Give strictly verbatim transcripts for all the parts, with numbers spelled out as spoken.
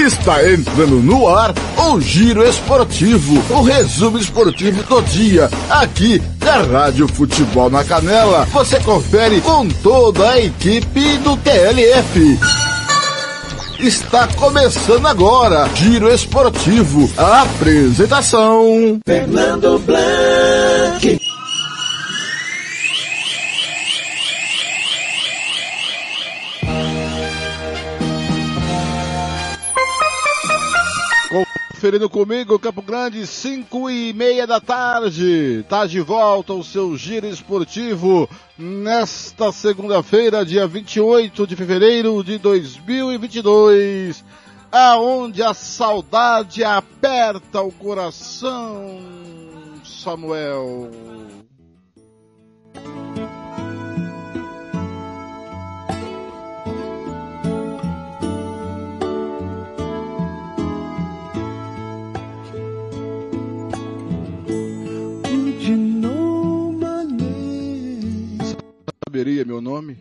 Está entrando no ar o Giro Esportivo, o resumo esportivo do dia, aqui da Rádio Futebol na Canela. Você confere com toda a equipe do T L F. Está começando agora, Giro Esportivo, a apresentação Fernando Blanc. Conferindo comigo, Campo Grande, cinco e meia da tarde. Tá de volta o seu Giro Esportivo nesta segunda-feira, dia vinte e oito de fevereiro de dois mil e vinte e dois, aonde a saudade aperta o coração, Samuel. Saberia meu nome?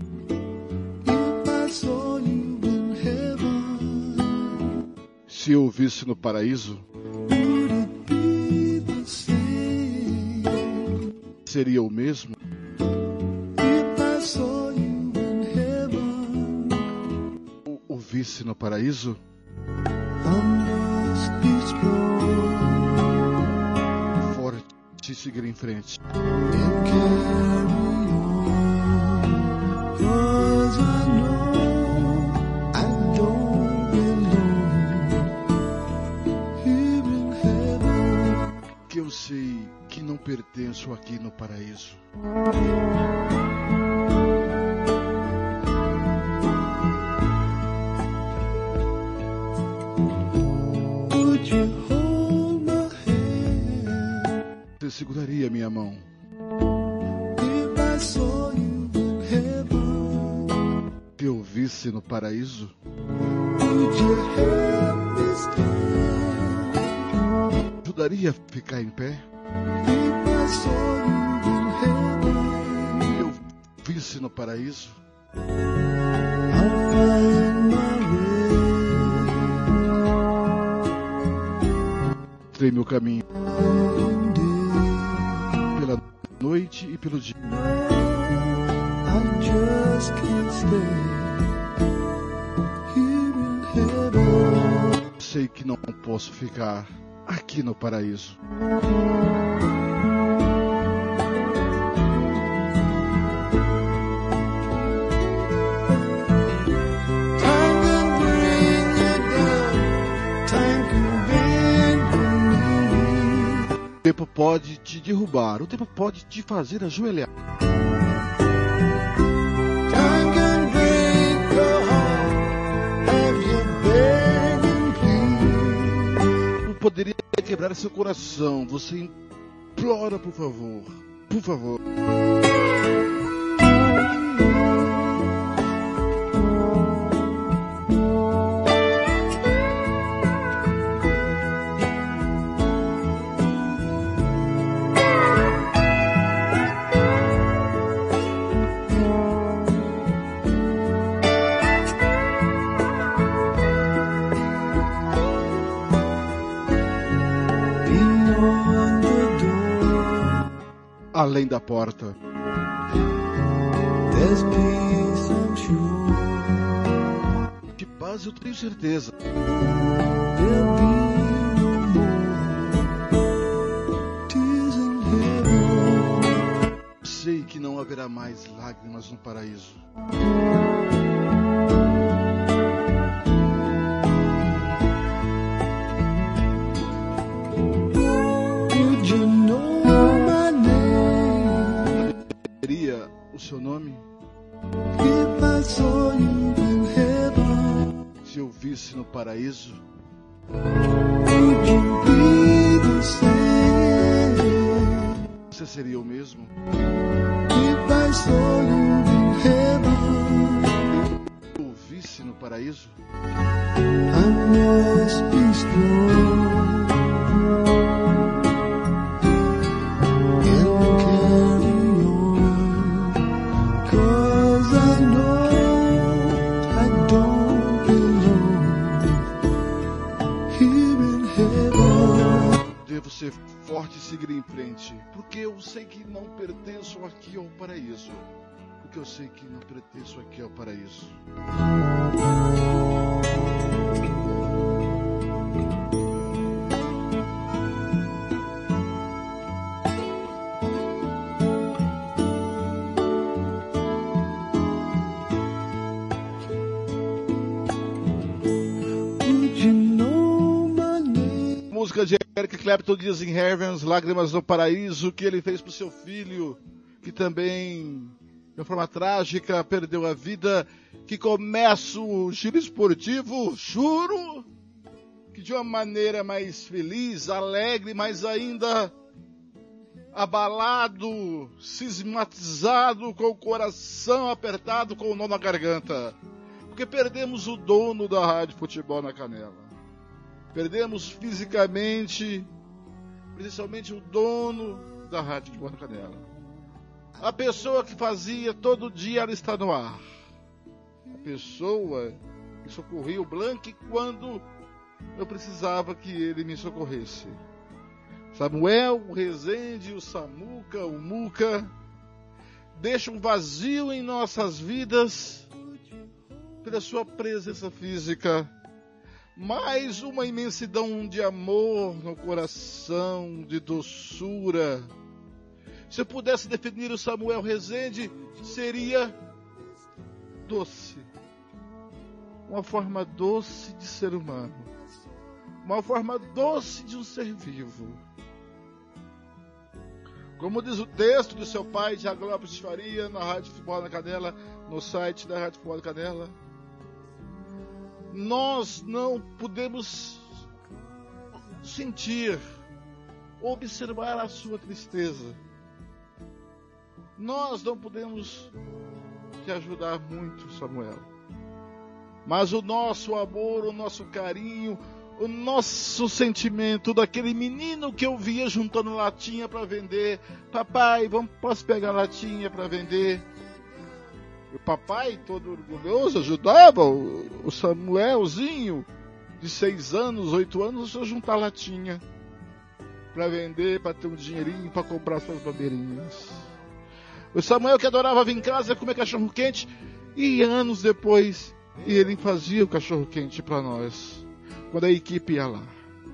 Se eu visse no paraíso, seria o mesmo? O, o visse no paraíso? Forte e seguir em frente. Que eu sei que não pertenço aqui no paraíso. Você seguraria minha mão? Se eu visse no paraíso? Ajudaria a ficar em pé? Se eu visse no paraíso? Trei meu caminho pela noite e pelo dia. Sei que não posso ficar aqui no paraíso. O tempo pode te derrubar, o tempo pode te fazer ajoelhar. Poderia quebrar seu coração. Você implora, por favor, por favor. Além da porta, de paz eu tenho certeza. Sei que não haverá mais lágrimas no paraíso. O seu nome? Se eu visse no paraíso, você seria o mesmo? Se eu visse no paraíso, ser forte e seguir em frente. Porque eu sei que não pertenço aqui ao paraíso. Porque eu sei que não pertenço aqui ao paraíso. Música de Eric Clapton, Dias in Heaven, Lágrimas no Paraíso, que ele fez para o seu filho, que também, de uma forma trágica, perdeu a vida. Que começa o giro esportivo, juro, que de uma maneira mais feliz, alegre, mas ainda abalado, cismatizado, com o coração apertado, com o nó na garganta. Porque perdemos o dono da Rádio Futebol na Canela. Perdemos fisicamente, principalmente o dono da Rádio Futebol na Canela. A pessoa que fazia todo dia ela está no ar. A pessoa que socorria o Blank quando eu precisava que ele me socorresse. Samuel, o Rezende, o Samuca, o Muca, deixam um vazio em nossas vidas pela sua presença física. Mais uma imensidão de amor no coração, de doçura. Se eu pudesse definir o Samuel Rezende, seria doce. Uma forma doce de ser humano. Uma forma doce de um ser vivo. Como diz o texto do seu pai, Tiago Lopes de Faria, na Rádio Futebol na Canela, no site da Rádio Futebol na Canela. Nós não podemos sentir, observar a sua tristeza. Nós não podemos te ajudar muito, Samuel. Mas o nosso amor, o nosso carinho, o nosso sentimento daquele menino que eu via juntando latinha para vender. Papai, vamos, posso pegar latinha para vender? O papai, todo orgulhoso, ajudava o, o Samuelzinho, de seis anos, oito anos, a juntar latinha para vender, para ter um dinheirinho, para comprar suas bobeirinhas. O Samuel que adorava vir em casa comer cachorro quente, e anos depois ele fazia o cachorro quente para nós, quando a equipe ia lá.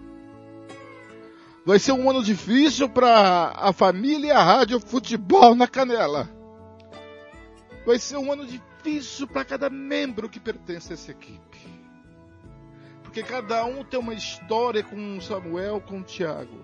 Vai ser um ano difícil para a família e a Rádio Futebol na Canela. Vai ser um ano difícil para cada membro que pertence a essa equipe. Porque cada um tem uma história com o Samuel, com o Tiago.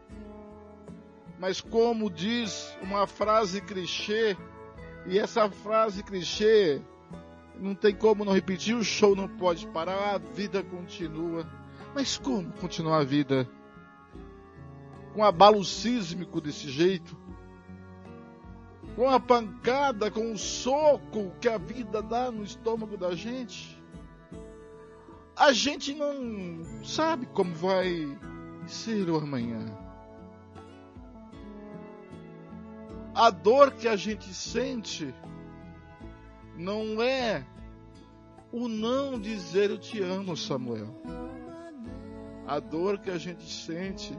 Mas como diz uma frase clichê, e essa frase clichê não tem como não repetir, o show não pode parar, a vida continua. Mas como continuar a vida? Com abalo sísmico desse jeito? Com a pancada, com o soco que a vida dá no estômago da gente? A gente não sabe como vai ser o amanhã. A dor que a gente sente não é o não dizer eu te amo, Samuel. A dor que a gente sente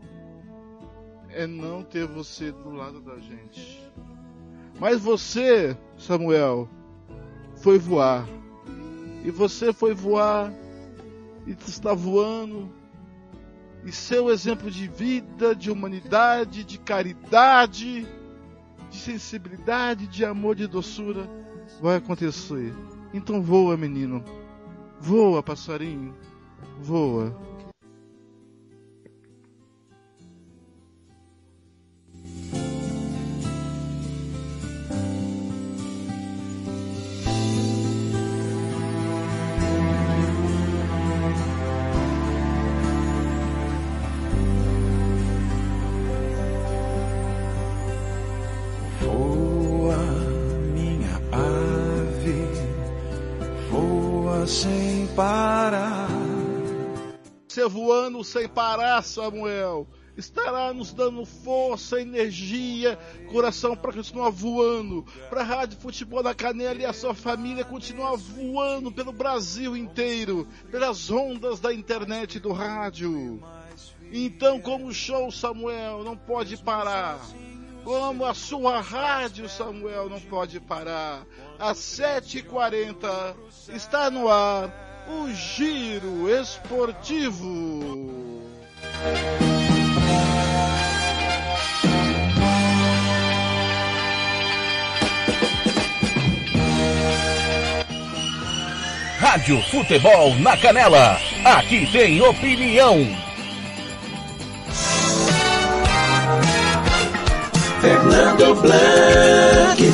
é não ter você do lado da gente. Mas você, Samuel, foi voar. E você foi voar e está voando. E seu exemplo de vida, de humanidade, de caridade, de sensibilidade, de amor, de doçura vai acontecer. Então voa, menino. Voa, passarinho. Voa. Sem parar. Você voando sem parar, Samuel, estará nos dando força, energia, coração para continuar voando, para a Rádio Futebol na Canela e a sua família continuar voando pelo Brasil inteiro, pelas ondas da internet e do rádio. Então, como o show, Samuel, não pode parar. Como a sua rádio, Samuel, não pode parar. Às sete e quarenta está no ar o Giro Esportivo. Rádio Futebol na Canela. Aqui tem opinião. Fernando Blanc.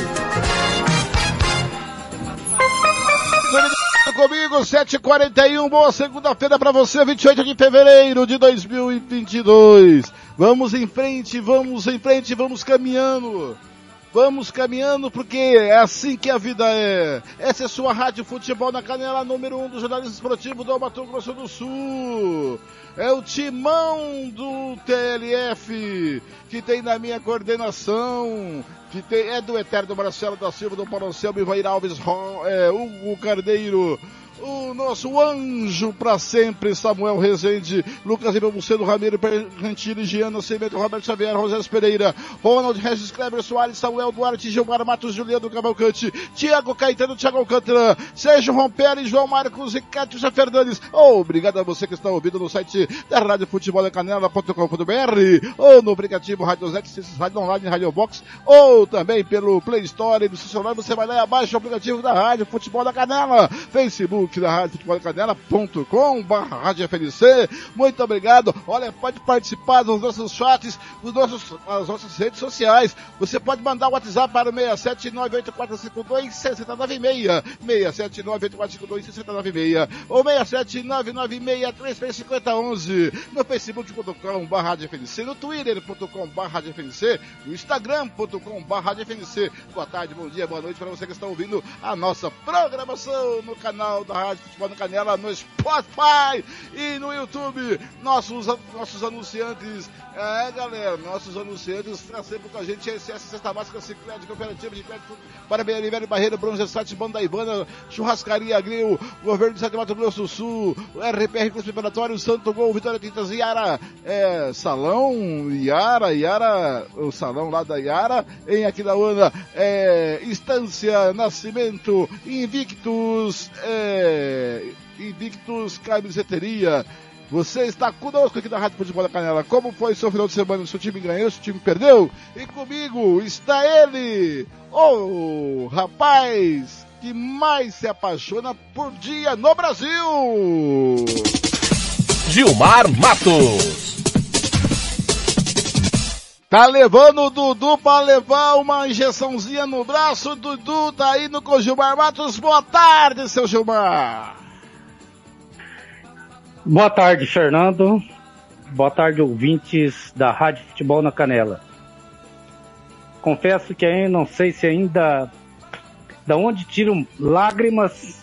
Comigo, sete e quarenta e um, boa segunda-feira para você, vinte e oito de fevereiro de dois mil e vinte e dois. Vamos em frente, vamos em frente, vamos caminhando. Vamos caminhando porque é assim que a vida é. Essa é sua Rádio Futebol na Canela, número um do jornalismo esportivo do Mato Grosso do Sul. É o timão do T L F que tem na minha coordenação, que tem, é do eterno Marcelo da Silva, do Paulo Anselmo, Ivair Alves, é, Hugo Carneiro, o nosso anjo pra sempre, Samuel Rezende, Lucas Ibabuceno, Ramiro Pergentini, Giana Cimento, Roberto Xavier, Rosé Pereira, Ronald Regis, Kleber Soares, Samuel Duarte, Gilmar Matos, Juliano Cavalcante, Tiago Caetano, Tiago Alcântara, Sérgio Romperi, João Marcos e Cátia Fernandes. Oh, obrigado a você que está ouvindo no site da Rádio Futebol da Canela ponto com ponto b r ou no aplicativo Rádio Zete, Rádio Online, Rádio Box, ou também pelo Play Store do seu celular. Você vai lá e abaixa o aplicativo da Rádio Futebol da Canela, Facebook da Rádio Futebol da Canela ponto com barra Rádio F N C. Muito obrigado. Olha, pode participar dos nossos chats, dos nossos, das nossas redes sociais. Você pode mandar o WhatsApp para o seis sete nove oito quatro cinco dois seis zero nove seis, seis sete nove oito quatro cinco dois seis zero nove seis, ou seis sete nove nove seis três três cinco zero um um, no facebook ponto com barra Rádio F N C, no twitter ponto com barra Rádio F N C, no instagram ponto com barra Rádio F N C. Boa tarde, bom dia, boa noite para você que está ouvindo a nossa programação no canal da Rádio Futebol na Canela, no Spotify e no YouTube. Nossos, nossos anunciantes, é galera, nossos anunciantes estão sempre com a gente. S S Cesta Básica, Ciclete, Cooperativa de Crédito para Bem Oliveira Barreira, Bronzesat, Banda Ivana, Churrascaria Grill, Governo de Sete Mato Grosso do Sul, R P R Cruz Preparatório, Santo Gol, Vitória Tintas, Iara, é, Salão, Iara, Iara, o salão lá da Iara, em Aquidauana, é, Estância Nascimento, Invictus, é, Invictus Camiseteria. Você está conosco aqui na Rádio Futebol da Canela. Como foi seu final de semana? Seu time ganhou, seu time perdeu? E comigo está ele, o rapaz que mais se apaixona por dia no Brasil, Gilmar Matos. Tá levando o Dudu pra levar uma injeçãozinha no braço. O Dudu tá indo com o Gilmar Matos. Boa tarde, seu Gilmar. Boa tarde, Fernando. Boa tarde, ouvintes da Rádio Futebol na Canela. Confesso que ainda não sei se ainda da onde tiram lágrimas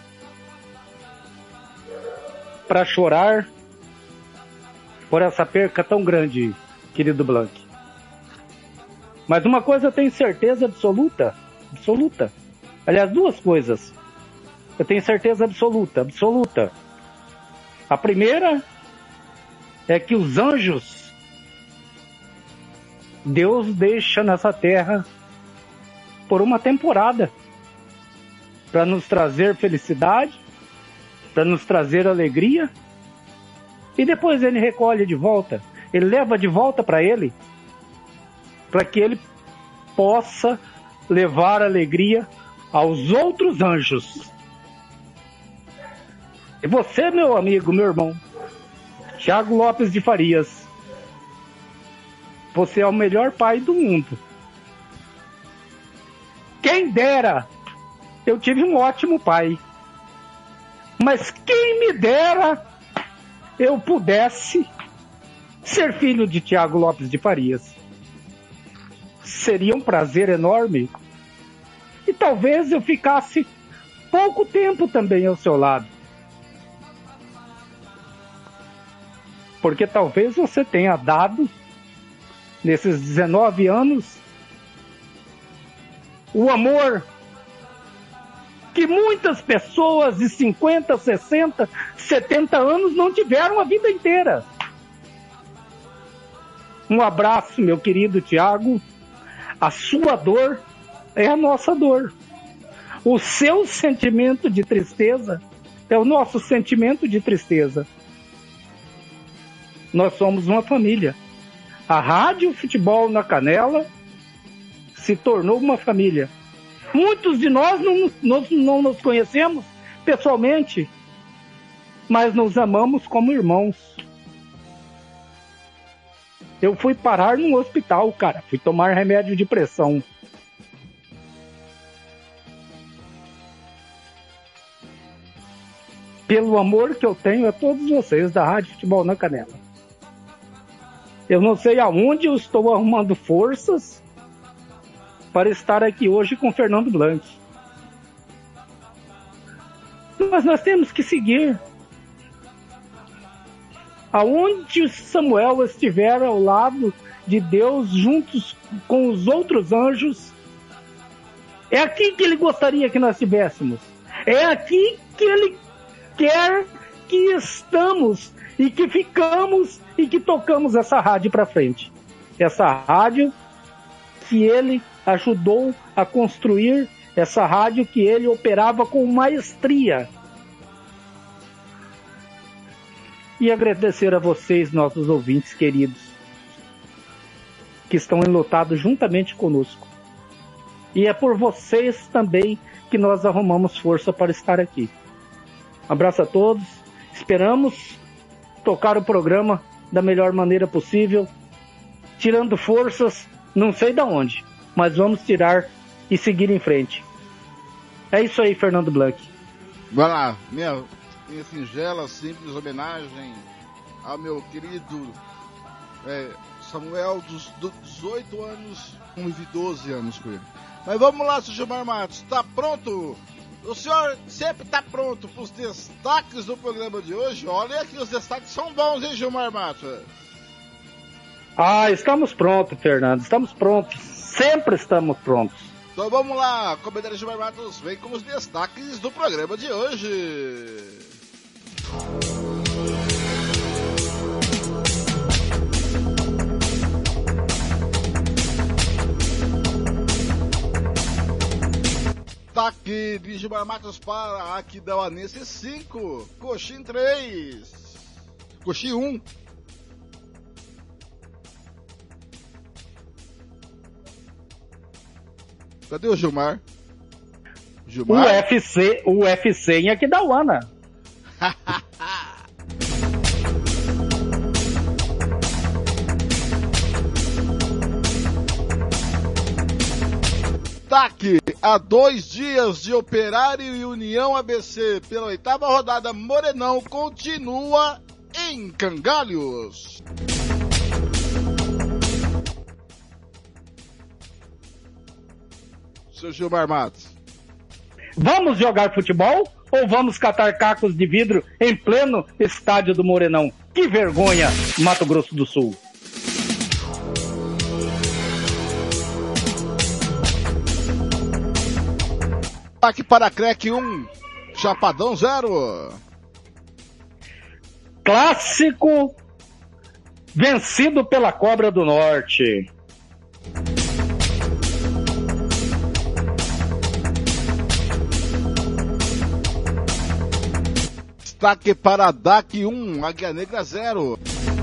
para chorar por essa perca tão grande, querido Blanc. Mas uma coisa eu tenho certeza absoluta, absoluta. Aliás, duas coisas. Eu tenho certeza absoluta, absoluta. A primeira é que os anjos Deus deixa nessa terra por uma temporada para nos trazer felicidade, para nos trazer alegria, e depois ele recolhe de volta, ele leva de volta para ele, para que ele possa levar alegria aos outros anjos. E você, meu amigo, meu irmão, Thiago Lopes de Farias, você é o melhor pai do mundo. Quem dera, eu tive um ótimo pai. Mas quem me dera eu pudesse ser filho de Thiago Lopes de Farias. Seria um prazer enorme. E talvez eu ficasse pouco tempo também ao seu lado. Porque talvez você tenha dado, nesses dezenove anos, o amor que muitas pessoas de cinquenta, sessenta, setenta anos não tiveram a vida inteira. Um abraço, meu querido Tiago. A sua dor é a nossa dor. O seu sentimento de tristeza é o nosso sentimento de tristeza. Nós somos uma família. A Rádio Futebol na Canela se tornou uma família. Muitos de nós não, nós não nos conhecemos pessoalmente, mas nos amamos como irmãos. Eu fui parar num hospital, cara. Fui tomar remédio de pressão. Pelo amor que eu tenho a todos vocês da Rádio Futebol na Canela. Eu não sei aonde eu estou arrumando forças para estar aqui hoje com Fernando Blanc. Mas nós temos que seguir. Aonde Samuel estiver ao lado de Deus, juntos com os outros anjos, é aqui que ele gostaria que nós estivéssemos. É aqui que ele quer que estamos e que ficamos e que tocamos essa rádio para frente. Essa rádio que ele ajudou a construir, essa rádio que ele operava com maestria. E agradecer a vocês, nossos ouvintes queridos, que estão enlutados juntamente conosco. E é por vocês também que nós arrumamos força para estar aqui. Um abraço a todos. Esperamos tocar o programa da melhor maneira possível, tirando forças, não sei de onde, mas vamos tirar e seguir em frente. É isso aí, Fernando Blanc. Vai lá, minha, minha singela, simples homenagem ao meu querido é, Samuel, dos, dos dezoito anos, convivi doze anos com ele. Mas vamos lá, seu Gilmar Matos, tá pronto? O senhor sempre tá pronto para os destaques do programa de hoje? Olha que os destaques são bons, hein, Gilmar Matos? Ah, estamos prontos, Fernando, estamos prontos, sempre estamos prontos. Então vamos lá, comentário Gilmar Matos vem com os destaques do programa de hoje. Destaque de Gilmar Matos para Aquidauanense cinco, Coxim três, Coxim um. Cadê o Gilmar? Gilmar? O U F C, o U F C em Aquidauana. Destaque a dois dias de Operário e União A B C pela oitava rodada, Morenão continua em Cangalhos. Seu Gilmar Matos. Vamos jogar futebol ou vamos catar cacos de vidro em pleno estádio do Morenão? Que vergonha, Mato Grosso do Sul. Destaque para C R E C um, Chapadão zero. Clássico vencido pela Cobra do Norte. Destaque para D A C um, Águia Negra zero.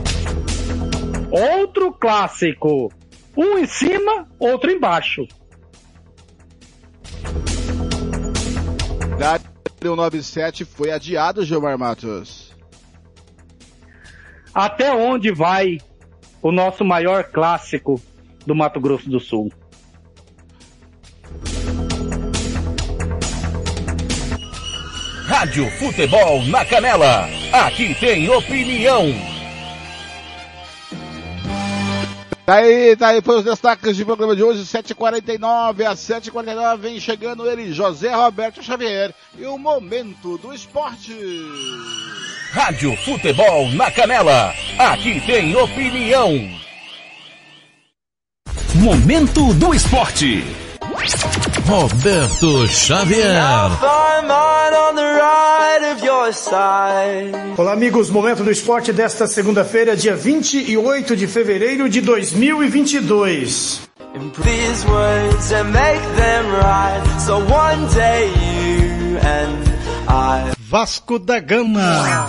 Outro clássico, um em cima, outro embaixo. O noventa e sete foi adiado, Gilmar Matos. Até onde vai o nosso maior clássico do Mato Grosso do Sul? Rádio Futebol na Canela. Aqui tem opinião. Tá aí, tá aí, foi os destaques do programa de hoje, sete e quarenta e nove, às sete e quarenta e nove vem chegando ele, José Roberto Xavier, e o Momento do Esporte. Rádio Futebol na Canela, aqui tem opinião. Momento do Esporte. Roberto Xavier. of your side. Olá, amigos, momento do esporte desta segunda-feira, dia vinte e oito de fevereiro de dois mil e vinte e dois. These words and make them right, so one day you and I. Vasco da Gama.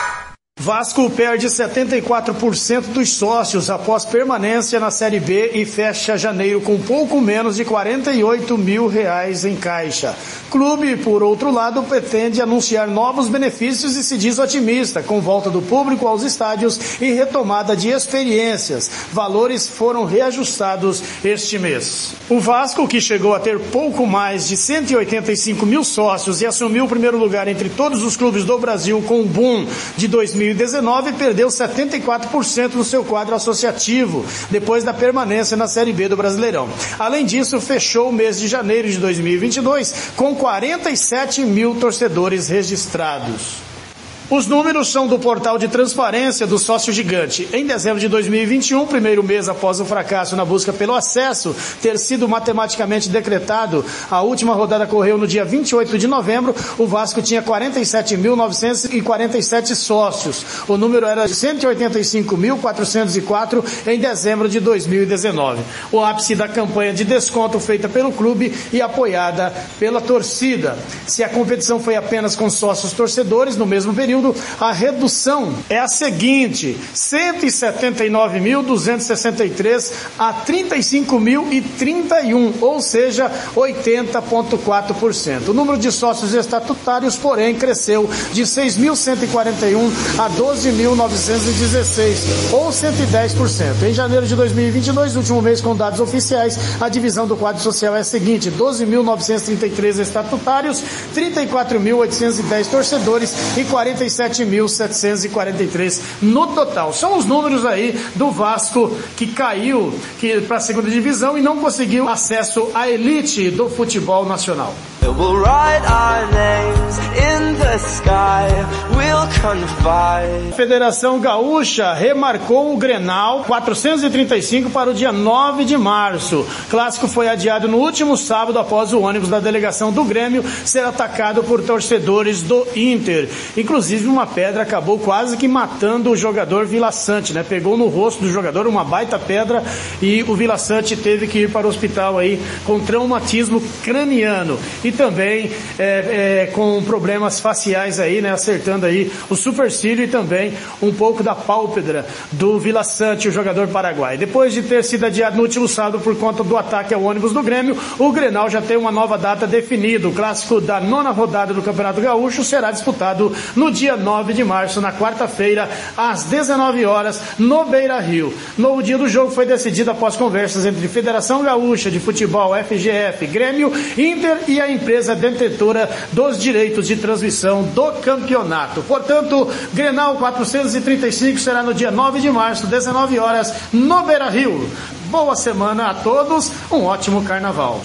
Vasco perde setenta e quatro por cento dos sócios após permanência na Série B e fecha janeiro com pouco menos de quarenta e oito mil reais em caixa. Clube, por outro lado, pretende anunciar novos benefícios e se diz otimista, com volta do público aos estádios e retomada de experiências. Valores foram reajustados este mês. O Vasco, que chegou a ter pouco mais de cento e oitenta e cinco mil sócios e assumiu o primeiro lugar entre todos os clubes do Brasil com o boom de dois mil e dezenove, perdeu setenta e quatro por cento do seu quadro associativo, depois da permanência na Série B do Brasileirão. Além disso, fechou o mês de janeiro de dois mil e vinte e dois com quarenta e sete mil torcedores registrados. Os números são do portal de transparência do Sócio Gigante. Em dezembro de dois mil e vinte e um, primeiro mês após o fracasso na busca pelo acesso ter sido matematicamente decretado, a última rodada ocorreu no dia vinte e oito de novembro, o Vasco tinha quarenta e sete mil novecentos e quarenta e sete sócios. O número era de cento e oitenta e cinco mil quatrocentos e quatro em dezembro de dois mil e dezenove. O ápice da campanha de desconto feita pelo clube e apoiada pela torcida. Se a competição foi apenas com sócios torcedores, no mesmo período, a redução é a seguinte: cento e setenta e nove mil duzentos e sessenta e três a trinta e cinco mil e trinta e um, ou seja, oitenta vírgula quatro por cento. O número de sócios estatutários, porém, cresceu de seis mil cento e quarenta e um a doze mil novecentos e dezesseis, ou cento e dez por cento. Em janeiro de dois mil e vinte e dois, último mês com dados oficiais, a divisão do quadro social é a seguinte: doze mil novecentos e trinta e três estatutários, trinta e quatro mil oitocentos e dez torcedores e quarenta e sete mil setecentos e quarenta e três no total. São os números aí do Vasco, que caiu que, para a segunda divisão e não conseguiu acesso à elite do futebol nacional. We'll write our names in the sky. We'll confide. Federação Gaúcha remarcou o Grenal quatrocentos e trinta e cinco para o dia nove de março. Clássico foi adiado no último sábado após o ônibus da delegação do Grêmio ser atacado por torcedores do Inter. Inclusive, uma pedra acabou quase que matando o jogador Vila Sante, né? Pegou no rosto do jogador uma baita pedra e o Vila Sante teve que ir para o hospital aí com traumatismo craniano. E também é, é, com problemas faciais aí, né, acertando aí o supercílio e também um pouco da pálpebra do Vila Sante, o jogador paraguaio. Depois de ter sido adiado no último sábado por conta do ataque ao ônibus do Grêmio, o Grenal já tem uma nova data definida. O clássico da nona rodada do Campeonato Gaúcho será disputado no dia nove de março, na quarta-feira, às dezenove horas, no Beira-Rio. No dia do jogo foi decidido após conversas entre Federação Gaúcha de Futebol, F G F, Grêmio, Inter e a empresa detentora dos direitos de transmissão do campeonato. Portanto, Grenal quatrocentos e trinta e cinco será no dia nove de março, dezenove horas, no Beira-Rio. Boa semana a todos, um ótimo carnaval.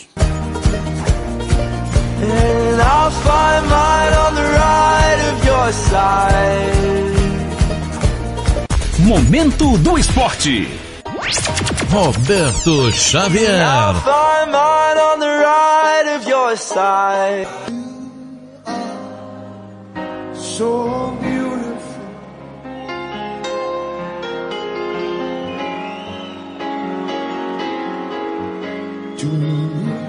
And I'll find mine on the right of your side. Momento do esporte. Roberto Xavier. I'll find mine on the right of your side. So beautiful, to me.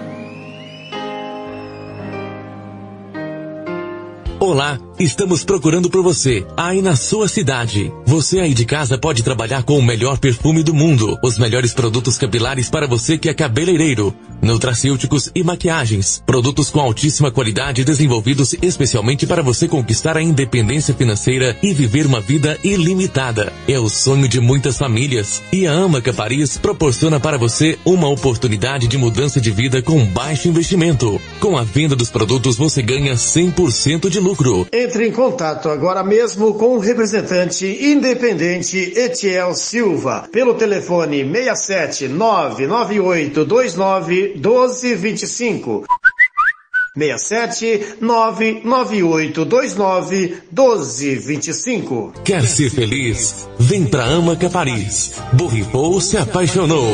Olá, estamos procurando por você, aí na sua cidade. Você aí de casa pode trabalhar com o melhor perfume do mundo, os melhores produtos capilares para você que é cabeleireiro, nutracêuticos e maquiagens, produtos com altíssima qualidade desenvolvidos especialmente para você conquistar a independência financeira e viver uma vida ilimitada. É o sonho de muitas famílias e a Amaca Paris proporciona para você uma oportunidade de mudança de vida com baixo investimento. Com a venda dos produtos você ganha cem por cento de lucro. Entre em contato agora mesmo com o representante independente Etiel Silva pelo telefone seis sete nove nove oito dois nove um dois dois cinco. seis sete nove nove oito dois nove um dois dois cinco. Quer ser feliz? Vem pra Amaca Paris. Borrifou se apaixonou.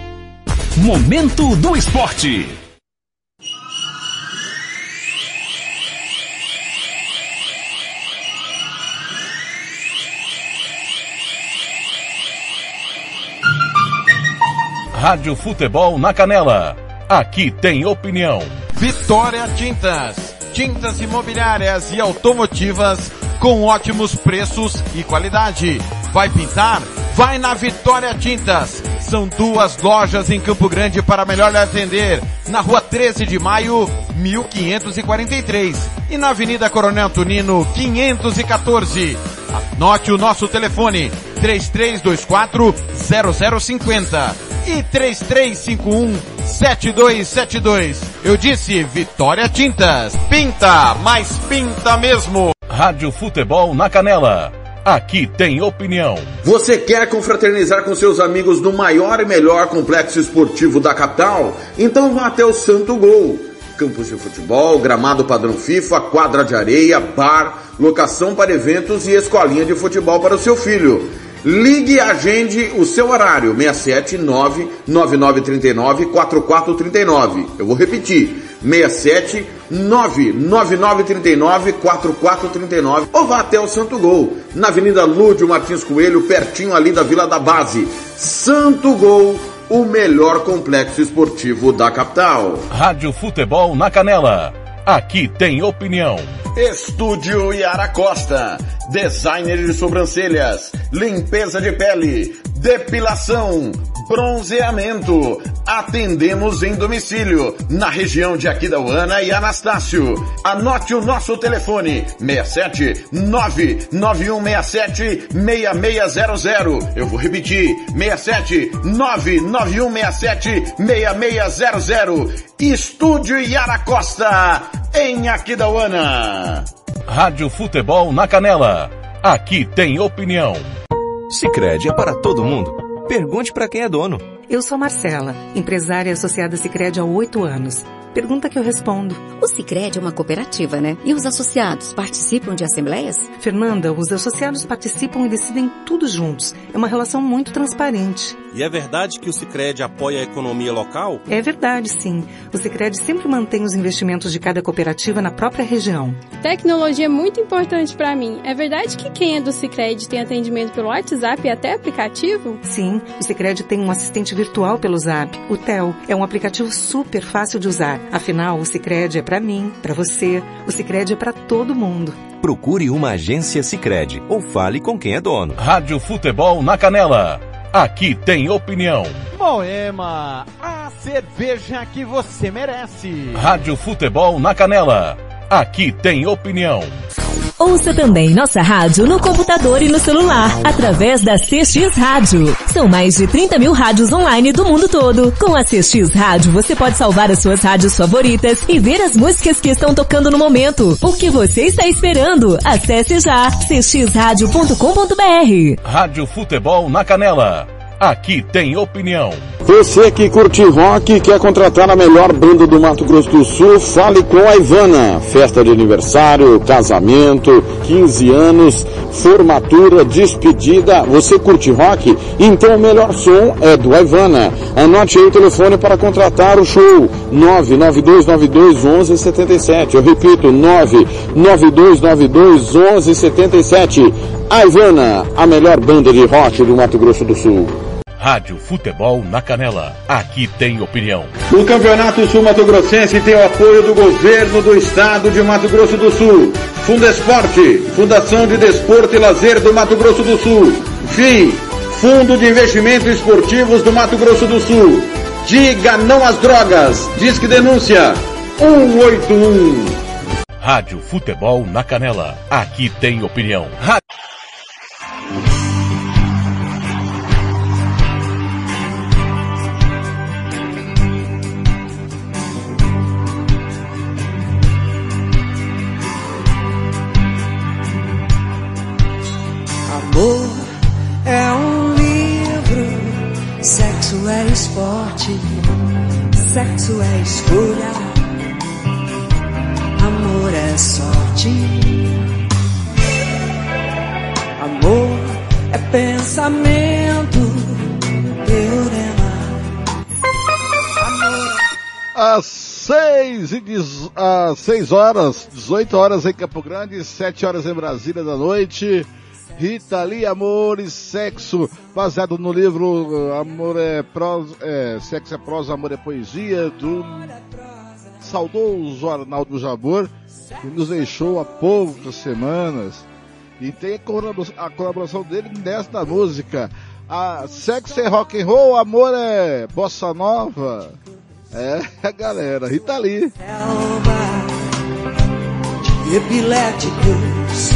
Momento do esporte. Rádio Futebol na Canela. Aqui tem opinião. Vitória Tintas. Tintas imobiliárias e automotivas com ótimos preços e qualidade. Vai pintar? Vai na Vitória Tintas. São duas lojas em Campo Grande para melhor lhe atender. Na rua treze de maio, mil quinhentos e quarenta e três. E na Avenida Coronel Tunino, quinhentos e quatorze. Anote o nosso telefone, três três dois quatro, zero zero cinco zero e três três cinco um, sete dois sete dois. Eu disse Vitória Tintas. Pinta, mas pinta mesmo. Rádio Futebol na Canela. Aqui tem opinião. Você quer confraternizar com seus amigos no maior e melhor complexo esportivo da capital? Então vá até o Santo Gol. Campos de futebol, gramado padrão FIFA, quadra de areia, bar, locação para eventos e escolinha de futebol para o seu filho. Ligue e agende o seu horário, seis sete nove, nove nove três nove, quatro quatro três nove. Eu vou repetir, seis sete nove, nove nove três nove, quatro quatro três nove. Ou vá até o Santo Gol, na Avenida Lúdio Martins Coelho, pertinho ali da Vila da Base. Santo Gol, o melhor complexo esportivo da capital. Rádio Futebol na Canela. Aqui tem opinião. Estúdio Yara Costa. Designer de sobrancelhas, limpeza de pele, depilação, bronzeamento. Atendemos em domicílio, na região de Aquidauana e Anastácio. Anote o nosso telefone, seis sete nove, nove um seis sete, seis seis zero zero. Eu vou repetir, seis sete nove, nove um seis sete, seis seis zero zero. Estúdio Yara Costa, em Aquidauana. Rádio Futebol na Canela. Aqui tem opinião. Sicredi é para todo mundo. Pergunte para quem é dono. Eu sou Marcela, empresária associada Sicredi há oito anos. Pergunta que eu respondo. O Sicredi é uma cooperativa, né? E os associados participam de assembleias? Fernanda, os associados participam e decidem tudo juntos. É uma relação muito transparente. E é verdade que o Sicredi apoia a economia local? É verdade, sim. O Sicredi sempre mantém os investimentos de cada cooperativa na própria região. Tecnologia é muito importante para mim. É verdade que quem é do Sicredi tem atendimento pelo WhatsApp e até aplicativo? Sim, o Sicredi tem um assistente virtual pelo Zap, o Tel. É um aplicativo super fácil de usar. Afinal, o Sicredi é para mim, para você. O Sicredi é para todo mundo. Procure uma agência Sicredi ou fale com quem é dono. Rádio Futebol na Canela. Aqui tem opinião. Moema, a cerveja que você merece. Rádio Futebol na Canela. Aqui tem opinião. Ouça também nossa rádio no computador e no celular, através da C X Rádio. São mais de trinta mil rádios online do mundo todo. Com a C X Rádio, você pode salvar as suas rádios favoritas e ver as músicas que estão tocando no momento. O que você está esperando? Acesse já c x rádio ponto com ponto b r. Rádio Futebol na Canela. Aqui tem opinião. Você que curte rock e quer contratar a melhor banda do Mato Grosso do Sul, fale com a Ivana. Festa de aniversário, casamento, quinze anos, formatura, despedida. Você curte rock? Então o melhor som é do Ivana. Anote aí o telefone para contratar o show. nove nove dois nove dois, um um sete sete. Eu repito, nove nove dois nove dois, um um sete sete. A Ivana, a melhor banda de rock do Mato Grosso do Sul. Rádio Futebol na Canela. Aqui tem opinião. O Campeonato Sul Mato Grossense tem o apoio do Governo do Estado de Mato Grosso do Sul. Fundesporte, Fundação de Desporto e Lazer do Mato Grosso do Sul. F I I, Fundo de Investimentos Esportivos do Mato Grosso do Sul. Diga não às drogas. Disque denúncia um oito um. Rádio Futebol na Canela. Aqui tem opinião. Rádio... Amor é um livro, sexo é esporte, sexo é escolha, amor é sorte, amor é pensamento, teorema, amor é... Às seis, e dez, às seis horas, dezoito horas em Campo Grande, sete horas em Brasília da noite. Rita Lee, Amor e Sexo, baseado no livro Amor é Prosa, é, Sexo é Prosa, Amor é Poesia, do saudoso Arnaldo Jabor, que nos deixou há poucas semanas. E tem a colaboração dele nesta música. A Sexo é Rock and Roll, Amor é Bossa Nova. É, galera, Rita Lee. Epiléticos.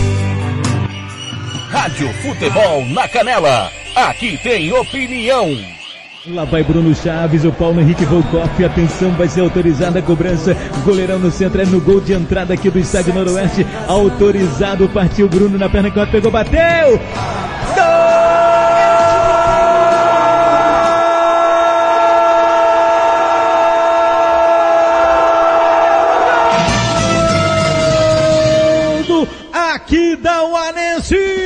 Rádio Futebol na Canela. Aqui tem opinião. Lá vai Bruno Chaves, o Paulo Henrique Volkoff, atenção, vai ser autorizada a cobrança, goleirão no centro, é no gol de entrada aqui do estádio Noroeste, autorizado, partiu Bruno na perna canhota, pegou, bateu! Gol! Aqui da Uanense!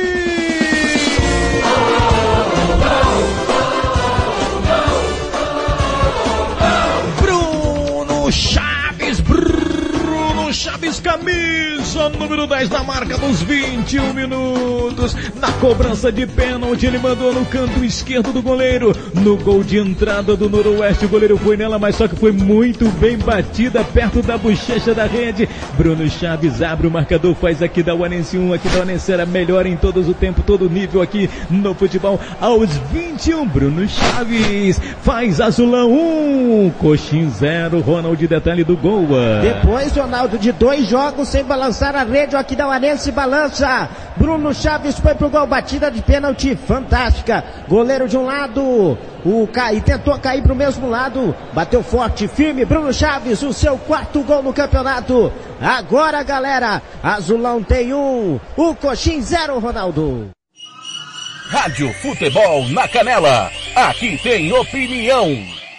Chaves, Bruno Chaves, camisa número dez na marca dos vinte e um minutos, na cobrança de pênalti, ele mandou no canto esquerdo do goleiro, no gol de entrada do Noroeste, o goleiro foi nela, mas só que foi muito bem batida, perto da bochecha da rede. Bruno Chaves abre o marcador, faz aqui da Uanense um, aqui da Uanense era melhor em todos o tempo, todo nível aqui no futebol, aos vinte e um, Bruno Chaves faz Azulão um, Coxim zero, Ronald de detalhe do gol. Depois, Ronaldo, de dois jogos sem balançar a rede, aqui da Uanense balança. Bruno Chaves foi pro gol, batida de pênalti fantástica. Goleiro de um lado, o Caí tentou cair pro mesmo lado, bateu forte, firme. Bruno Chaves, o seu quarto gol no campeonato. Agora, galera, Azulão tem um, o Coxim zero, Ronaldo. Rádio Futebol na Canela. Aqui tem opinião.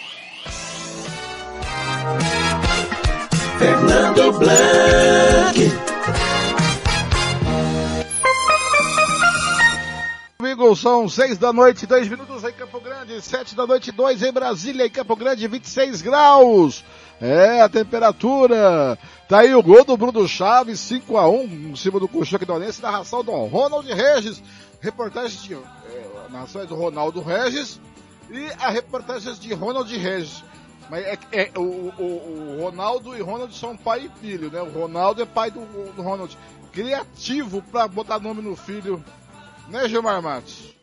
Fernando Blanc. Domingo são seis da noite, dois minutos em Campo Grande, sete da noite, dois em Brasília, em Campo Grande, vinte e seis graus. É a temperatura. Tá aí o gol do Bruno Chaves, cinco a um, em cima do Colchão aqui do Uanense, narração do Ronald Regis, reportagem de, é, narração do Ronaldo Regis e a reportagem de Ronald Regis. Mas é, é o, o, o Ronaldo e o Ronald são pai e filho, né? O Ronaldo é pai do, do Ronald. Criativo pra botar nome no filho, né, Gilmar Matos?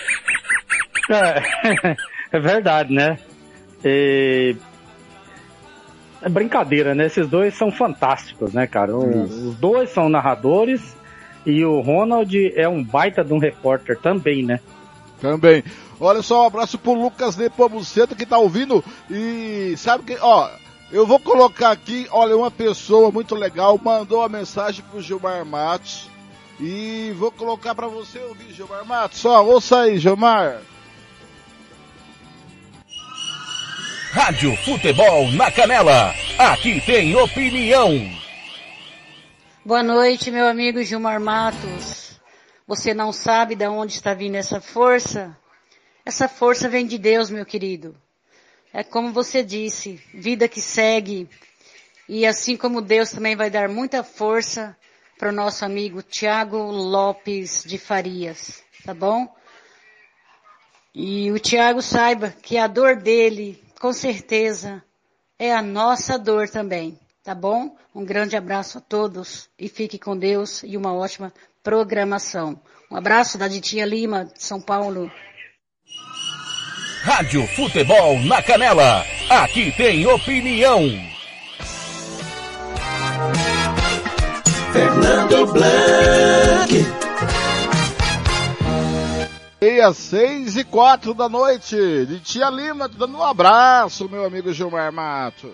É, é verdade, né? E... é brincadeira, né? Esses dois são fantásticos, né, cara? O, os dois são narradores e o Ronald é um baita de um repórter também, né? Também. Olha só, um abraço pro Lucas Nepomuceno que tá ouvindo e sabe que, ó, eu vou colocar aqui, olha, uma pessoa muito legal mandou uma mensagem pro Gilmar Matos e vou colocar pra você ouvir, Gilmar Matos. Ó, ouça aí, Gilmar. Rádio Futebol na Canela. Aqui tem opinião. Boa noite, meu amigo Gilmar Matos. Você não sabe de onde está vindo essa força? Essa força vem de Deus, meu querido. É como você disse, vida que segue. E assim como Deus também vai dar muita força para o nosso amigo Thiago Lopes de Farias, tá bom? E o Thiago saiba que a dor dele, com certeza, é a nossa dor também, tá bom? Um grande abraço a todos e fique com Deus e uma ótima programação. Um abraço da Ditinha Lima, de São Paulo. Rádio Futebol na Canela. Aqui tem opinião. Fernando Blanc. Meia, seis e quatro da noite, de Tia Lima, dando um abraço, meu amigo Gilmar Matos.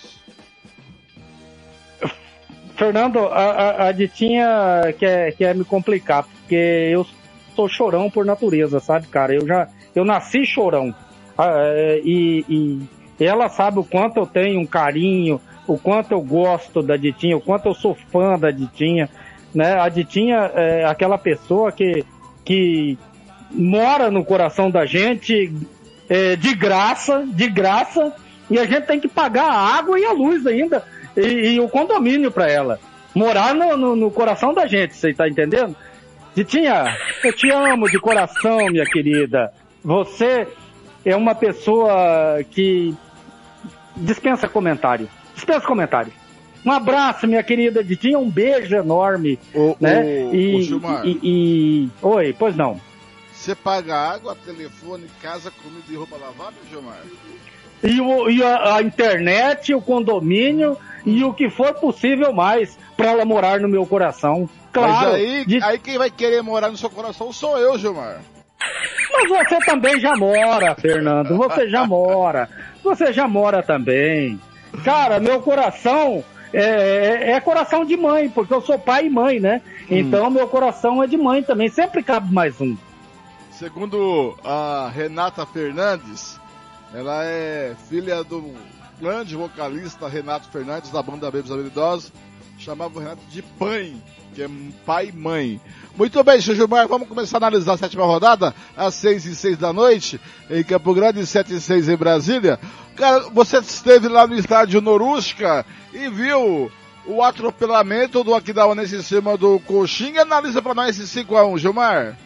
Fernando, a, a, a Ditinha quer, quer me complicar, porque eu sou chorão por natureza, sabe, cara? Eu já, eu nasci chorão. Ah, e, e ela sabe o quanto eu tenho um carinho, o quanto eu gosto da Ditinha, o quanto eu sou fã da Ditinha, né? A Ditinha é aquela pessoa que, que mora no coração da gente é, de graça, de graça, e a gente tem que pagar a água e a luz ainda, e, e o condomínio para ela. Morar no, no, no coração da gente, você tá entendendo? Ditinha, eu te amo de coração, minha querida. Você é uma pessoa que dispensa comentário. Dispensa comentário. Um abraço, minha querida Ditinha, um beijo enorme. Ô, né? ô, e, ô, Gilmar. e, e... Oi, pois não. Você paga água, telefone, casa, comida e roupa lavada, Gilmar? E, o, e a, a internet, o condomínio e o que for possível mais para ela morar no meu coração. Claro. Mas aí, de... aí quem vai querer morar no seu coração sou eu, Gilmar. Mas você também já mora, Fernando. Você já mora. Você já mora também. Cara, meu coração é, é coração de mãe, porque eu sou pai e mãe, né? Hum. Então meu coração é de mãe também. Sempre cabe mais um. Segundo a Renata Fernandes, ela é filha do grande vocalista Renato Fernandes, da banda Bebos Habilidosos. Chamava o Renato de Pai, que é pai e mãe. Muito bem, seu Gilmar, vamos começar a analisar a sétima rodada, às seis e seis da noite, em Campo Grande, e sete e seis em Brasília. Cara, você esteve lá no estádio Norusca e viu o atropelamento do Aquidauanense em cima do Coxinha. Analisa pra nós esse cinco a um, Gilmar.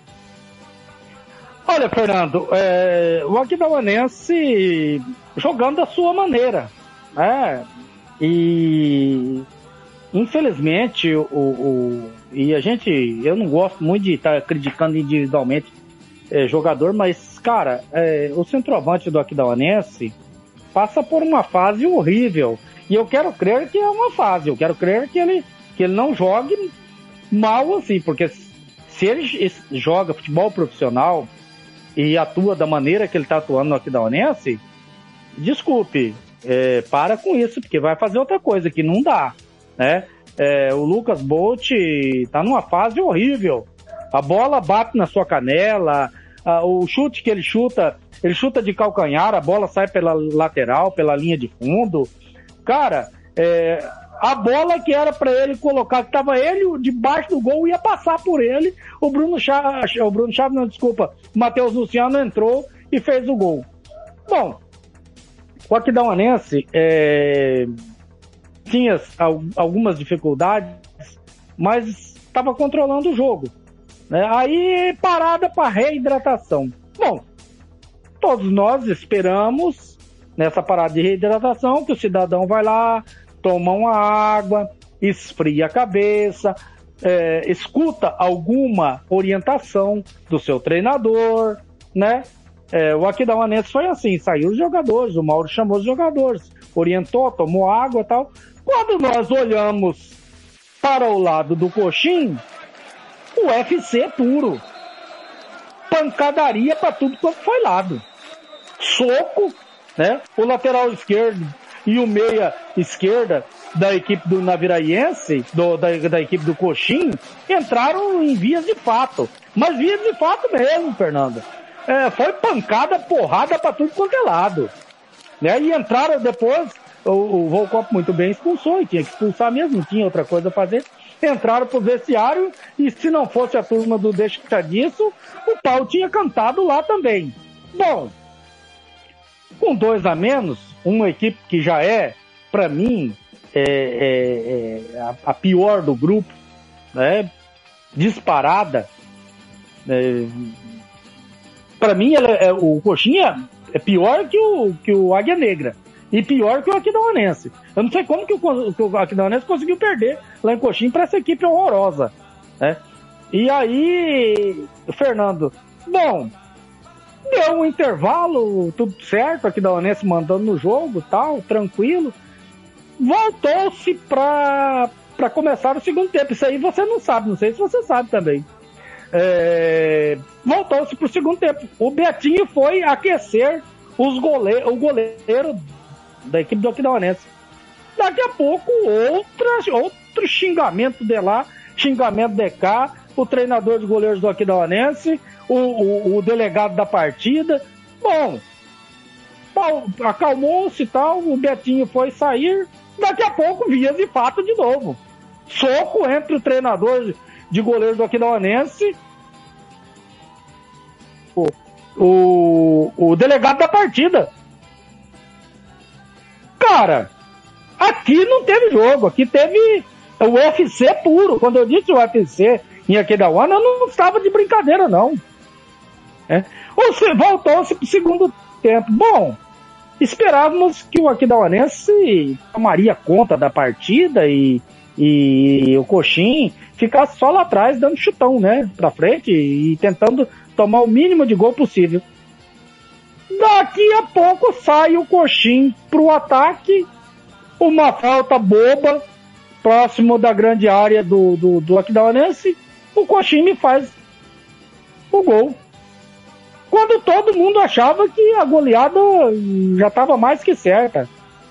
Olha, Fernando, é, o Aquidauanense jogando da sua maneira, né? E infelizmente o, o e a gente, eu não gosto muito de estar criticando individualmente é, jogador, mas cara, é, o centroavante do Aquidauanense passa por uma fase horrível e eu quero crer que é uma fase, eu quero crer que ele que ele não jogue mal assim, porque se ele joga futebol profissional e atua da maneira que ele está atuando no Aquidauanense, desculpe, é, para com isso, porque vai fazer outra coisa que não dá, né? É, o Lucas Bolt está numa fase horrível, a bola bate na sua canela, a, o chute que ele chuta, ele chuta de calcanhar, a bola sai pela lateral, pela linha de fundo, cara, é, a bola que era para ele colocar, que estava ele debaixo do gol, ia passar por ele, o Bruno Chaves, o Bruno Chaves, não, desculpa, o Matheus Luciano entrou e fez o gol. Bom, o Aquidauanense é, tinha algumas dificuldades, mas estava controlando o jogo, né? Aí parada para reidratação. Bom, todos nós esperamos nessa parada de reidratação que o cidadão vai lá, toma uma água, esfria a cabeça, é, escuta alguma orientação do seu treinador, né? É, o Aquidauanense foi assim, saiu os jogadores, o Mauro chamou os jogadores, orientou, tomou água e tal. Quando nós olhamos para o lado do Coxim, o U F C puro. Pancadaria para tudo quanto foi lado. Soco, né? O lateral esquerdo e o meia esquerda da equipe do Naviraense, do, da, da equipe do Coxim, entraram em vias de fato. Mas vias de fato mesmo, Fernando. É, foi pancada, porrada pra tudo quanto é lado. Né? E entraram depois, o, o Volcop muito bem expulsou, e tinha que expulsar mesmo, não tinha outra coisa a fazer. Entraram pro vestiário, e se não fosse a turma do Deixa disso, o pau tinha cantado lá também. Bom, com dois a menos, uma equipe que já é, pra mim, é, é, é a, a pior do grupo, né? Disparada, é, para mim, ela é, o Coxinha é pior que o, que o Águia Negra. E pior que o Aquidauanense. Eu não sei como que o, que o Aquidauanense conseguiu perder lá em Coxim para essa equipe horrorosa. Né? E aí, Fernando, bom, deu um intervalo, tudo certo, o Aquidauanense mandando no jogo, tal, tranquilo. Voltou-se para para começar o segundo tempo. Isso aí você não sabe, não sei se você sabe também. É, voltou-se para o segundo tempo. O Betinho foi aquecer os goleiro, o goleiro da equipe do Aquidauanense. Daqui a pouco, outra, outro xingamento de lá, xingamento de cá, o treinador de goleiros do Aquidauanense, o, o, o delegado da partida. Bom, acalmou-se e tal, o Betinho foi sair. Daqui a pouco, vias de fato de novo. Soco entre o treinador de goleiro do Aquidauanense, o, o, o delegado da partida. Cara, aqui não teve jogo, aqui teve o U F C puro. Quando eu disse U F C, em Aquidauana não estava de brincadeira, não. É. Ou se voltou-se para o segundo tempo. Bom, esperávamos que o Aquidauanense tomaria conta da partida e, e o Coxim ficasse só lá atrás dando chutão, né, para frente e tentando tomar o mínimo de gol possível. Daqui a pouco sai o Coxim pro ataque, uma falta boba próximo da grande área do, do, do Aquidauanense, o Coxim me faz o gol. Quando todo mundo achava que a goleada já estava mais que certa.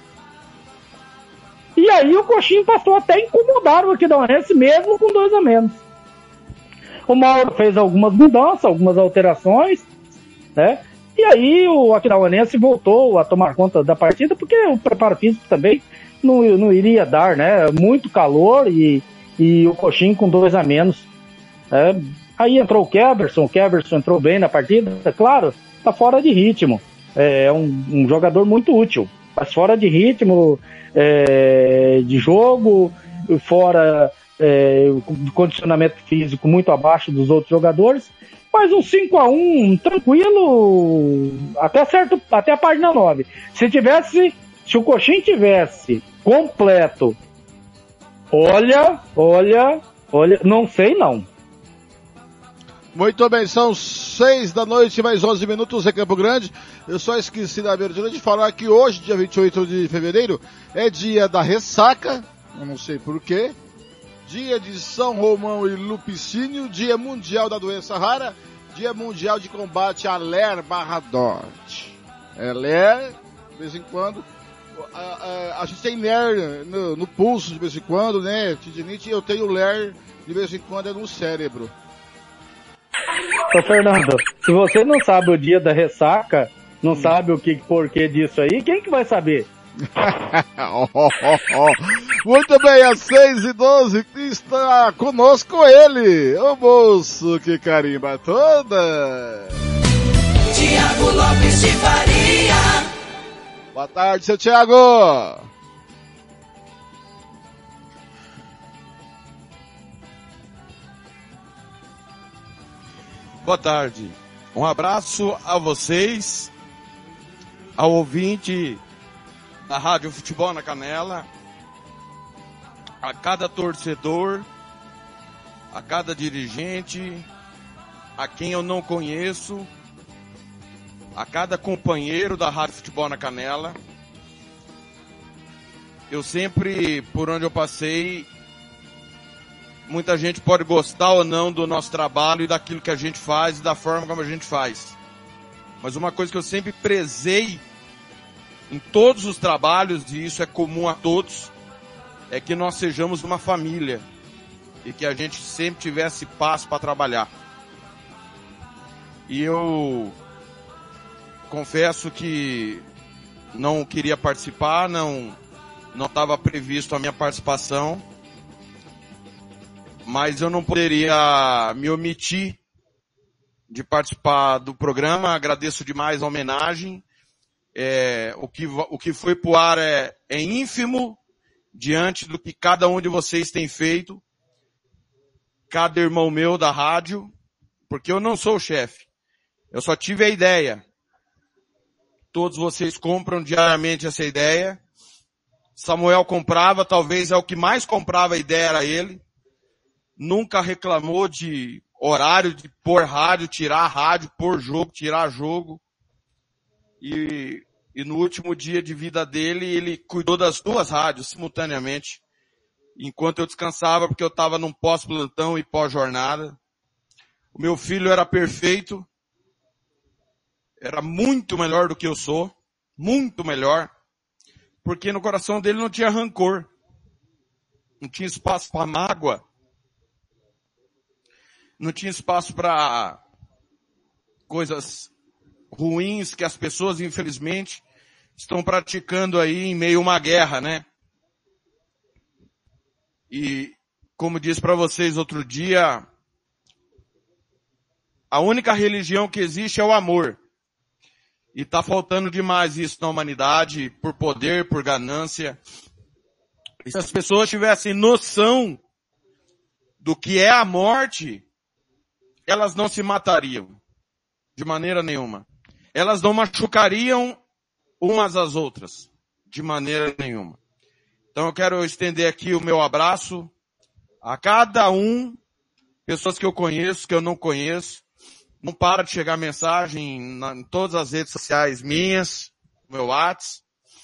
E aí o Coxim passou até a incomodar o Aquidauanense mesmo com dois a menos. O Mauro fez algumas mudanças, algumas alterações, né? E aí o Aquidauanense voltou a tomar conta da partida, porque o preparo físico também não, não iria dar, né? Muito calor e, e o Coxim com dois a menos. É, aí entrou o Keverson, o Keverson entrou bem na partida, claro, tá fora de ritmo. É um, um jogador muito útil, mas fora de ritmo é, de jogo, fora é, de condicionamento físico muito abaixo dos outros jogadores. Mas um cinco a um tranquilo até certo, até a página nove. Se tivesse, se o Coxim tivesse completo, olha, olha, olha, não sei não. Muito bem, são seis da noite, mais onze minutos em Campo Grande. Eu só esqueci na abertura de falar que hoje, dia vinte e oito de fevereiro, é dia da ressaca, eu não sei porquê. Dia de São Romão e Lupicínio, Dia Mundial da Doença Rara, Dia Mundial de Combate à Ler barra Dort. É Ler, de vez em quando. A, a, a gente tem Ler no, no pulso de vez em quando, né? Tendinite, eu tenho Ler de vez em quando é no cérebro. Ô Fernando, se você não sabe o dia da ressaca, não sabe o que porquê disso aí, quem que vai saber? oh, oh, oh. Muito bem, às seis e doze está conosco ele, o moço que carimba toda, Tiago Lopes de Faria. Boa tarde, seu Tiago. Boa tarde, um abraço a vocês, ao ouvinte da Rádio Futebol na Canela, a cada torcedor, a cada dirigente, a quem eu não conheço, a cada companheiro da Rádio Futebol na Canela. Eu sempre, por onde eu passei, muita gente pode gostar ou não do nosso trabalho e daquilo que a gente faz e da forma como a gente faz. Mas uma coisa que eu sempre prezei em todos os trabalhos, e isso é comum a todos, é que nós sejamos uma família e que a gente sempre tivesse paz para trabalhar. E eu confesso que não queria participar, não não estava previsto a minha participação, mas eu não poderia me omitir de participar do programa. Agradeço demais a homenagem. É, o, que, o que foi pro ar é, é ínfimo diante do que cada um de vocês tem feito, cada irmão meu da rádio, porque eu não sou o chefe, eu só tive a ideia. Todos vocês compram diariamente essa ideia. Samuel comprava, talvez é o que mais comprava a ideia, era ele. Nunca reclamou de horário, de pôr rádio, tirar rádio, pôr jogo, tirar jogo. E, e no último dia de vida dele, ele cuidou das duas rádios simultaneamente, enquanto eu descansava, porque eu estava num pós-plantão e pós-jornada. O meu filho era perfeito, era muito melhor do que eu sou, muito melhor, porque no coração dele não tinha rancor, não tinha espaço para mágoa, não tinha espaço para coisas ruins que as pessoas, infelizmente, estão praticando aí em meio a uma guerra, né? E, como disse para vocês outro dia, a única religião que existe é o amor. E tá faltando demais isso na humanidade, por poder, por ganância. E se as pessoas tivessem noção do que é a morte, elas não se matariam. De maneira nenhuma. Elas não machucariam umas às outras. De maneira nenhuma. Então eu quero estender aqui o meu abraço a cada um, pessoas que eu conheço, que eu não conheço. Não para de chegar mensagem na, em todas as redes sociais minhas, no meu WhatsApp.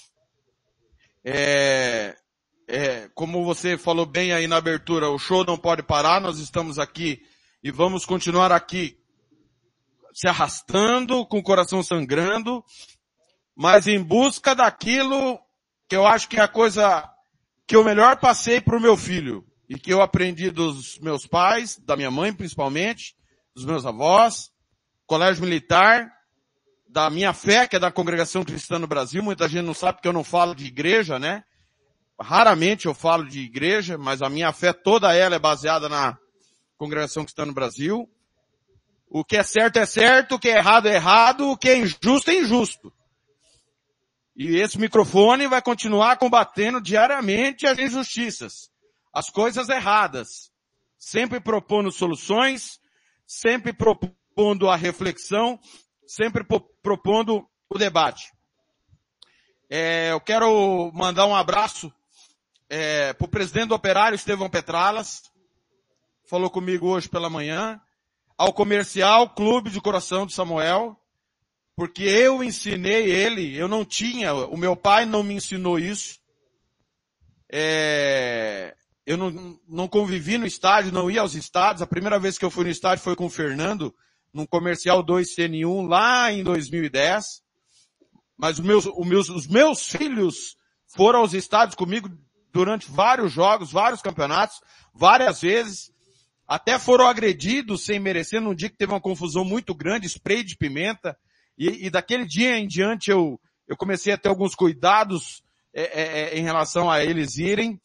É, é, como você falou bem aí na abertura, o show não pode parar, nós estamos aqui e vamos continuar aqui se arrastando, com o coração sangrando, mas em busca daquilo que eu acho que é a coisa que eu melhor passei para o meu filho e que eu aprendi dos meus pais, da minha mãe principalmente, dos meus avós, colégio militar, da minha fé, que é da Congregação Cristã no Brasil. Muita gente não sabe porque eu não falo de igreja, né? Raramente eu falo de igreja, mas a minha fé toda ela é baseada na Congregação Cristã no Brasil. O que é certo é certo, o que é errado é errado, o que é injusto é injusto. E esse microfone vai continuar combatendo diariamente as injustiças, as coisas erradas, sempre propondo soluções, sempre propondo a reflexão, sempre propondo o debate. É, eu quero mandar um abraço é, para o presidente do Operário, Estevão Petralas, falou comigo hoje pela manhã, ao Comercial Clube de Coração de Samuel, porque eu ensinei ele, eu não tinha, o meu pai não me ensinou isso, é, eu não, não convivi no estádio, não ia aos estádios, a primeira vez que eu fui no estádio foi com o Fernando, num Comercial dois C N um, lá em dois mil e dez, mas os meus, os meus, os meus filhos foram aos estádios comigo durante vários jogos, vários campeonatos, várias vezes, até foram agredidos sem merecer, num dia que teve uma confusão muito grande, spray de pimenta, e, e daquele dia em diante eu, eu comecei a ter alguns cuidados é, é, em relação a eles irem.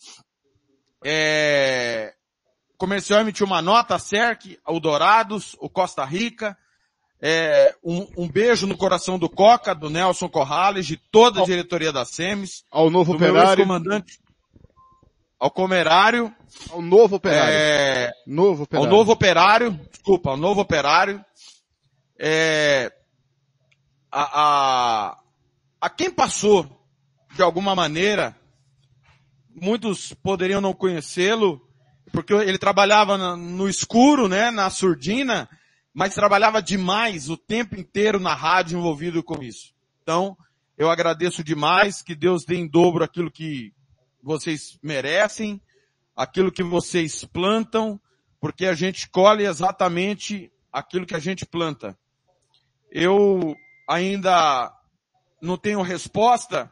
É, o comercial emitiu uma nota, a C E R C, o Dourados, o Costa Rica, é, um, um beijo no coração do Coca, do Nelson Corrales, de toda a diretoria da SEMES, ao novo do meu operário, ex-comandante, ao Comerário, ao novo operário, é, novo operário. ao novo operário, desculpa, ao novo operário, é, a, a, a quem passou, de alguma maneira, muitos poderiam não conhecê-lo, porque ele trabalhava na, no escuro, né, na surdina, mas trabalhava demais o tempo inteiro na rádio envolvido com isso. Então, eu agradeço demais, que Deus dê em dobro aquilo que vocês merecem, aquilo que vocês plantam, porque a gente colhe exatamente aquilo que a gente planta. Eu ainda não tenho resposta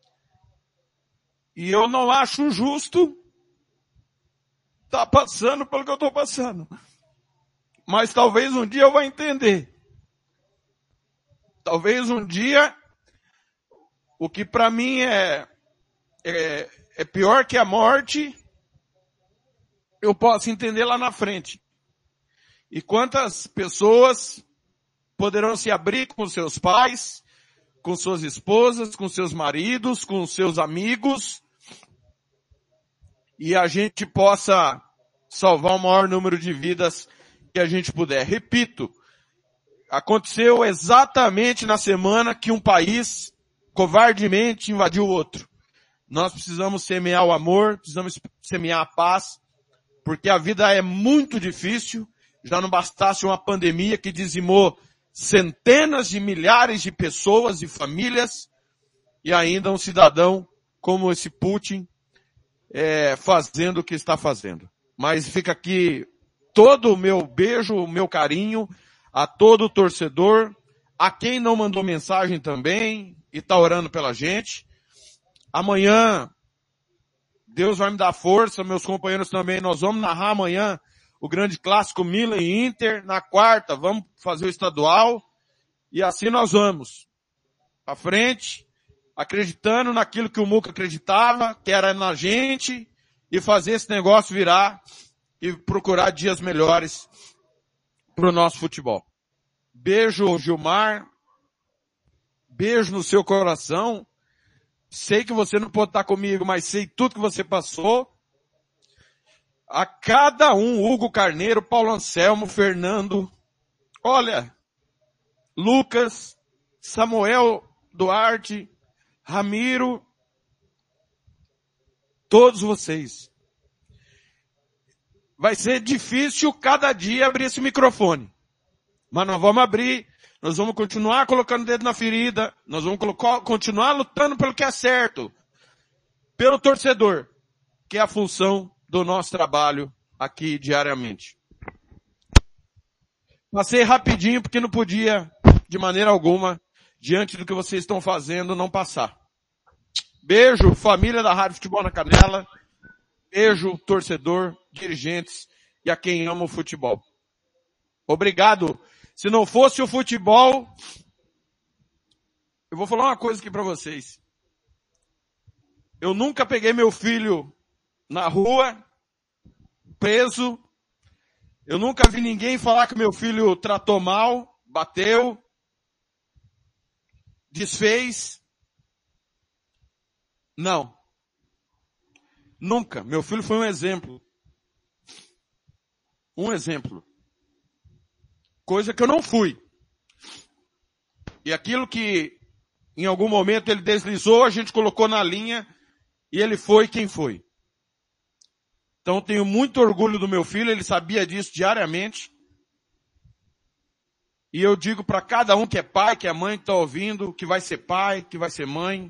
e eu não acho justo estar passando pelo que eu estou passando. Mas talvez um dia eu vá entender. Talvez um dia o que para mim é, é É pior que a morte, eu posso entender lá na frente. E quantas pessoas poderão se abrir com seus pais, com suas esposas, com seus maridos, com seus amigos, e a gente possa salvar o maior número de vidas que a gente puder. Repito, aconteceu exatamente na semana que um país covardemente invadiu o outro. Nós precisamos semear o amor, precisamos semear a paz, porque a vida é muito difícil. Já não bastasse uma pandemia que dizimou centenas de milhares de pessoas e famílias, e ainda um cidadão como esse Putin é, fazendo o que está fazendo. Mas fica aqui todo o meu beijo, o meu carinho a todo o torcedor, a quem não mandou mensagem também e está orando pela gente. Amanhã, Deus vai me dar força, meus companheiros também, nós vamos narrar amanhã o grande clássico Milan e Inter. Na quarta, vamos fazer o estadual. E assim nós vamos. À frente, acreditando naquilo que o Muca acreditava, que era na gente, e fazer esse negócio virar e procurar dias melhores para o nosso futebol. Beijo, Gilmar. Beijo no seu coração. Sei que você não pode estar comigo, mas sei tudo que você passou. a cada um, Hugo Carneiro, Paulo Anselmo, Fernando, olha, Lucas, Samuel Duarte, Ramiro, todos vocês. Vai ser difícil cada dia abrir esse microfone. Mas nós vamos abrir, nós vamos continuar colocando o dedo na ferida, nós vamos colocar, continuar lutando pelo que é certo, pelo torcedor, que é a função do nosso trabalho aqui diariamente. Passei rapidinho porque não podia, de maneira alguma, diante do que vocês estão fazendo, não passar. Beijo, família da Rádio Futebol na Canela. Beijo, torcedor, dirigentes e a quem ama o futebol. Obrigado. Se não fosse o futebol, eu vou falar uma coisa aqui para vocês. Eu nunca peguei meu filho na rua, preso. Eu nunca vi ninguém falar que meu filho tratou mal, bateu, desfez. Não. Nunca. Meu filho foi um exemplo. Um exemplo. Coisa que eu não fui. E aquilo que em algum momento ele deslizou, a gente colocou na linha e ele foi quem foi. Então tenho muito orgulho do meu filho, ele sabia disso diariamente. E eu digo para cada um que é pai, que é mãe, que está ouvindo, que vai ser pai, que vai ser mãe.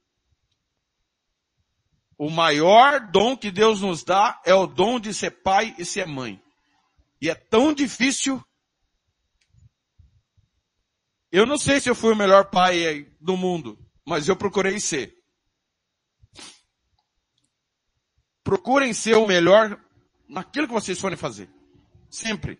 O maior dom que Deus nos dá é o dom de ser pai e ser mãe. E é tão difícil. Eu não sei se eu fui o melhor pai do mundo, mas eu procurei ser. Procurem ser o melhor naquilo que vocês forem fazer. Sempre.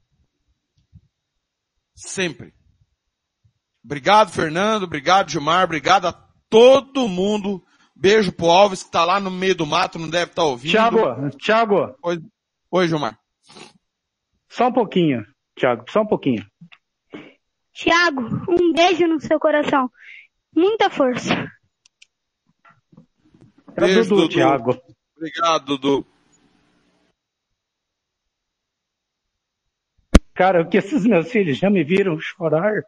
Sempre. Obrigado, Fernando. Obrigado, Gilmar. Obrigado a todo mundo. Beijo pro Alves, que tá lá no meio do mato, não deve estar ouvindo. Thiago, Thiago. Oi, Oi, Gilmar. Só um pouquinho, Thiago, só um pouquinho. Thiago, um beijo no seu coração. Muita força. Pra Beijo, Dudu, Dudu. Thiago. Obrigado, Dudu. Cara, o que esses meus filhos já me viram chorar.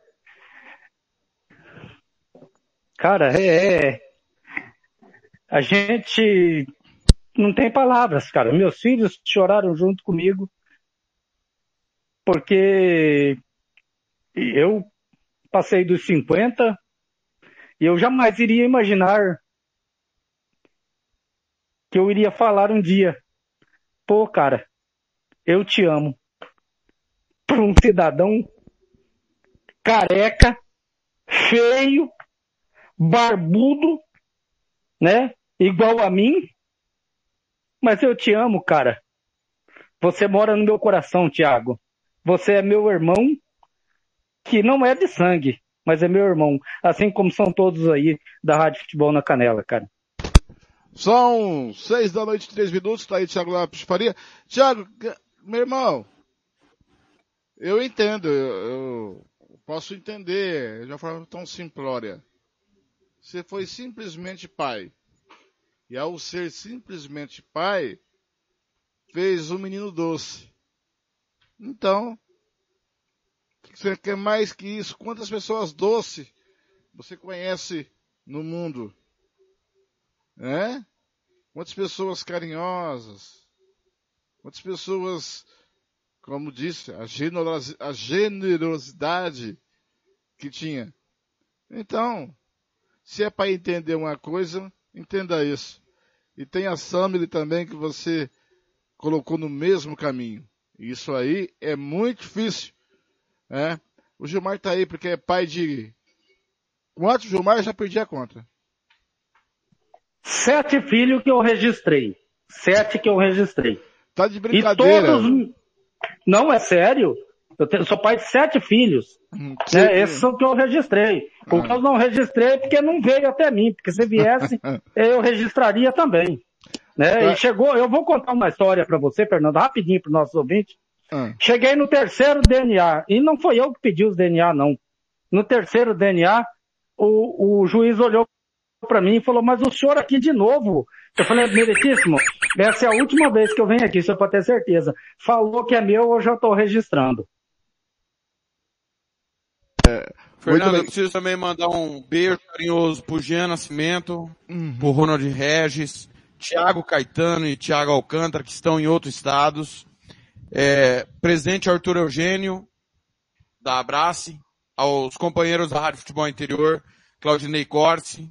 Cara, é... é... A gente não tem palavras, cara. Meus filhos choraram junto comigo porque eu passei dos cinquenta e eu jamais iria imaginar que eu iria falar um dia: pô, cara, eu te amo. Para um cidadão careca, feio, barbudo, né? Igual a mim, mas eu te amo, cara. Você mora no meu coração, Thiago. Você é meu irmão, que não é de sangue, mas é meu irmão. Assim como são todos aí da Rádio Futebol na Canela, cara. São seis da noite, três minutos, tá aí Thiago Lopes Faria. Thiago, meu irmão, eu entendo, eu, eu posso entender de uma forma tão simplória. Você foi simplesmente pai. E ao ser simplesmente pai, fez um menino doce. Então, você quer mais que isso? Quantas pessoas doces você conhece no mundo? É? Quantas pessoas carinhosas? Quantas pessoas, como disse, a generosidade, a generosidade que tinha? Então, se é para entender uma coisa, entenda isso. E tem a Samile também que você colocou no mesmo caminho. Isso aí é muito difícil. É? O Gilmar tá aí porque é pai de... Quantos, Gilmar? Já perdi a conta. Sete filhos que eu registrei. Sete que eu registrei. Tá de brincadeira. E todos... Não, é sério. Eu, tenho, eu sou pai de sete filhos. Hum, né? Esses são que eu registrei. O que eu não registrei porque não veio até mim. Porque se viesse, eu registraria também. Né? E chegou, eu vou contar uma história para você, Fernando, rapidinho para os nossos ouvintes. Hum. Cheguei no terceiro D N A. E não foi eu que pedi os D N A, não. No terceiro D N A, o, o juiz olhou para mim e falou: mas o senhor aqui de novo, Eu falei, meritíssimo, essa é a última vez que eu venho aqui, só pra ter certeza. Falou que é meu, eu já tô registrando. É, Fernando, eu preciso também mandar um beijo carinhoso pro Jean Nascimento, uhum. pro Ronald Regis, Thiago Caetano e Thiago Alcântara, que estão em outros estados. É, presidente Arthur Eugênio, da Abrace, aos companheiros da Rádio Futebol Interior, Claudinei Corsi,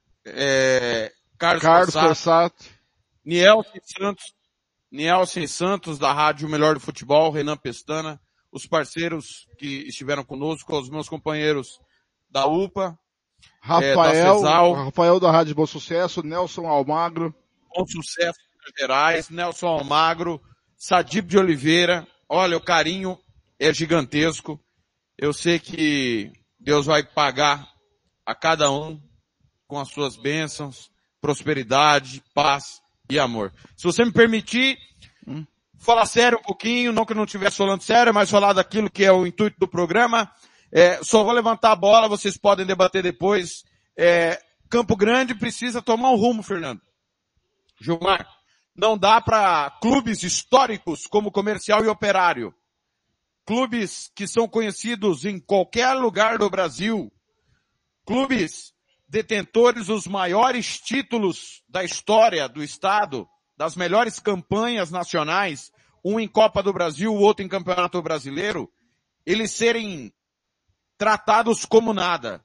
é, Carlos, Carlos Corsato, Nielsen Santos, Nielsen Santos, da Rádio Melhor do Futebol, Renan Pestana, os parceiros que estiveram conosco, os meus companheiros da U P A, Rafael, é, da Rafael da Rádio Bom Sucesso, Nelson Almagro, Bom Sucesso Minas Gerais, Nelson Almagro, Sadib de Oliveira. Olha, o carinho é gigantesco. Eu sei que Deus vai pagar a cada um com as suas bênçãos, prosperidade, paz e amor. Se você me permitir, hum. falar sério um pouquinho, não que eu não estivesse falando sério, mas falar daquilo que é o intuito do programa. É, só vou levantar a bola, vocês podem debater depois. É, Campo Grande precisa tomar um rumo, Fernando. Gilmar, não dá para clubes históricos como Comercial e Operário, clubes que são conhecidos em qualquer lugar do Brasil, clubes detentores dos maiores títulos da história do estado, das melhores campanhas nacionais, um em Copa do Brasil, o outro em Campeonato Brasileiro, eles serem tratados como nada,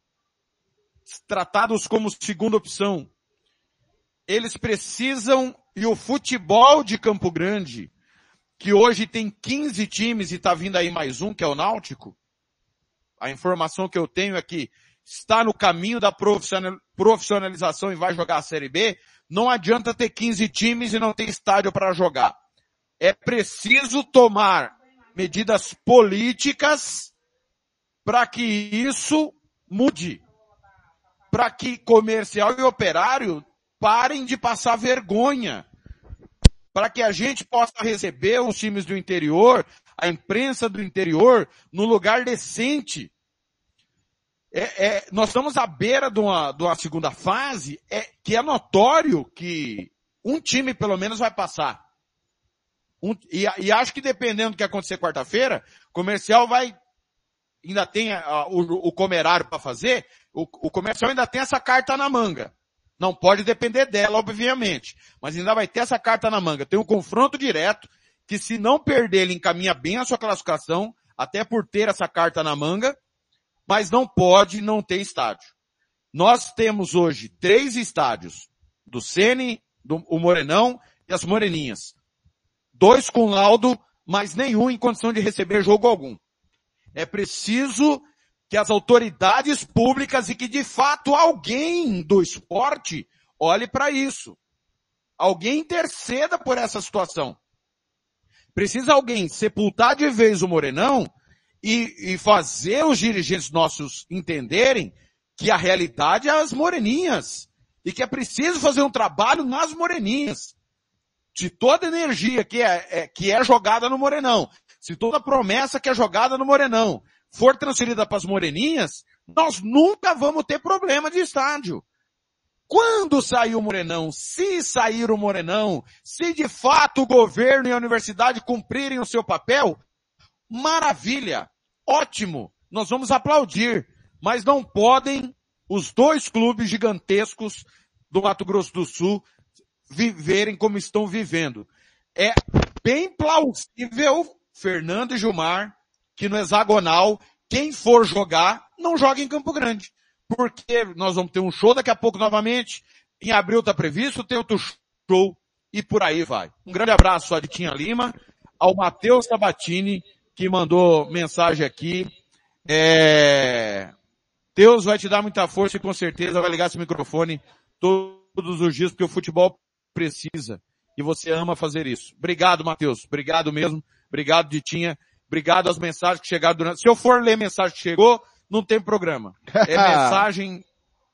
tratados como segunda opção. Eles precisam, e o futebol de Campo Grande, que hoje tem quinze times e está vindo aí mais um, que é o Náutico, a informação que eu tenho é que está no caminho da profissionalização e vai jogar a Série B, não adianta ter quinze times e não ter estádio para jogar. É preciso tomar medidas políticas para que isso mude. Para que Comercial e Operário parem de passar vergonha. Para que a gente possa receber os times do interior, a imprensa do interior, no lugar decente. É, é, nós estamos à beira de uma, de uma segunda fase, é, que é notório que um time pelo menos vai passar. Um, e, e acho que dependendo do que acontecer quarta-feira, Comercial vai, ainda tem a, o, o comerário para fazer, o, o Comercial ainda tem essa carta na manga. Não pode depender dela, obviamente, mas ainda vai ter essa carta na manga. Tem um confronto direto, que se não perder, ele encaminha bem a sua classificação, até por ter essa carta na manga, mas não pode não ter estádio. Nós temos hoje três estádios, do Sene, do o Morenão e as Moreninhas. Dois com laudo, mas nenhum em condição de receber jogo algum. É preciso que as autoridades públicas e que de fato alguém do esporte olhe para isso. Alguém interceda por essa situação. Precisa alguém sepultar de vez o Morenão E, e fazer os dirigentes nossos entenderem que a realidade é as Moreninhas. E que é preciso fazer um trabalho nas Moreninhas. Se toda energia que é, é, que é jogada no Morenão, se toda promessa que é jogada no Morenão for transferida para as Moreninhas, nós nunca vamos ter problema de estádio. Quando sair o Morenão, se sair o Morenão, se de fato o governo e a universidade cumprirem o seu papel, maravilha! Ótimo, nós vamos aplaudir, mas não podem os dois clubes gigantescos do Mato Grosso do Sul viverem como estão vivendo. É bem plausível, Fernando e Gilmar, que no hexagonal, quem for jogar, não joga em Campo Grande. Porque nós vamos ter um show daqui a pouco novamente, em abril está previsto, tem outro show, e por aí vai. Um grande abraço à Ditinha Lima, ao Matheus Sabatini, que mandou mensagem aqui. É... Deus vai te dar muita força e com certeza vai ligar esse microfone todos os dias, porque o futebol precisa. E você ama fazer isso. Obrigado, Matheus. Obrigado mesmo. Obrigado, Ditinha. Obrigado às mensagens que chegaram durante... Se eu for ler mensagem que chegou, não tem programa. É mensagem...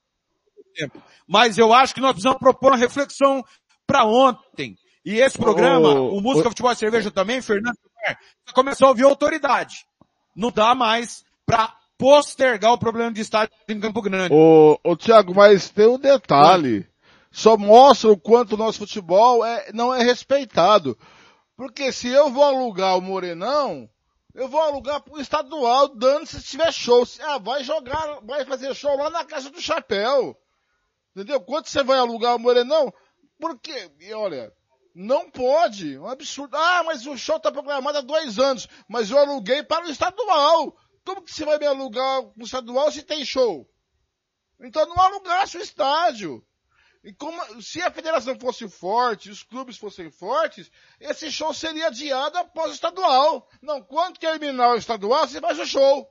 Mas eu acho que nós precisamos propor uma reflexão para ontem. E esse programa, oh, o Música, oh, Futebol e Cerveja também, Fernando, começou a ouvir autoridade. Não dá mais para postergar o problema de estádio em Campo Grande. Ô, ô Thiago, mas tem um detalhe. só mostra o quanto o nosso futebol é, não é respeitado. Porque se eu vou alugar o Morenão, eu vou alugar pro estadual, dando se tiver show. Ah, vai jogar, vai fazer show lá na Casa do Chapéu. Entendeu? Quanto você vai alugar o Morenão? Porque, e olha, não pode, é um absurdo. Ah, mas o show tá programado há dois anos, mas eu aluguei para o estadual. Como que você vai me alugar pro estadual se tem show? Então não alugasse o estádio. E como, se a federação fosse forte, os clubes fossem fortes, esse show seria adiado após o estadual. Não, quando terminar o estadual, você faz o show.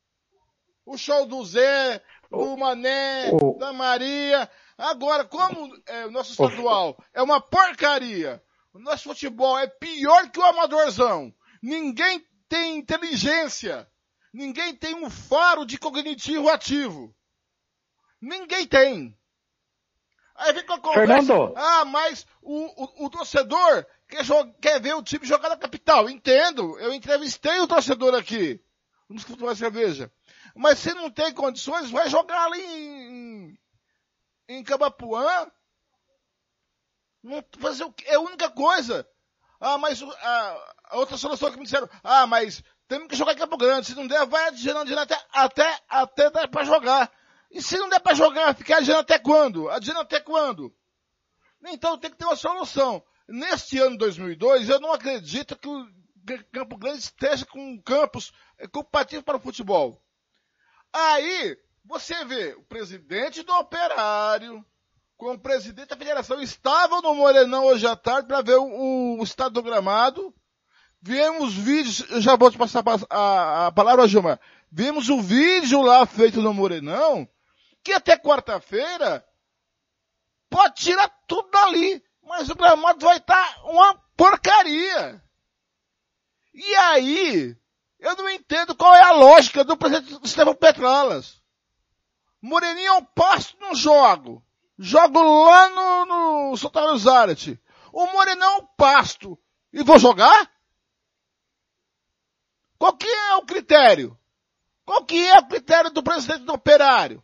O show do Zé, do Mané, oh. da Maria. Agora, como é, o nosso estadual oh. é uma porcaria, o nosso futebol é pior que o amadorzão. Ninguém tem inteligência. Ninguém tem um faro de cognitivo ativo. Ninguém tem. Aí vem com a conversa, Fernando. Ah, mas o, o, o torcedor quer, quer ver o time jogar na capital. Entendo, eu entrevistei o torcedor aqui. Vamos tomar cerveja. Mas se não tem condições, vai jogar ali em, em Camapuã. Não fazer o quê? É a única coisa. Ah, mas a, a outra solução que me disseram, ah, mas temos que jogar em Campo Grande. Se não der, vai adiando até, até, até dar pra jogar. E se não der pra jogar, ficar adiando até quando? Adiando até quando? Então tem que ter uma solução. Neste ano dois mil e dois, eu não acredito que o Campo Grande esteja com um campus compatível para o futebol. Aí, você vê, o presidente do Operário, com o presidente da federação, estavam no Morenão hoje à tarde para ver o, o estado do gramado. Vimos vídeos, eu já vou te passar a, a, a palavra, Gilmar. Vimos o vídeo lá feito no Morenão, que até quarta-feira pode tirar tudo dali, mas o gramado vai estar tá uma porcaria. E aí, eu não entendo qual é a lógica do presidente Estevão Petralas. Moreninho é um pasto no jogo. Jogo lá no, no Sultano Zarate. O Morenão é um pasto. E vou jogar? Qual que é o critério? Qual que é o critério do presidente do Operário?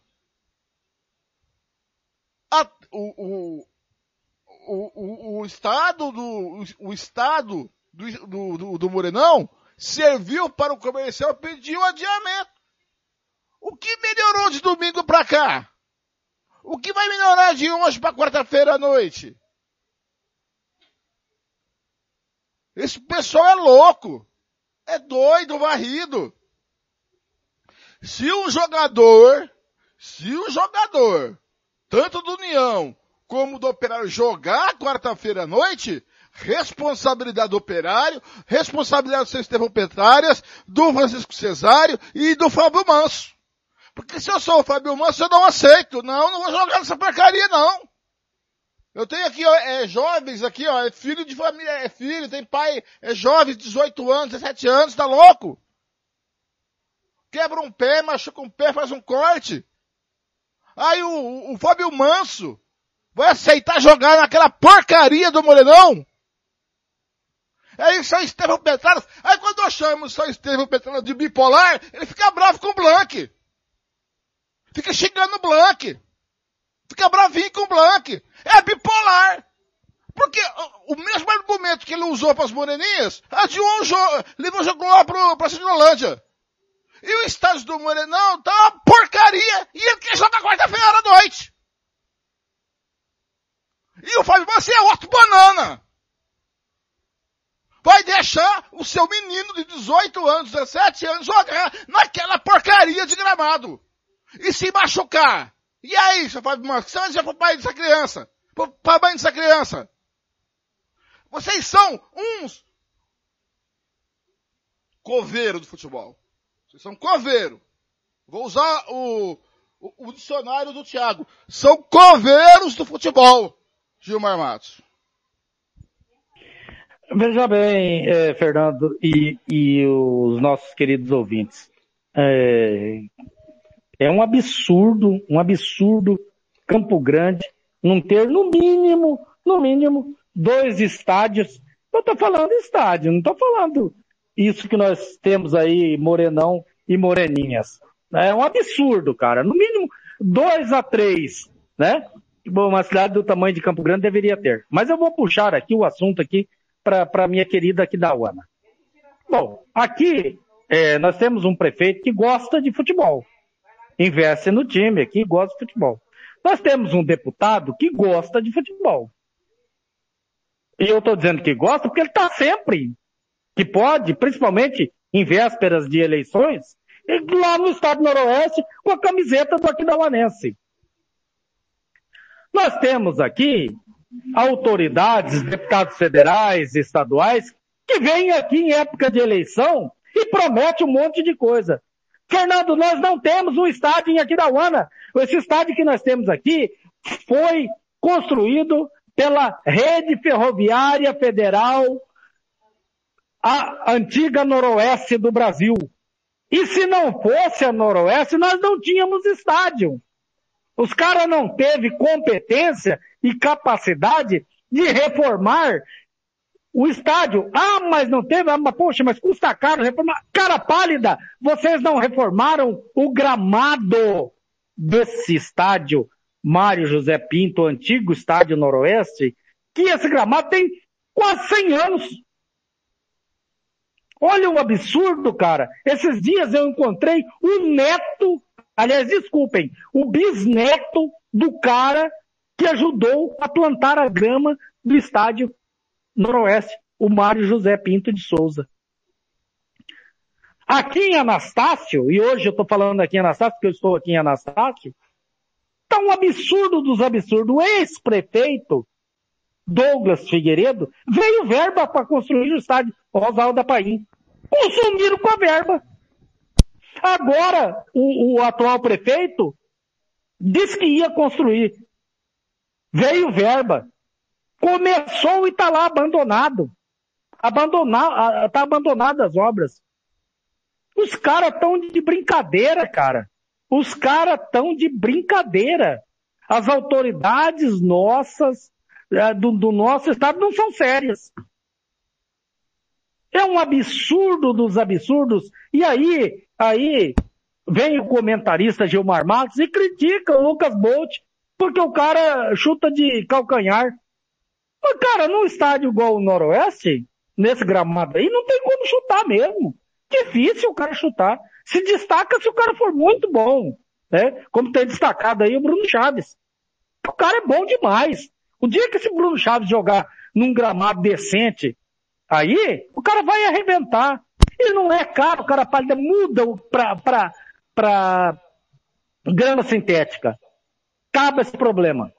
A, o, o, o, o, o Estado do, o Estado do, do, do, do Morenão serviu para o comercial pedir um adiamento. O que melhorou de domingo para cá? O que vai melhorar de hoje para quarta-feira à noite? Esse pessoal é louco. É doido, varrido. Se um jogador, se um jogador, tanto do União como do Operário jogar quarta-feira à noite, responsabilidade do Operário, responsabilidade do seu Estevão Petralas, do Francisco Cesário e do Fábio Manso. Porque se eu sou o Fábio Manso, eu não aceito. Não, não vou jogar nessa porcaria, não. Eu tenho aqui, ó, é, jovens aqui, ó, é filho de família, é filho, tem pai, é jovem, dezoito anos, dezessete anos, tá louco? Quebra um pé, machuca um pé, faz um corte. Aí o, o, o Fábio Manso vai aceitar jogar naquela porcaria do Morenão? Aí São Estevão Petralas, aí quando eu chamo o São Estevão Petralas de bipolar, ele fica bravo com o Blanc. Fica xingando o Blanc. Fica bravinho com o Blanc. É bipolar. Porque o, o mesmo argumento que ele usou para as moreninhas, adiou o jogo, levou o jogo lá pro, pra Cidolândia. E o estádio do Morenão tá uma porcaria. E ele quer jogar quarta-feira à noite. E o Fábio Manso é outro banana. Vai deixar o seu menino de dezoito anos, dezessete anos jogar naquela porcaria de gramado. E se machucar. E aí, seu Fábio Manso, o que você vai dizer pro pai dessa criança? Pro, pra mãe dessa criança? Vocês são uns coveiro do futebol. Vocês são coveiro. Vou usar o, o, o dicionário do Thiago. São coveiros do futebol, Gilmar Matos. Veja bem, eh, Fernando e, e os nossos queridos ouvintes. É, é um absurdo, um absurdo Campo Grande não ter no mínimo, no mínimo, dois estádios. Eu tô falando estádio, não tô falando isso que nós temos aí, Morenão e Moreninhas. É um absurdo, cara. No mínimo, dois a três, né? Bom, uma cidade do tamanho de Campo Grande deveria ter. Mas eu vou puxar aqui o assunto aqui para a minha querida Aquidauana. Bom, aqui é, nós temos um prefeito que gosta de futebol. Investe no time aqui e gosta de futebol. Nós temos um deputado que gosta de futebol. E eu estou dizendo que gosta porque ele está sempre, que pode, principalmente em vésperas de eleições, lá no estado noroeste com a camiseta do Aquidauanense. Nós temos aqui autoridades, deputados federais, estaduais, que vêm aqui em época de eleição e prometem um monte de coisa. Fernando, nós não temos um estádio em Aquidauana. Esse estádio que nós temos aqui foi construído pela Rede Ferroviária Federal, a antiga Noroeste do Brasil. E se não fosse a Noroeste, nós não tínhamos estádio. Os caras não teve competência e capacidade de reformar o estádio. Ah, mas não teve, ah, mas, poxa, mas custa caro reformar. Cara pálida, vocês não reformaram o gramado desse estádio Mário José Pinto, antigo estádio Noroeste, que esse gramado tem quase cem anos. Olha o absurdo, cara. Esses dias eu encontrei o neto, aliás, desculpem, o bisneto do cara que ajudou a plantar a grama do estádio Noroeste, o Mário José Pinto de Souza. Aqui em Anastácio, e hoje eu estou falando aqui em Anastácio, porque eu estou aqui em Anastácio, está um absurdo dos absurdos. O ex-prefeito Douglas Figueiredo veio verba para construir o estádio Oswaldo da Paim. Consumiram com a verba. Agora, o, o atual prefeito disse que ia construir. Veio verba. Começou e está lá abandonado. Abandonar, está abandonado as obras. Os caras estão de brincadeira, cara. Os caras estão de brincadeira. As autoridades nossas, do, do nosso estado, não são sérias. É um absurdo dos absurdos. E aí, aí vem o comentarista Gilmar Matos e critica o Lucas Bolt, porque o cara chuta de calcanhar. Mas, cara, num estádio igual o Noroeste, nesse gramado aí, não tem como chutar mesmo. Difícil o cara chutar. Se destaca se o cara for muito bom, né? Como tem destacado aí o Bruno Chaves. O cara é bom demais. O dia que esse Bruno Chaves jogar num gramado decente, aí o cara vai arrebentar. Ele não é caro, o cara pálida muda pra, pra, pra grama sintética. Acaba esse problema.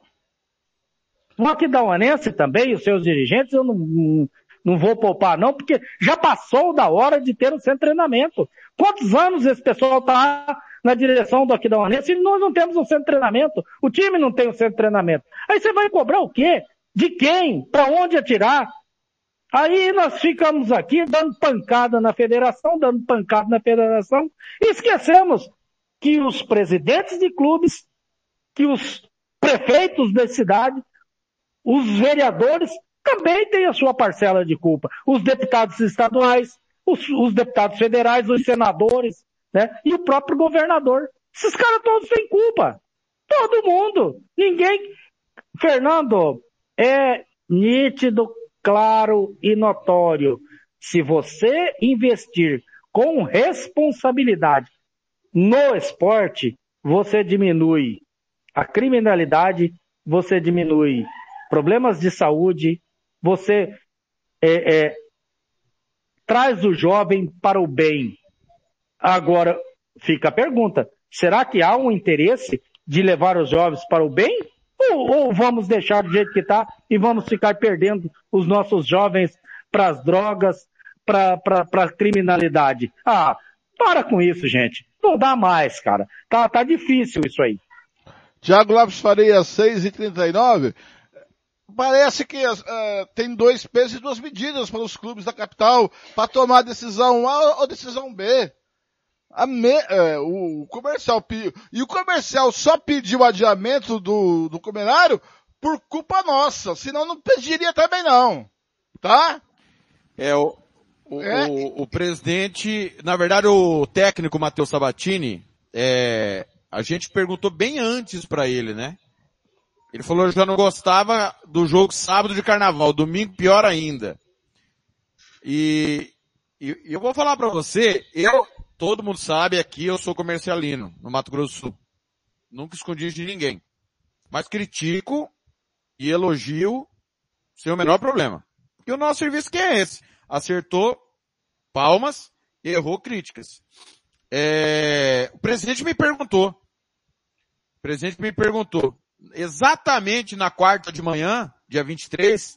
O Aquidauanense também, os seus dirigentes, eu não, não, não vou poupar não, porque já passou da hora de ter um centro de treinamento. Quantos anos esse pessoal está na direção do Aquidauanense e nós não temos um centro de treinamento? O time não tem um centro de treinamento. Aí você vai cobrar o quê? De quem? Para onde atirar? Aí nós ficamos aqui dando pancada na federação, dando pancada na federação, e esquecemos que os presidentes de clubes, que os prefeitos da cidade, os vereadores também têm a sua parcela de culpa. Os deputados estaduais, os, os deputados federais, os senadores, né? E o próprio governador. Esses caras todos têm culpa. Todo mundo. Ninguém... Fernando, é nítido, claro e notório. Se você investir com responsabilidade no esporte, você diminui a criminalidade, você diminui problemas de saúde, você é, é, traz o jovem para o bem. Agora, fica a pergunta, será que há um interesse de levar os jovens para o bem? Ou, ou vamos deixar do jeito que está e vamos ficar perdendo os nossos jovens para as drogas, para a criminalidade? Ah, para com isso, gente. Não dá mais, cara. Tá, tá difícil isso aí. Tiago Lopes Faria, seis e trinta e nove. Parece que uh, tem dois pesos e duas medidas para os clubes da capital para tomar decisão A ou decisão B. A me, uh, o comercial e o comercial só pediu adiamento do, do Comerário por culpa nossa, senão não pediria também não, tá? É, o, o, é. o, o presidente, na verdade o técnico Matheus Sabatini, é, a gente perguntou bem antes para ele, né? Ele falou que já não gostava do jogo sábado de carnaval, domingo pior ainda. E, e, e eu vou falar pra você, eu, todo mundo sabe aqui, eu sou comercialino, no Mato Grosso do Sul. Nunca escondi de ninguém. Mas critico e elogio sem o menor problema. Porque o nosso serviço que é esse. Acertou, palmas, errou, críticas. É, o presidente me perguntou. O presidente me perguntou. Exatamente na quarta de manhã, dia vinte e três,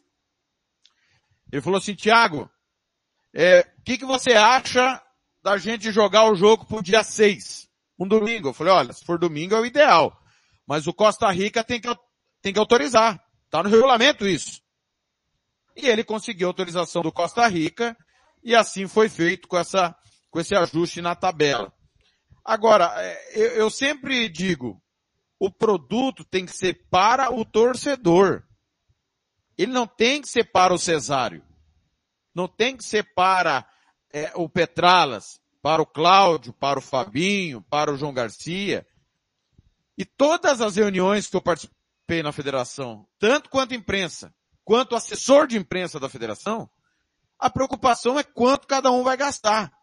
ele falou assim, Thiago, é, o que, que você acha da gente jogar o jogo pro dia seis? Um domingo. Eu falei, olha, se for domingo é o ideal. Mas o Costa Rica tem que, tem que autorizar. Tá no regulamento isso. E ele conseguiu a autorização do Costa Rica e assim foi feito com essa, com esse ajuste na tabela. Agora, eu, eu sempre digo, o produto tem que ser para o torcedor. Ele não tem que ser para o Cesário. Não tem que ser para é, o Petralas, para o Cláudio, para o Fabinho, para o João Garcia. E todas as reuniões que eu participei na federação, tanto quanto imprensa, quanto assessor de imprensa da federação, a preocupação é quanto cada um vai gastar.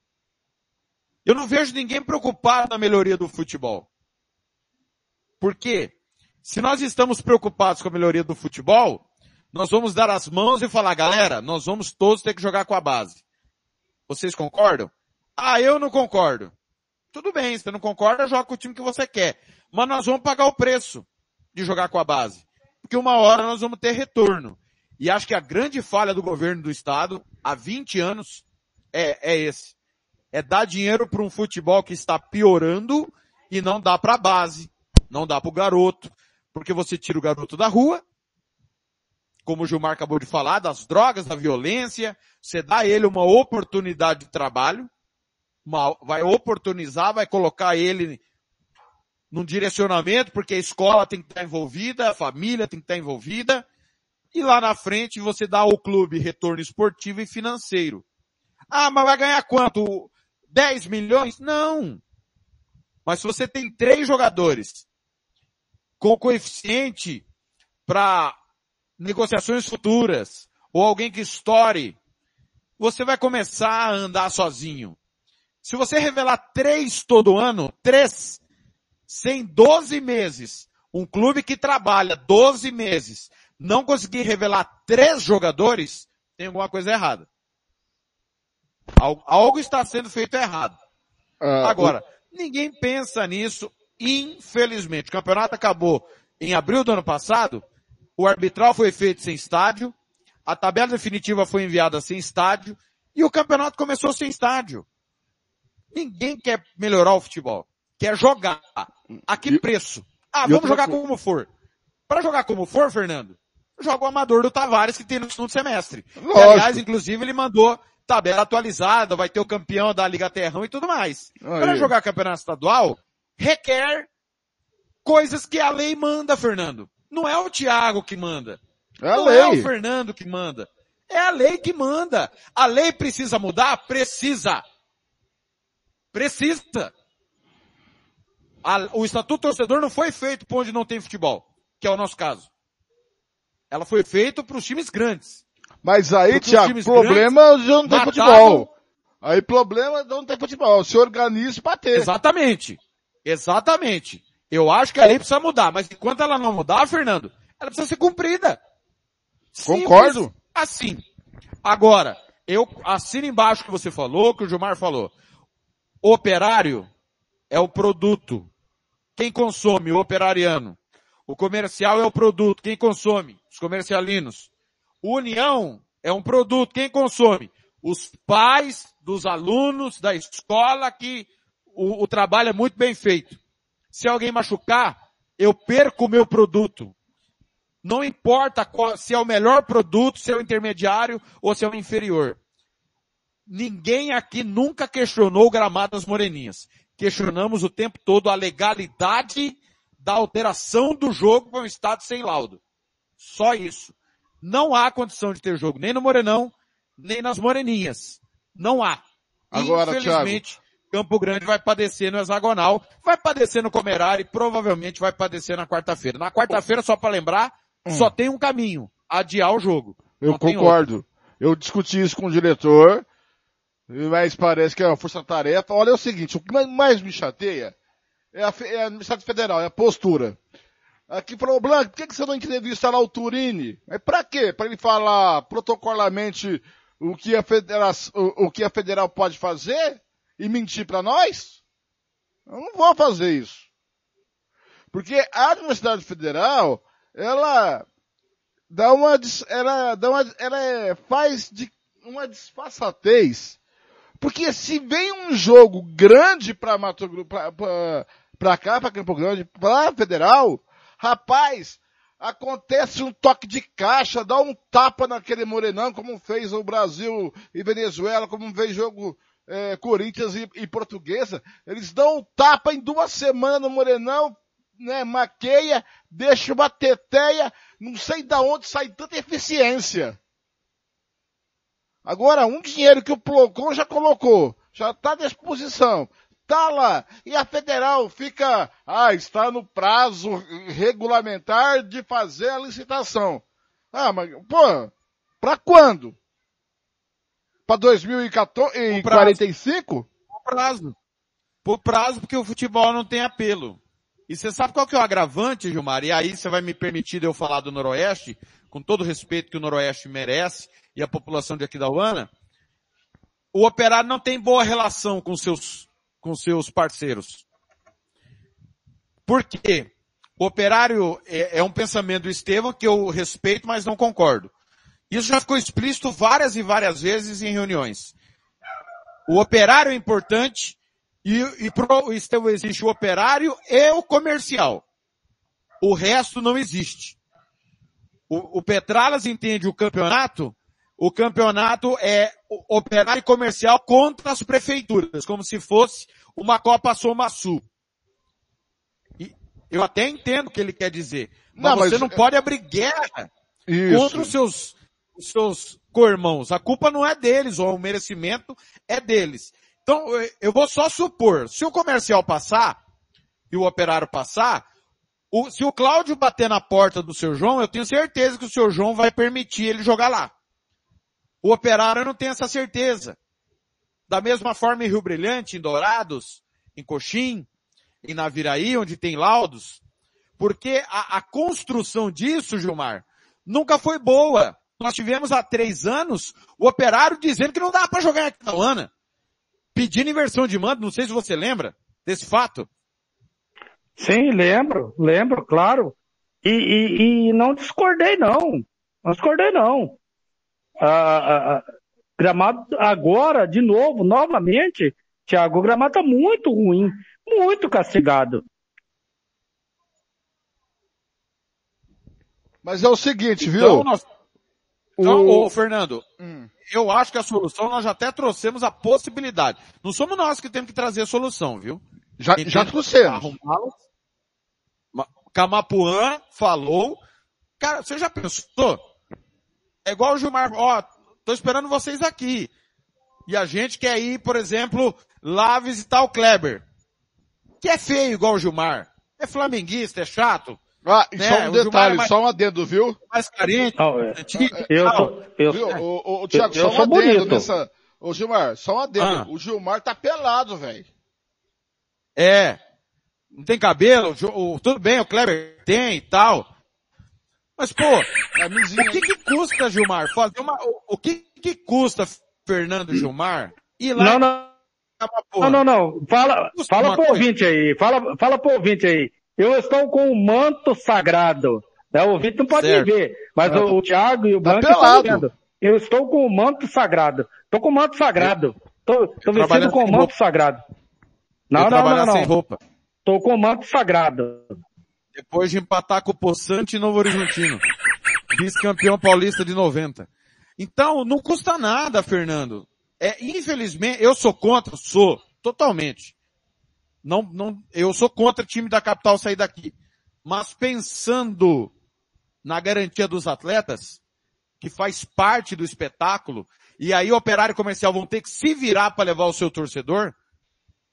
Eu não vejo ninguém preocupado na melhoria do futebol. Por quê? Se nós estamos preocupados com a melhoria do futebol, nós vamos dar as mãos e falar, galera, nós vamos todos ter que jogar com a base. Vocês concordam? Ah, eu não concordo. Tudo bem, se você não concorda, joga com o time que você quer. Mas nós vamos pagar o preço de jogar com a base. Porque uma hora nós vamos ter retorno. E acho que a grande falha do governo do estado, há vinte anos, é, é esse. É dar dinheiro para um futebol que está piorando e não dá para a base. Não dá para o garoto, porque você tira o garoto da rua, como o Gilmar acabou de falar, das drogas, da violência, você dá a ele uma oportunidade de trabalho, uma, vai oportunizar, vai colocar ele num direcionamento, porque a escola tem que estar envolvida, a família tem que estar envolvida, e lá na frente você dá ao clube retorno esportivo e financeiro. Ah, mas vai ganhar quanto? dez milhões? Não! Mas se você tem três jogadores com coeficiente para negociações futuras, ou alguém que estoure, você vai começar a andar sozinho. Se você revelar três todo ano, três, sem doze meses, um clube que trabalha doze meses, não conseguir revelar três jogadores, tem alguma coisa errada. Algo está sendo feito errado. Uh, Agora, o... ninguém pensa nisso. Infelizmente, o campeonato acabou em abril do ano passado, o arbitral foi feito sem estádio, a tabela definitiva foi enviada sem estádio, e o campeonato começou sem estádio. Ninguém quer melhorar o futebol. Quer jogar. A que preço? Ah, vamos jogar como for. Para jogar como for, Fernando, joga o amador do Tavares que tem no segundo semestre. Que, aliás, inclusive, ele mandou tabela atualizada, vai ter o campeão da Liga Terrão e tudo mais. Para jogar campeonato estadual, requer coisas que a lei manda, Fernando. Não é o Thiago que manda. É a Não lei. é o Fernando que manda. É a lei que manda. A lei precisa mudar? Precisa. Precisa. A, o Estatuto Torcedor não foi feito para onde não tem futebol, que é o nosso caso. Ela foi feita para os times grandes. Mas aí, Thiago, problema de não ter futebol. Aí problema de não ter futebol. Se organiza para ter. Exatamente. Exatamente. Eu acho que a lei precisa mudar, mas enquanto ela não mudar, Fernando, ela precisa ser cumprida. Concordo. Simples assim. Agora, eu assino embaixo o que você falou, que o Gilmar falou. O operário é o produto. Quem consome? O operariano. O comercial é o produto. Quem consome? Os comercialinos. O União é um produto. Quem consome? Os pais dos alunos da escola que o, o trabalho é muito bem feito. Se alguém machucar, eu perco o meu produto. Não importa qual, se é o melhor produto, se é o intermediário ou se é o inferior. Ninguém aqui nunca questionou o gramado das Moreninhas. Questionamos o tempo todo a legalidade da alteração do jogo para um estado sem laudo. Só isso. Não há condição de ter jogo nem no Morenão, nem nas Moreninhas. Não há. Agora, Infelizmente, Thiago, Campo Grande vai padecer no hexagonal, vai padecer no Comerari, provavelmente vai padecer na quarta-feira. Na quarta-feira, só para lembrar, hum. só tem um caminho, adiar o jogo. Eu concordo. Eu discuti isso com o diretor, mas parece que é uma força-tarefa. Olha, é o seguinte, o que mais me chateia é a, é a Administração Federal, é a postura. Aqui falou, Blanco, por que, que você não entrevista lá o Turini? É pra quê? Pra ele falar protocolarmente o que a federa- o, o que a federal pode fazer e mentir pra nós? Eu não vou fazer isso. Porque a Universidade Federal, ela dá uma, ela dá uma, ela faz de uma disfarçatez. Porque se vem um jogo grande pra Mato Grosso, pra, pra, pra cá, pra Campo Grande, pra Federal, rapaz, acontece um toque de caixa, dá um tapa naquele Morenão, como fez o Brasil e Venezuela, como fez jogo é, Corinthians e, e Portuguesa. Eles dão um tapa em duas semanas no Morenão, né, maqueia, deixa uma teteia, não sei da onde sai tanta eficiência. Agora, um dinheiro que o Procon já colocou, já está à disposição, tá lá, e a federal fica, ah, está no prazo regulamentar de fazer a licitação. Ah, mas, pô, pra quando? Pra dois mil e quarenta e cinco? Por prazo. Por prazo, porque o futebol não tem apelo. E você sabe qual que é o agravante, Gilmar? E aí você vai me permitir eu falar do Noroeste, com todo o respeito que o Noroeste merece, e a população de Aquidauana, o Operário não tem boa relação com seus, com seus parceiros. Por quê? O Operário é, é um pensamento do Estevão que eu respeito, mas não concordo. Isso já ficou explícito várias e várias vezes em reuniões. O Operário é importante e, e pro o Estevão existe o Operário e o comercial. O resto não existe. O, o Petralas entende o campeonato. O campeonato é Operário e comercial contra as prefeituras, como se fosse uma Copa Soma-Sul. E eu até entendo o que ele quer dizer, mas, não, mas você não pode abrir guerra isso. contra os seus, os seus co-irmãos. A culpa não é deles, ou o merecimento é deles. Então, eu vou só supor, se o comercial passar, e o Operário passar, o, se o Cláudio bater na porta do seu João, eu tenho certeza que o seu João vai permitir ele jogar lá. O Operário não tem essa certeza. Da mesma forma em Rio Brilhante, em Dourados, em Coxim, em Naviraí, onde tem laudos. Porque a, a construção disso, Gilmar, nunca foi boa. Nós tivemos há três anos o Operário dizendo que não dá para jogar em Aquidauana. Pedindo inversão de mando, não sei se você lembra desse fato. Sim, lembro, lembro, claro. E, e, e não discordei não, não discordei não. Ah, ah, Gramado agora, de novo, novamente, Thiago, o Gramado tá muito ruim, muito castigado. Mas é o seguinte, viu? Então, nós... então o... ô, Fernando, hum. eu acho que a solução, nós já até trouxemos a possibilidade. Não somos nós que temos que trazer a solução, viu? Já, já trouxemos. Camapuã falou. Cara, você já pensou? É igual o Gilmar, ó, tô esperando vocês aqui. E a gente quer ir, por exemplo, lá visitar o Kleber. Que é feio igual o Gilmar. É flamenguista, é chato. Ah, e né? Só um detalhe, é mais, só um adendo, viu? Mais carente. Oh, é. Eu, eu, eu, viu? O, o, o Thiago, eu, só um adendo nessa... Ô Gilmar, só um adendo. Ah. O Gilmar tá pelado, velho. É. Não tem cabelo, o, tudo bem, o Kleber tem e tal. Mas, pô, o que que custa, Gilmar, fazer uma, o, o que que custa, Fernando Gilmar, ir lá... Não, não, não, não, não, fala, fala pro ouvinte aí, fala, fala pro ouvinte aí. Eu estou com o manto sagrado, né? O ouvinte não pode certo. me ver, mas ah, o, o Thiago e o Blanco tá estão vendo. Eu estou com o manto sagrado, tô com o manto sagrado, tô, tô vestido com o manto roupa. sagrado. Não, não, não, não, sem roupa. Tô com o manto sagrado. Depois de empatar com o Poçante e Novo Horizontino. Vice-campeão paulista de noventa. Então, não custa nada, Fernando. É, infelizmente, eu sou contra, sou, totalmente. Não, não, eu sou contra o time da capital sair daqui. Mas pensando na garantia dos atletas, que faz parte do espetáculo, e aí o Operário Comercial vão ter que se virar para levar o seu torcedor,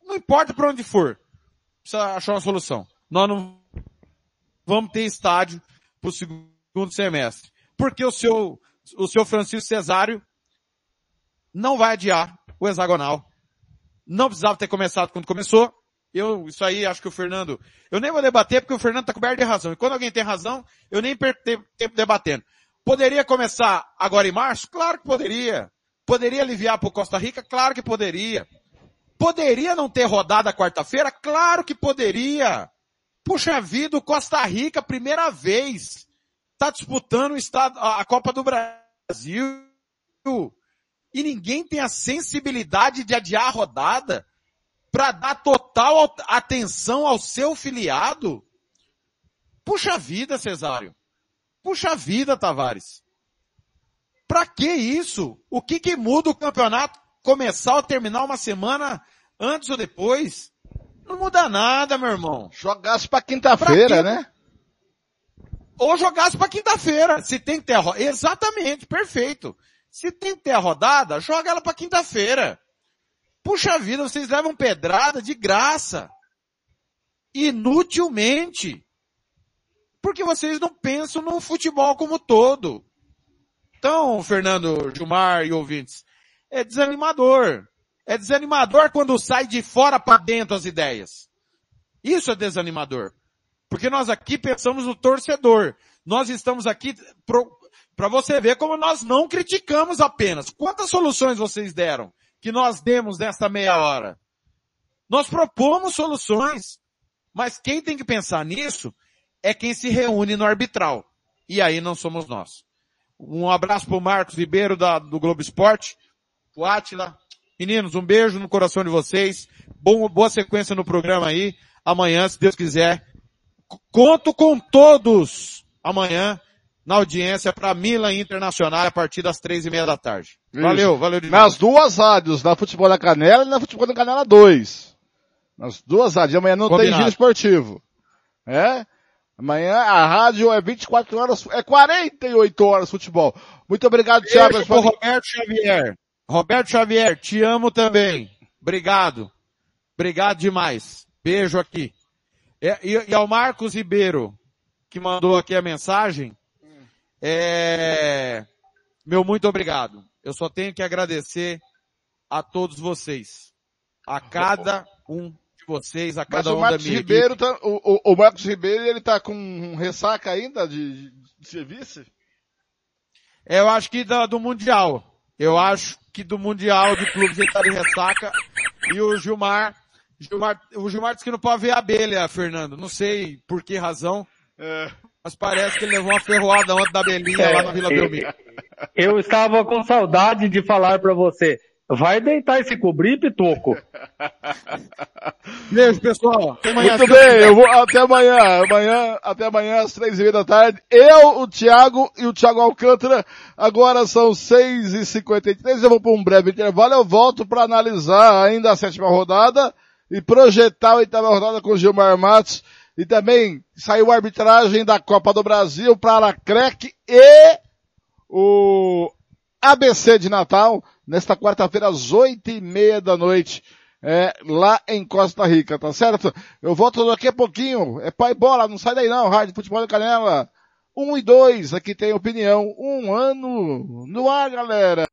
Não importa para onde for. Precisa achar uma solução. Nós não vamos ter estádio para o segundo semestre. Porque o seu, o seu Francisco Cesário não vai adiar o hexagonal. Não precisava ter começado quando começou. Eu, isso aí, acho que o Fernando, eu nem vou debater porque o Fernando está coberto de razão. E quando alguém tem razão, eu nem perco tempo debatendo. Poderia começar agora em março? Claro que poderia. Poderia aliviar para o Costa Rica? Claro que poderia. Poderia não ter rodada quarta-feira? Claro que poderia. Puxa vida, o Costa Rica, primeira vez, está disputando o estado, a Copa do Brasil. E ninguém tem a sensibilidade de adiar a rodada para dar total atenção ao seu filiado? Puxa vida, Cesário. Puxa vida, Tavares. Pra que isso? O que que muda o campeonato começar ou terminar uma semana antes ou depois? Não muda nada, meu irmão. Jogasse pra quinta-feira, né? Ou jogasse pra quinta-feira. Se tem que ter a rodada. Exatamente, perfeito. Se tem que ter a rodada, joga ela pra quinta-feira. Puxa vida, vocês levam pedrada de graça. Inutilmente. Porque vocês não pensam no futebol como todo. Então, Fernando, Gilmar e ouvintes, é desanimador. É desanimador quando sai de fora para dentro as ideias. Isso é desanimador. Porque nós aqui pensamos no torcedor. Nós estamos aqui para você ver como nós não criticamos apenas. Quantas soluções vocês deram que nós demos nesta meia hora? Nós propomos soluções. Mas quem tem que pensar nisso é quem se reúne no arbitral. E aí não somos nós. Um abraço pro Marcos Ribeiro da, do Globo Esporte, o Átila. Meninos, um beijo no coração de vocês. Bom, boa sequência no programa aí. Amanhã, se Deus quiser, conto com todos amanhã na audiência para Milan Internacional a partir das três e meia da tarde. Isso. Valeu, valeu. De Nas duas rádios, na Futebol da Canela e na Futebol da Canela dois. Nas duas rádios. Amanhã não Combinado. Tem giro esportivo. É? Amanhã a rádio é vinte e quatro horas, é quarenta e oito horas futebol. Muito obrigado, Thiago. Beijo pro Roberto Xavier. Roberto Xavier, te amo também. Obrigado. Obrigado demais. Beijo aqui. E, e, e ao Marcos Ribeiro, que mandou aqui a mensagem, é, meu muito obrigado. Eu só tenho que agradecer a todos vocês. A cada um vocês, a cada um da minha Ribeiro tá, o, o, o Marcos Ribeiro, ele tá com um ressaca ainda de, de, de serviço? Eu acho que da, do Mundial. Eu acho que do Mundial de clubes ele tá de ressaca. E o Gilmar, Gilmar, o Gilmar disse que não pode ver a abelha, Fernando. Não sei por que razão. É. Mas parece que ele levou uma ferroada ontem da abelhinha é, lá na Vila Belmiro. Eu estava com saudade de falar para você. Vai deitar e se cobrir, Pitoco. Beijo, pessoal. Até amanhã. Muito bem, eu vou até amanhã. Amanhã, até amanhã às três e meia da tarde. Eu, o Thiago e o Thiago Alcântara. Agora são seis e cinquenta e três. Eu vou para um breve intervalo. Eu volto para analisar ainda a sétima rodada e projetar a oitava rodada com o Gilmar Matos. E também saiu a arbitragem da Copa do Brasil para Aracrec e o A B C de Natal. Nesta quarta-feira, às oito e meia da noite, é, lá em Costa Rica, tá certo? Eu volto daqui a pouquinho. É pai bola, não sai daí não, Rádio Futebol da Canela. Um e dois, aqui tem opinião. Um ano no ar, galera.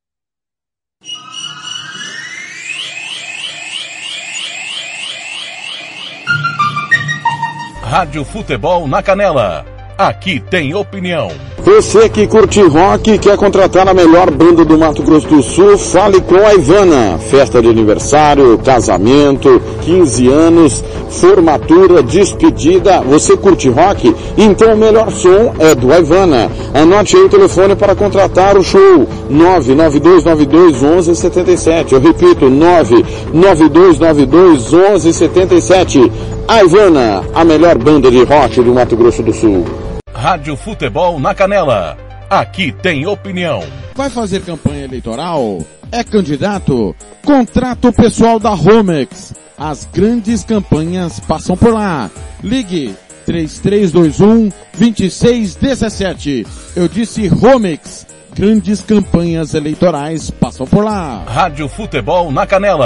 Rádio Futebol na Canela. Aqui tem opinião. Você que curte rock e quer contratar a melhor banda do Mato Grosso do Sul, fale com a Ivana. Festa de aniversário, casamento, quinze anos, formatura, despedida. Você curte rock? Então o melhor som é do Ivana. Anote aí o telefone para contratar o show. nove nove dois nove dois um um sete sete. Eu repito, nove nove dois nove dois um um sete sete. A Ivana, a melhor banda de rock do Mato Grosso do Sul. Rádio Futebol na Canela. Aqui tem opinião. Vai fazer campanha eleitoral? É candidato? Contrata o pessoal da Romex. As grandes campanhas passam por lá. Ligue três três dois um, dois seis um sete. Eu disse Romex. Grandes campanhas eleitorais passam por lá. Rádio Futebol na Canela.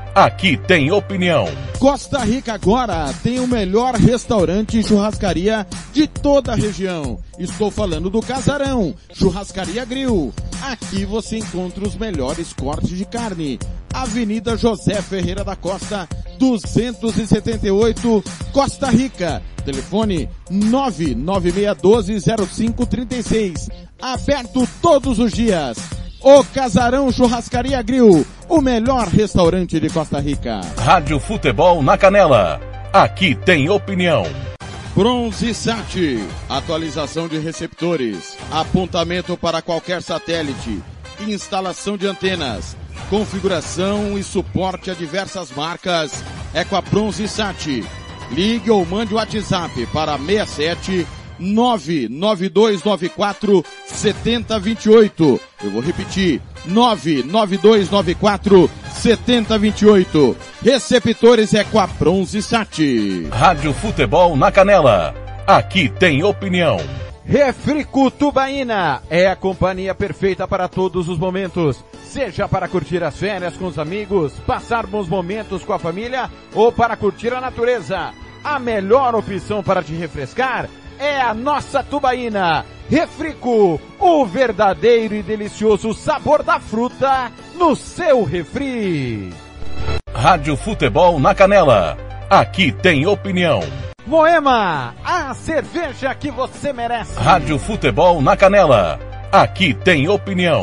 Aqui tem opinião. Costa Rica agora tem o melhor restaurante e churrascaria de toda a região. Estou falando do Casarão, Churrascaria Grill. Aqui você encontra os melhores cortes de carne. Avenida José Ferreira da Costa, duzentos e setenta e oito, Costa Rica. Telefone nove nove seis um dois zero cinco três seis. Aberto todos os dias. O Casarão Churrascaria Grill, o melhor restaurante de Costa Rica. Rádio Futebol na Canela. Aqui tem opinião. Bronze Sat, atualização de receptores, apontamento para qualquer satélite, instalação de antenas, configuração e suporte a diversas marcas. É com a Bronze Sat. Ligue ou mande o WhatsApp para seis sete nove nove dois nove quatro sete zero dois oito. Eu vou repetir, nove nove dois nove quatro sete zero dois oito. Receptores é com a Bronze Sat. Rádio Futebol na Canela. Aqui tem opinião. Refrico Tubaína é a companhia perfeita para todos os momentos. Seja para curtir as férias com os amigos, passar bons momentos com a família ou para curtir a natureza. A melhor opção para te refrescar é a nossa Tubaína. Refrico, o verdadeiro e delicioso sabor da fruta no seu refri. Rádio Futebol na Canela. Aqui tem opinião. Moema, a cerveja que você merece. Rádio Futebol na Canela. Aqui tem opinião.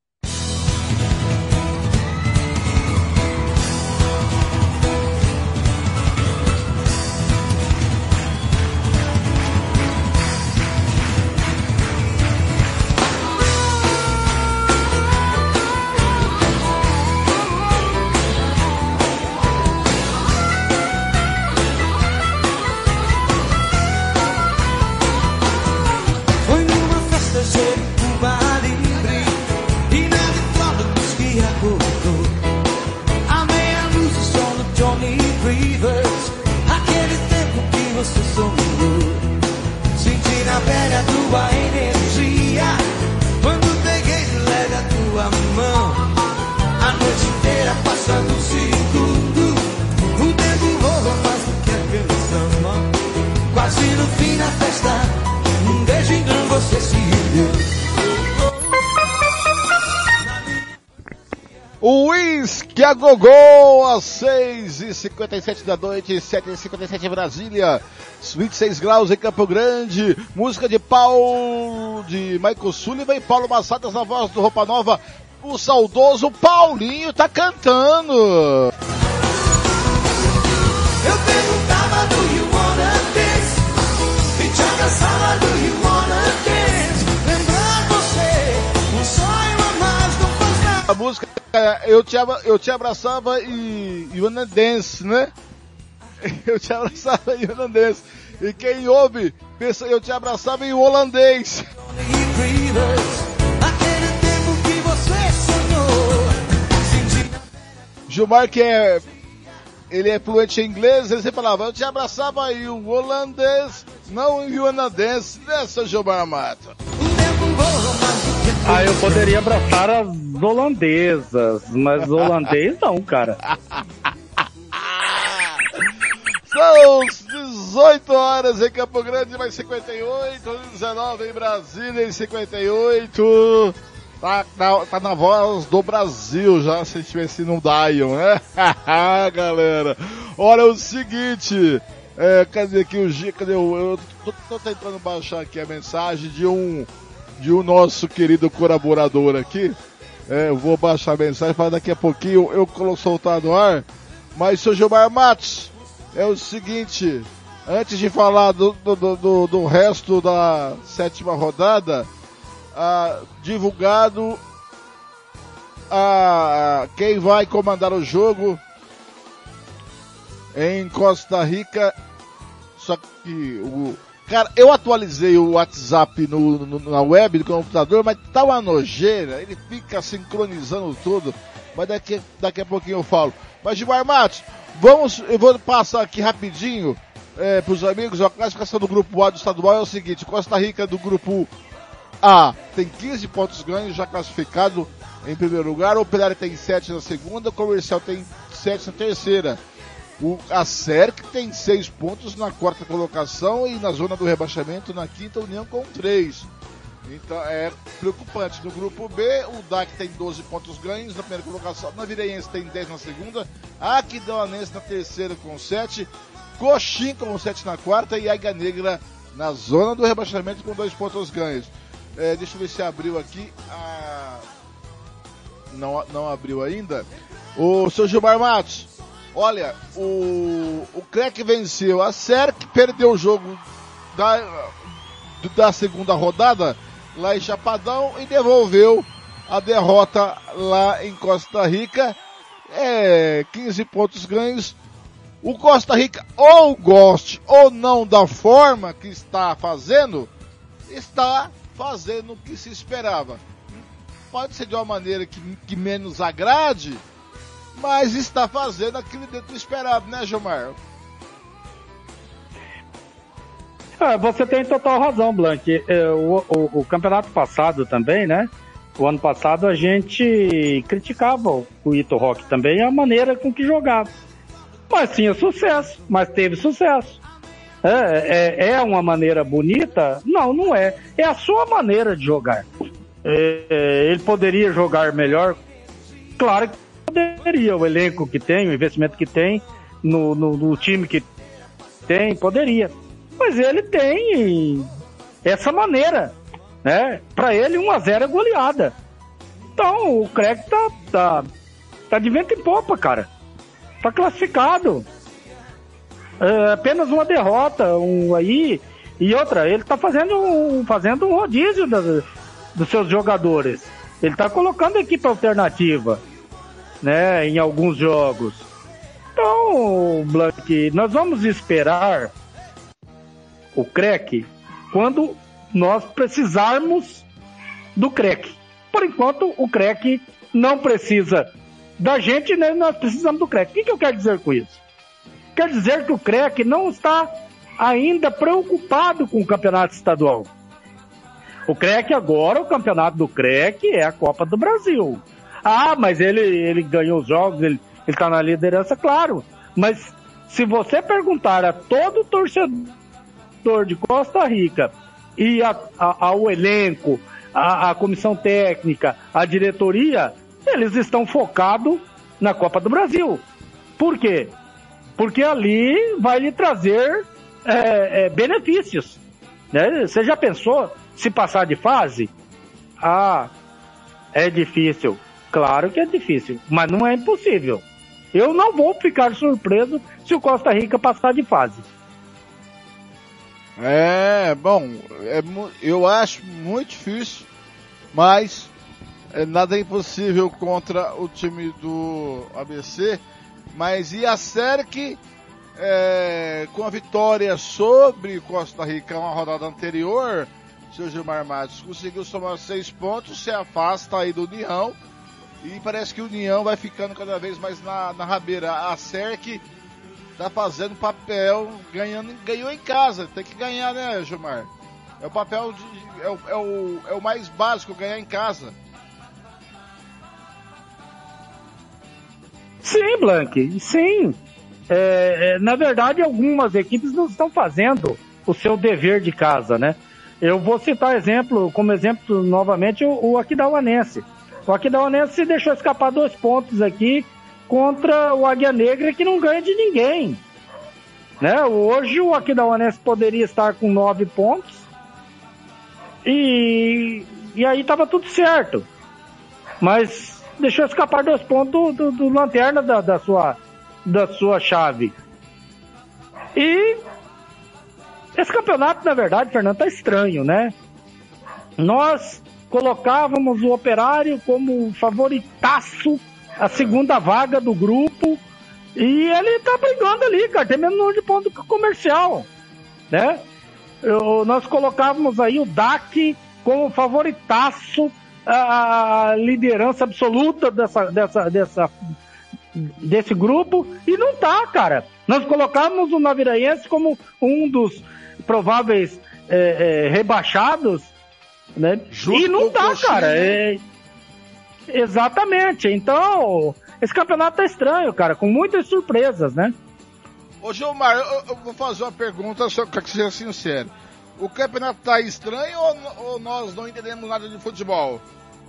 O Whisky a Gogô, às seis e cinquenta e sete da noite, sete e cinquenta e sete em Brasília, vinte e seis graus em Campo Grande, música de Paulo, de Michael Sullivan e Paulo Massadas na voz do Roupa Nova, o saudoso Paulinho tá cantando. Eu perguntava, do you wanna dance? E te abraçava, do you wanna dance? Lembrar você, um sonho a mais não faz nada. A música Eu te, eu te abraçava e you wanna dance, né? Eu te abraçava e holandês. E quem ouve, pensa eu te abraçava em holandês. Gilmar, que é, ele é fluente em inglês, ele sempre falava, eu te abraçava em um holandês, não em holandês, né, seu Gilmar Mato? Ah, eu poderia abraçar as holandesas, mas holandês não, cara. São dezoito horas em Campo Grande, mais cinquenta e oito, dezenove em Brasília, em cinquenta e oito. Tá na, tá na voz do Brasil já, se estivesse no Dion, né? Galera, olha o seguinte, é, cadê aqui o G, cadê o, eu tô, tô tentando baixar aqui a mensagem de um, de um nosso querido colaborador aqui, é, eu vou baixar a mensagem para daqui a pouquinho eu, eu soltar no ar, mas seu Gilmar Matos, é o seguinte, antes de falar do, do, do, do resto da sétima rodada, ah, divulgado ah, quem vai comandar o jogo em Costa Rica, só que o... Cara, eu atualizei o WhatsApp no, no, na web do computador, mas tá uma nojeira, ele fica sincronizando tudo, mas daqui, daqui a pouquinho eu falo. Mas Gilmar Matos, vamos, eu vou passar aqui rapidinho é, para os amigos, a classificação do grupo A do estadual é o seguinte, Costa Rica do grupo A tem quinze pontos ganhos, já classificado em primeiro lugar, o Operário tem sete na segunda, o Comercial tem sete na terceira. O, a S E R C tem seis pontos na quarta colocação e na zona do rebaixamento na quinta, União com três. Então é preocupante. No grupo B, o D A C tem doze pontos ganhos na primeira colocação, a Naviraense tem dez na segunda, a Aquidauanense na terceira com sete, Coxim com sete na quarta e a Águia Negra na zona do rebaixamento com dois pontos ganhos. É, deixa eu ver se abriu aqui. Ah, não, não abriu ainda. O seu Gilmar Matos, olha, o, o C R E C venceu a S E R C, perdeu o jogo da, da segunda rodada lá em Chapadão e devolveu a derrota lá em Costa Rica. É, quinze pontos ganhos. O Costa Rica, ou goste ou não da forma que está fazendo, está fazendo o que se esperava. Pode ser de uma maneira que, que menos agrade, mas está fazendo aquilo dentro do esperado, né, Gilmar? É, você tem total razão, Blank. É, o, o, o campeonato passado também, né? O ano passado a gente criticava o Ito Rock também, a maneira com que jogava. Mas tinha sucesso, mas teve sucesso. É, é, é uma maneira bonita? Não, não é. É a sua maneira de jogar. É, é, ele poderia jogar melhor? Claro que poderia. O elenco que tem, o investimento que tem, no, no, no time que tem, poderia. Mas ele tem essa maneira, né? Para ele, um a zero é goleada. Então, o C R E C tá, tá, tá de vento em popa, cara. Tá classificado. É, apenas uma derrota, um aí, e outra, ele tá fazendo um, fazendo um rodízio das, dos seus jogadores. Ele tá colocando equipe alternativa, né, em alguns jogos. Então, Blank, nós vamos esperar o C R E C quando nós precisarmos do C R E C. Por enquanto, o C R E C não precisa da gente, né? Nós precisamos do C R E C. O que, que eu quero dizer com isso? Quer dizer que o C R E C não está ainda preocupado com o campeonato estadual. O C R E C agora, o campeonato do C R E C é a Copa do Brasil. Ah, mas ele, ele ganhou os jogos, ele está na liderança, claro. Mas se você perguntar a todo torcedor de Costa Rica e a, a, ao elenco, a, a comissão técnica, a diretoria, eles estão focados na Copa do Brasil. Por quê? Porque ali vai lhe trazer é, é, benefícios. Né? Você já pensou se passar de fase? Ah, é difícil. Claro que é difícil, mas não é impossível. Eu não vou ficar surpreso se o Costa Rica passar de fase. É, bom, é, eu acho muito difícil, mas é, nada é impossível contra o time do A B C. Mas e a S E R C, é, com a vitória sobre Costa Rica uma rodada anterior, seu Gilmar Matos conseguiu somar seis pontos, se afasta aí do União, e parece que o União vai ficando cada vez mais na, na rabeira. A S E R C tá fazendo papel, ganhando, ganhou em casa, tem que ganhar, né, Gilmar? É o papel, de, é, o, é, o, é o mais básico, ganhar em casa. Sim, Blank, sim. É, é, na verdade, algumas equipes não estão fazendo o seu dever de casa, né? Eu vou citar exemplo, como exemplo novamente o, o Aquidauanense. O Aquidauanense deixou escapar dois pontos aqui contra o Águia Negra, que não ganha de ninguém, né? Hoje o Aquidauanense poderia estar com nove pontos e, e aí estava tudo certo, mas deixou escapar dois pontos do, do, do lanterna da, da, sua, da sua chave. E esse campeonato, na verdade, Fernando, tá estranho, né? Nós colocávamos o Operário como favoritaço a segunda vaga do grupo, e ele tá brigando ali, cara, tem menos número de ponto que o Comercial, né? Eu, nós colocávamos aí o D A C como favoritaço a liderança absoluta dessa, dessa, dessa, desse grupo, e não tá, cara. Nós colocávamos o Naviraense como um dos prováveis é, é, rebaixados, né? E não tá, cara. É... Exatamente. Então, esse campeonato tá estranho, cara, com muitas surpresas, né? Ô Gilmar, eu, eu vou fazer uma pergunta, só que seja sincero. O campeonato tá estranho ou, ou nós não entendemos nada de futebol?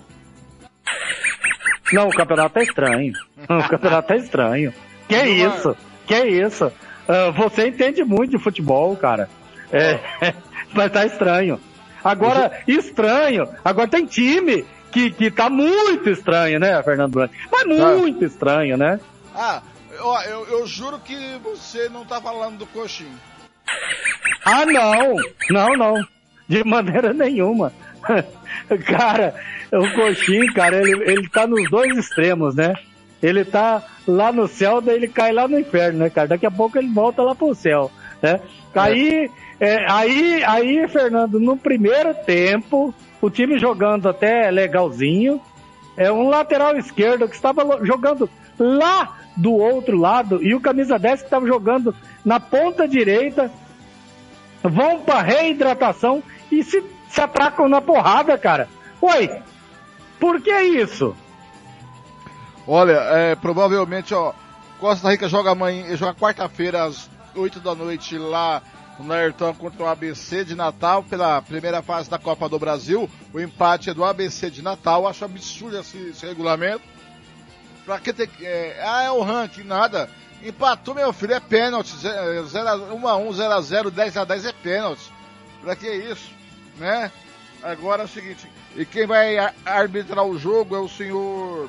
Não, o campeonato tá estranho. O campeonato tá estranho. Que é isso? Que é isso? Uh, você entende muito de futebol, cara. É, mas tá estranho. Agora, estranho. Agora tem time que, que tá muito estranho, né, Fernando Blanc? Mas muito estranho, né? Ah, ó, eu, eu juro que você não tá falando do Coxim. Ah, não! Não, não. De maneira nenhuma. Cara, o Coxim, cara, ele, ele tá nos dois extremos, né? Ele tá lá no céu, daí ele cai lá no inferno, né, cara? Daqui a pouco ele volta lá pro céu, né? Aí, é, aí, aí, Fernando, no primeiro tempo, o time jogando até legalzinho, é um lateral esquerdo que estava jogando lá do outro lado, e o camisa dez que estava jogando na ponta direita, vão pra reidratação e se, se atracam na porrada, cara. Oi, por que isso? Olha, é, provavelmente, ó, Costa Rica joga amanhã, joga quarta-feira às oito da noite lá no Ayrton contra o A B C de Natal pela primeira fase da Copa do Brasil. O empate é do A B C de Natal. Acho absurdo esse, esse regulamento. Pra que ter, é, ah, é o ranking, nada. Empatou, meu filho, é pênalti. um a um, zero a zero, dez a dez é pênalti. Pra que isso, né? Agora é o seguinte, e quem vai arbitrar o jogo é o senhor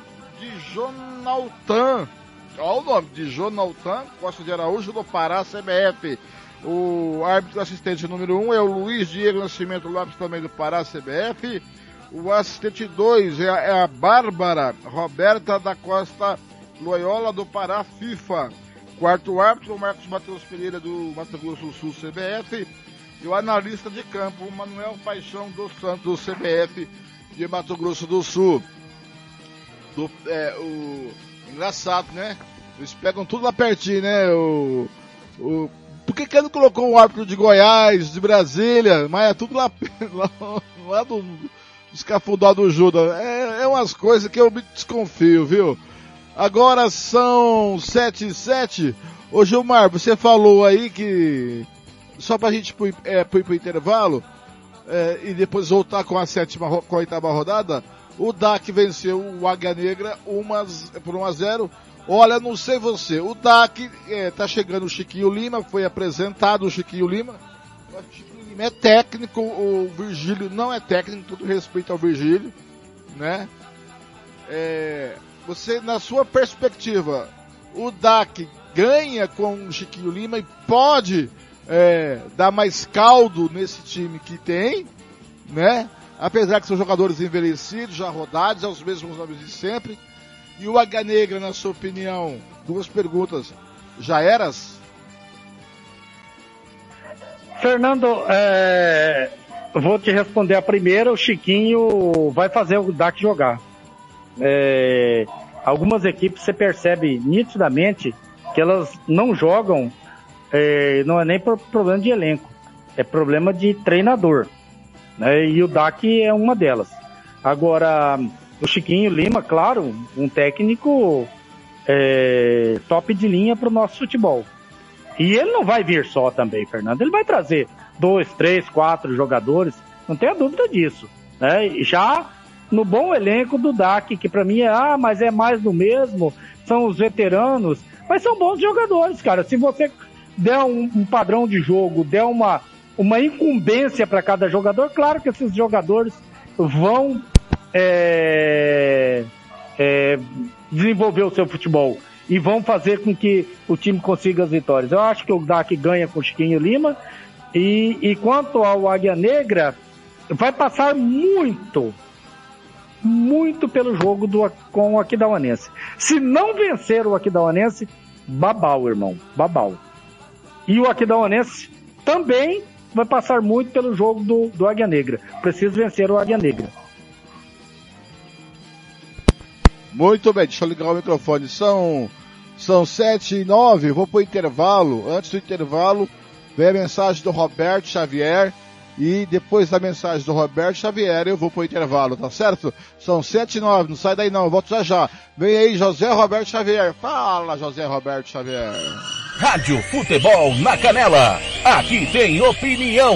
Dijonaltan. Olha o nome, Dijonaltan Costa de Araújo do Pará, C B F. O árbitro assistente número um é o Luiz Diego Nascimento Lopes, também do Pará, C B F. O assistente dois é a, é a Bárbara Roberta da Costa Loyola do Pará, FIFA. Quarto árbitro, o Marcos Matheus Pereira do Mato Grosso do Sul, C B F. E o analista de campo, o Manuel Paixão dos Santos, C B F de Mato Grosso do Sul. Do, é, o... Engraçado, né? Eles pegam tudo lá pertinho, né? O... o... Por que que ele não colocou um árbitro de Goiás, de Brasília? Mas é tudo lá, lá, lá do escafundó do Judas. É, é umas coisas que eu me desconfio, viu? Agora são sete e sete. Ô Gilmar, você falou aí que... Só pra gente ir é, pro, pro intervalo é, e depois voltar com a sétima, com a oitava rodada, o D A C venceu o Águia Negra umas, por um a zero. Olha, não sei você, o D A C é, tá chegando o Chiquinho Lima, foi apresentado o Chiquinho Lima. O Chiquinho Lima é técnico, o Virgílio não é técnico, todo respeito ao Virgílio, né? É, você, na sua perspectiva, o D A C ganha com o Chiquinho Lima e pode é, dar mais caldo nesse time que tem, né? Apesar que são jogadores envelhecidos, já rodados, aos mesmos nomes de sempre. E o Águia Negra, na sua opinião, duas perguntas, já eras? Fernando, é, vou te responder a primeira. O Chiquinho vai fazer o D A C jogar. É, algumas equipes você percebe nitidamente que elas não jogam, é, não é nem por problema de elenco, é problema de treinador, né? E o D A C é uma delas. Agora, o Chiquinho Lima, claro, um técnico é, top de linha para o nosso futebol. E ele não vai vir só também, Fernando. Ele vai trazer dois, três, quatro jogadores, não tenha dúvida disso, né? Já no bom elenco do D A C, que para mim é, ah, mas é mais do mesmo, são os veteranos, mas são bons jogadores, cara. Se você der um, um padrão de jogo, der uma, uma incumbência para cada jogador, claro que esses jogadores vão é, é, desenvolver o seu futebol e vão fazer com que o time consiga as vitórias. Eu acho que o D A C ganha com o Chiquinho Lima, e, e quanto ao Águia Negra, vai passar muito, muito pelo jogo do, com o Aquidauanense. Se não vencer o Aquidauanense, babau, irmão, babau. E o Aquidauanense também vai passar muito pelo jogo do, do Águia Negra. Precisa vencer o Águia Negra. Muito bem, deixa eu ligar o microfone. São, são sete e nove, vou pro intervalo. Antes do intervalo, vem a mensagem do Roberto Xavier. E depois da mensagem do Roberto Xavier, eu vou pro intervalo, tá certo? São sete e nove, não sai daí não, eu volto já já. Vem aí José Roberto Xavier. Fala, José Roberto Xavier. Rádio Futebol na Canela. Aqui tem opinião.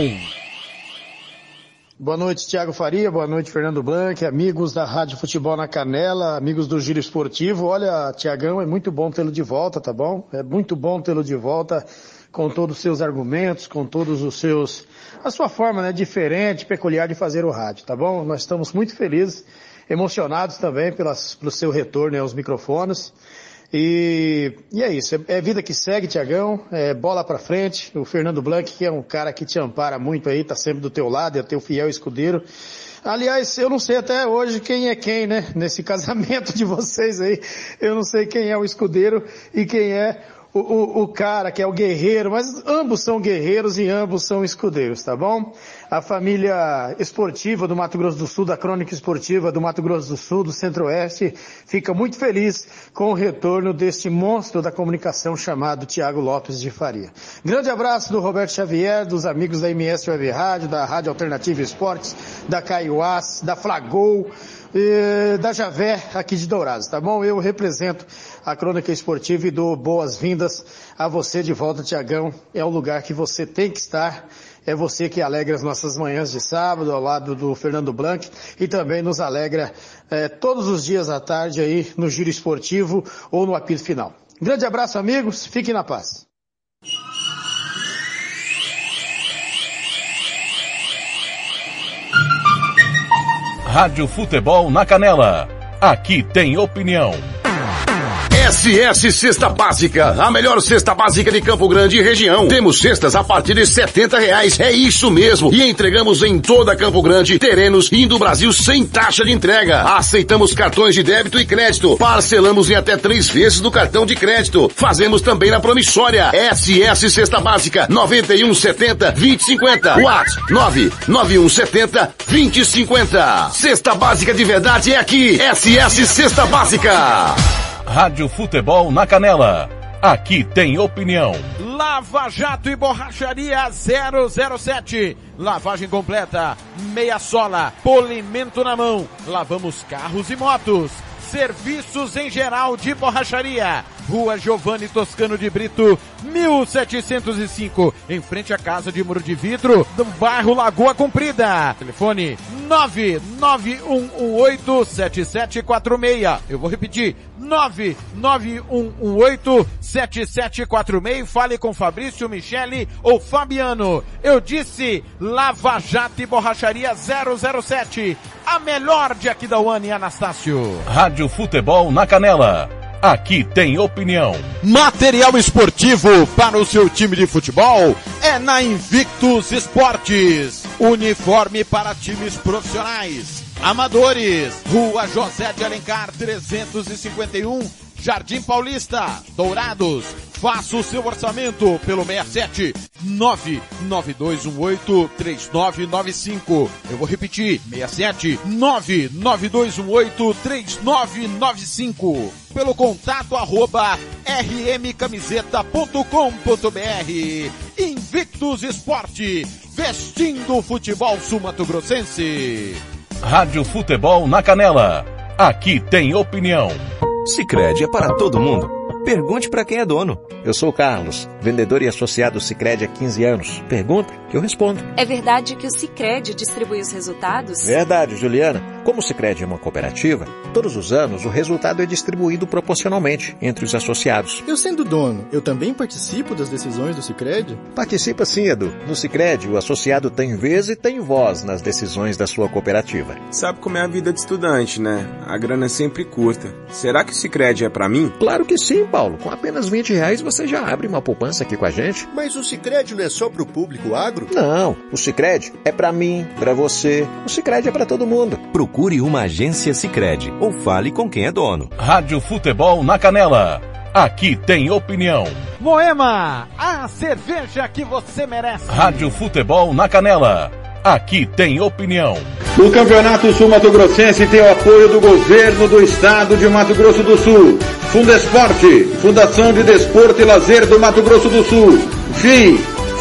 Boa noite, Thiago Faria, boa noite, Fernando Blanc, amigos da Rádio Futebol na Canela, amigos do Giro Esportivo. Olha, Thiagão, é muito bom tê-lo de volta, tá bom? É muito bom tê-lo de volta com todos os seus argumentos, com todos os seus, a sua forma, né, diferente, peculiar de fazer o rádio, tá bom? Nós estamos muito felizes, emocionados também pelas, pelo seu retorno, né, aos microfones. E, e é isso, é, é vida que segue, Thiagão, é bola pra frente. O Fernando Blanc, que é um cara que te ampara muito aí, tá sempre do teu lado, é teu fiel escudeiro. Aliás, eu não sei até hoje quem é quem, né, nesse casamento de vocês aí. Eu não sei quem é o escudeiro e quem é o, o, o cara que é o guerreiro, mas ambos são guerreiros e ambos são escudeiros, tá bom? A família esportiva do Mato Grosso do Sul, da Crônica Esportiva do Mato Grosso do Sul, do Centro-Oeste, fica muito feliz com o retorno deste monstro da comunicação chamado Thiago Lopes de Faria. Grande abraço do Roberto Xavier, dos amigos da M S Web Rádio, da Rádio Alternativa Esportes, da Caiuás, da Flagol, eh, da Javé, aqui de Dourados, tá bom? Eu represento a Crônica Esportiva e dou boas-vindas a você de volta, Thiagão. É o lugar que você tem que estar. É você que alegra as nossas manhãs de sábado, ao lado do Fernando Blanc, e também nos alegra eh, todos os dias à tarde aí no Giro Esportivo ou no apito final. Grande abraço, amigos. Fiquem na paz. Rádio Futebol na Canela. Aqui tem opinião. S S Cesta Básica, a melhor cesta básica de Campo Grande e região. Temos cestas a partir de setenta reais, é isso mesmo. E entregamos em toda Campo Grande, terrenos e do Brasil sem taxa de entrega. Aceitamos cartões de débito e crédito. Parcelamos em até três vezes do cartão de crédito. Fazemos também na promissória. S S Cesta Básica, nove um sete zero, dois zero cinco zero. WhatsApp, nove nove um sete zero, dois zero cinco zero. Cesta Básica de verdade é aqui. S S Cesta Básica. Rádio Futebol na Canela. Aqui tem opinião. Lava Jato e Borracharia zero zero sete. Lavagem completa, meia sola, polimento na mão. Lavamos carros e motos. Serviços em geral de borracharia. Rua Giovanni Toscano de Brito, mil setecentos e cinco, em frente à Casa de Muro de Vidro, do bairro Lagoa Comprida. Telefone nove nove um um oito sete sete quatro seis. Eu vou repetir, nove nove um um oito sete sete quatro seis. Fale com Fabrício, Michele ou Fabiano. Eu disse Lava Jato e Borracharia zero zero sete. A melhor de Aquidauana e Anastácio. Rádio Futebol na Canela. Aqui tem opinião. Material esportivo para o seu time de futebol é na Invictus Esportes. Uniforme para times profissionais, amadores. Rua José de Alencar trezentos e cinquenta e um, Jardim Paulista, Dourados. Faça o seu orçamento pelo seis sete nove nove dois um oito três nove nove cinco. Eu vou repetir, seis sete nove nove dois um oito três nove nove cinco. Pelo contato arroba r m camiseta ponto com ponto b r. Invictus Esporte, vestindo o futebol sul-mato-grossense. Rádio Futebol na Canela. Aqui tem opinião. Sicredi é para todo mundo. Pergunte para quem é dono. Eu sou o Carlos, vendedor e associado Sicredi há quinze anos. Pergunta que eu respondo. É verdade que o Sicredi distribui os resultados? Verdade, Juliana. Como o Sicredi é uma cooperativa, todos os anos o resultado é distribuído proporcionalmente entre os associados. Eu sendo dono, eu também participo das decisões do Sicredi? Participa sim, Edu. No Sicredi, o associado tem vez e tem voz nas decisões da sua cooperativa. Sabe como é a vida de estudante, né? A grana é sempre curta. Será que o Sicredi é pra mim? Claro que sim, Paulo. Com apenas vinte reais você já abre uma poupança aqui com a gente. Mas o Sicredi não é só pro público agro? Não, o Sicredi é pra mim, pra você. O Sicredi é pra todo mundo. Procure uma agência Sicredi ou fale com quem é dono. Rádio Futebol na Canela. Aqui tem opinião. Moema, a cerveja que você merece. Rádio Futebol na Canela. Aqui tem opinião. O Campeonato Sul-Mato-Grossense tem o apoio do Governo do Estado de Mato Grosso do Sul, Fundesporte, Fundação de Desporto e Lazer do Mato Grosso do Sul, F I I,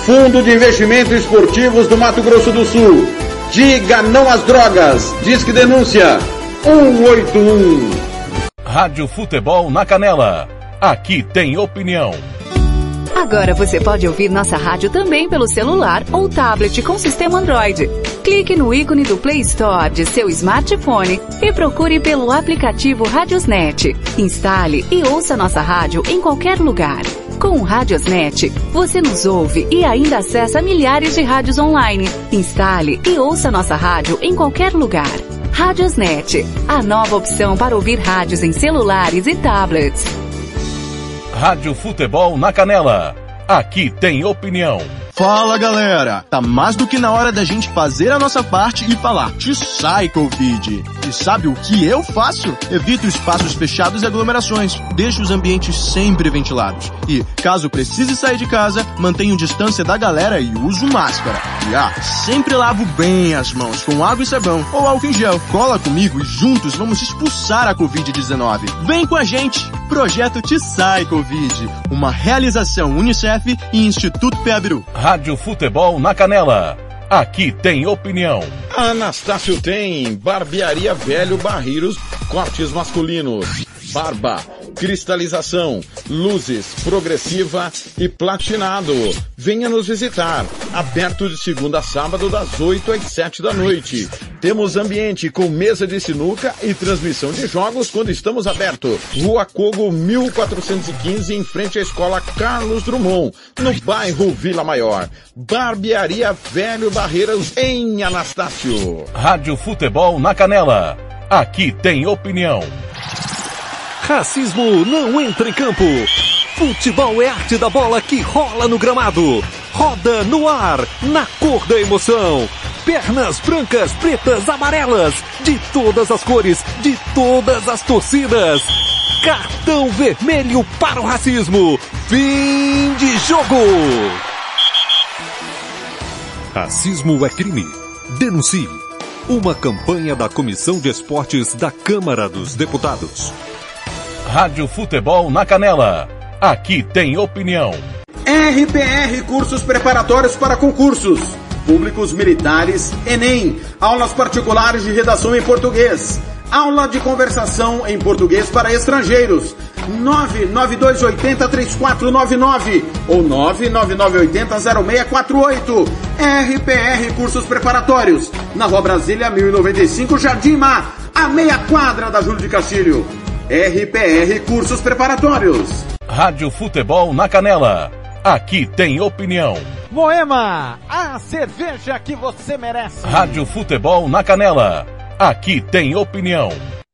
Fundo de Investimentos Esportivos do Mato Grosso do Sul. Diga não às drogas. Disque denúncia um oito um. Rádio Futebol na Canela. Aqui tem opinião. Agora você pode ouvir nossa rádio também pelo celular ou tablet com sistema Android. Clique no ícone do Play Store de seu smartphone e procure pelo aplicativo Radiosnet. Instale e ouça nossa rádio em qualquer lugar. Com o Radiosnet, você nos ouve e ainda acessa milhares de rádios online. Instale e ouça nossa rádio em qualquer lugar. Radiosnet, a nova opção para ouvir rádios em celulares e tablets. Rádio Futebol na Canela. Aqui tem opinião. Fala galera, tá mais do que na hora da gente fazer a nossa parte e falar te sai Covid. E sabe o que eu faço? Evito espaços fechados e aglomerações, deixo os ambientes sempre ventilados. E, caso precise sair de casa, mantenho distância da galera e uso máscara. E ah, sempre lavo bem as mãos com água e sabão ou álcool em gel. Cola comigo e juntos vamos expulsar a covid dezenove. Vem com a gente! Projeto Te Sai Covid, uma realização Unicef e Instituto Peabiru. Rádio Futebol na Canela. Aqui tem opinião. Anastácio tem Barbearia Velho Barreiros, cortes masculinos, barba, cristalização, luzes, progressiva e platinado. Venha nos visitar. Aberto de segunda a sábado das oito às sete da noite. Temos ambiente com mesa de sinuca e transmissão de jogos quando estamos abertos. Rua Cogo mil quatrocentos e quinze, em frente à Escola Carlos Drummond, no bairro Vila Maior. Barbearia Velho Barreiros em Anastácio. Rádio Futebol na Canela. Aqui tem opinião. Racismo não entra em campo. Futebol é arte da bola que rola no gramado. Roda no ar, na cor da emoção. Pernas brancas, pretas, amarelas, de todas as cores, de todas as torcidas. Cartão vermelho para o racismo. Fim de jogo. Racismo é crime. Denuncie. Uma campanha da Comissão de Esportes da Câmara dos Deputados. Rádio Futebol na Canela. Aqui tem opinião. R P R Cursos Preparatórios para Concursos Públicos Militares, Enem. Aulas particulares de redação em português. Aula de conversação em português para estrangeiros. nove nove dois oito zero três quatro nove nove ou nove nove nove oito zero zero seis quatro oito. R P R Cursos Preparatórios. Na Rua Brasília mil e noventa e cinco, Jardim Mar, a meia quadra da Júlio de Castilho. R P R Cursos Preparatórios. Rádio Futebol na Canela. Aqui tem opinião. Moema, a cerveja que você merece. Rádio Futebol na Canela. Aqui tem opinião.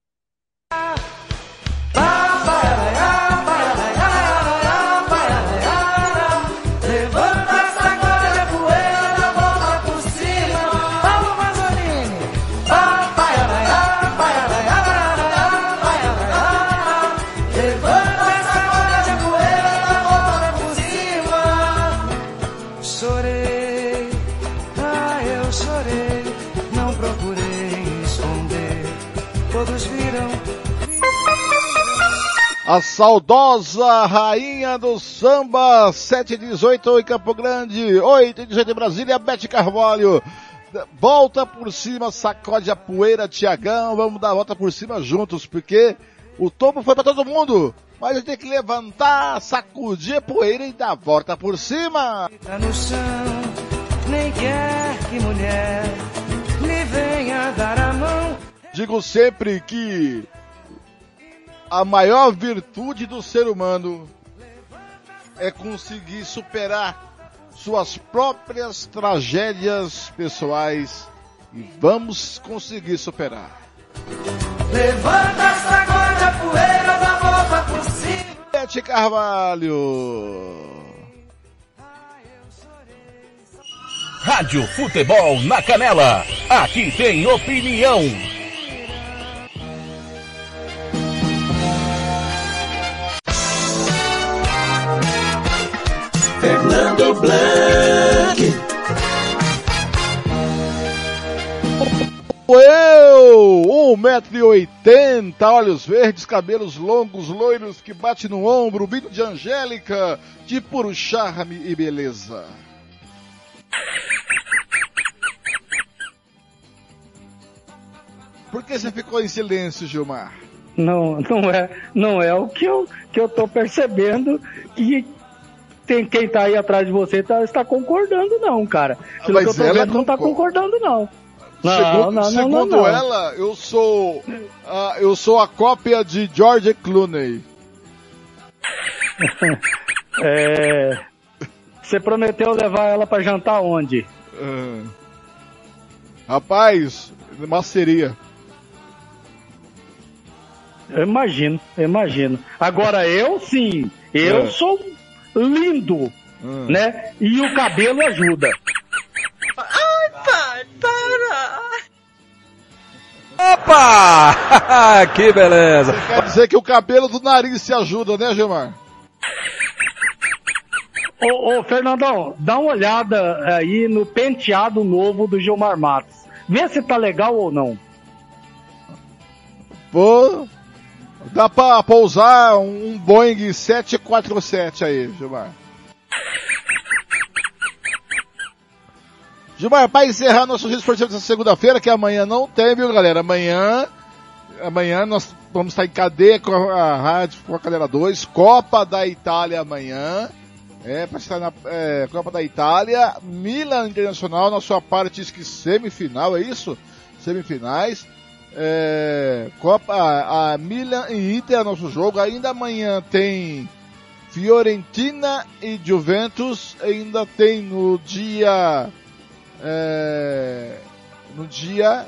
A saudosa rainha do samba, sete e dezoito em Campo Grande, oito e dezoito em Brasília, Bete Carvalho. Volta por cima, sacode a poeira, Tiagão, vamos dar a volta por cima juntos, porque o topo foi para todo mundo, mas a gente tem que levantar, sacudir a poeira e dar a volta por cima. Tá no chão, nem quer que mulher me venha dar a mão. Digo sempre que a maior virtude do ser humano é conseguir superar suas próprias tragédias pessoais e vamos conseguir superar. Levanta, sacode a poeira, dá volta por cima. Bete Carvalho. Rádio Futebol na Canela. Aqui tem opinião. Fernando Blanc. Eu, um metro e oitenta, olhos verdes, cabelos longos, loiros que bate no ombro, vindo de Angélica, de puro charme e beleza. Por que você ficou em silêncio, Gilmar? Não, não é, não é o que eu, que eu tô percebendo que tem quem tá aí atrás de você tá, está concordando não, cara. Pelo Mas que eu tô ela vendo, não tá concordando não. Não, segundo não, não, segundo não, não. ela, eu sou, uh, eu sou a cópia de George Clooney. É, você prometeu levar ela pra jantar onde? Uh, rapaz, maceria. Eu imagino, eu imagino. Agora eu sim, eu É. sou lindo, Hum. né? E o cabelo ajuda. Ai, pai, para! Opa! Que beleza! Quer dizer que o cabelo do nariz se ajuda, né, Gilmar? Ô, ô, Fernandão, dá uma olhada aí no penteado novo do Gilmar Matos. Vê se tá legal ou não. Pô, dá pra pousar um Boeing sete quatro sete aí, Gilmar. Gilmar, para encerrar nosso giro esportivo dessa segunda-feira, que amanhã não tem, viu, galera? Amanhã, amanhã nós vamos estar em cadeia com a rádio, com a cadeira dois, Copa da Itália amanhã. É, para estar na é, Copa da Itália, Milan Internacional, na sua parte, diz que semifinal, é isso? Semifinais. É, Copa, a, a Milan e Inter é nosso jogo. Ainda amanhã tem Fiorentina e Juventus. Ainda tem no dia, é, no dia,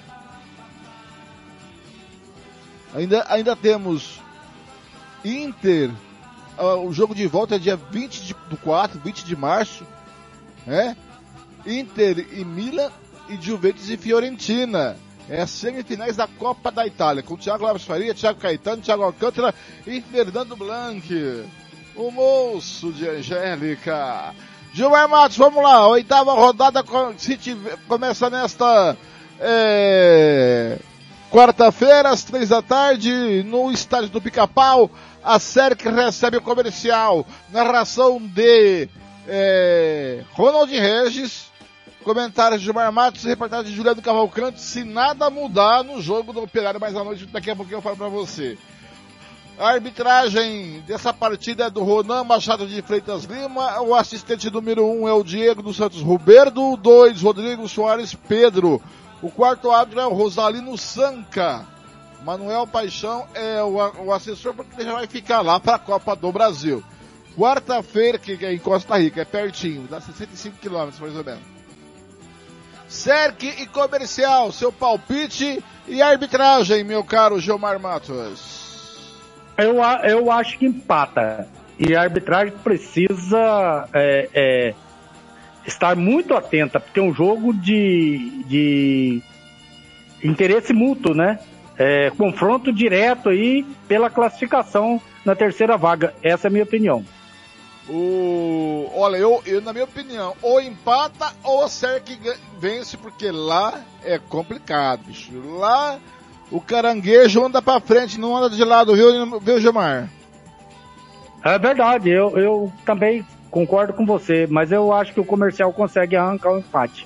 ainda, ainda temos Inter. O jogo de volta é dia vinte do quatro, vinte de março, né? Inter e Milan e Juventus e Fiorentina. É as semifinais da Copa da Itália, com Thiago Lopes Faria, Thiago Caetano, Thiago Alcântara e Fernando Blanc, o moço de Angélica. Gilmar Matos, vamos lá, oitava rodada se tiver, começa nesta é, quarta-feira, às três da tarde, no estádio do Pica-Pau. A S E R C recebe o comercial, narração de é, Ronald Regis, comentários de Gilmar Matos, reportagem de Juliano Cavalcante. Se nada mudar no jogo do Operário mais à noite, daqui a pouquinho eu falo pra você. A arbitragem dessa partida é do Ronan Machado de Freitas Lima, o assistente número um é o Diego dos Santos Ruberdo, dois, Rodrigo Soares Pedro, o quarto árbitro é o Rosalino Sanca. Manuel Paixão é o, o assessor, porque ele já vai ficar lá para a Copa do Brasil. Quarta-feira, que é em Costa Rica, é pertinho, dá sessenta e cinco quilômetros mais ou menos. S E R C e comercial, seu palpite e arbitragem, meu caro Gilmar Matos. Eu, eu acho que empata. E a arbitragem precisa é, é, estar muito atenta, porque é um jogo de, de interesse mútuo, né? É, confronto direto aí pela classificação na terceira vaga. Essa é a minha opinião. O, olha, eu, eu na minha opinião, ou empata ou a S E R C vence, porque lá é complicado, bicho. Lá o caranguejo anda pra frente, não anda de lado, viu, viu Gilmar? É verdade, eu, eu também concordo com você, mas eu acho que o comercial consegue arrancar o empate.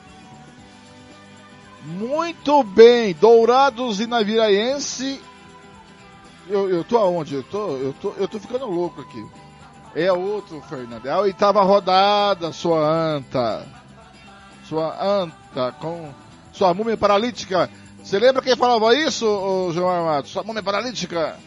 Muito bem, Dourados e Naviraense. Eu, eu tô aonde? Eu tô, eu tô, eu tô ficando louco aqui. É outro, Fernando. É a oitava rodada, sua anta. Sua anta com sua múmia paralítica. Você lembra quem falava isso, ô, Gilmar Matos? Sua múmia paralítica?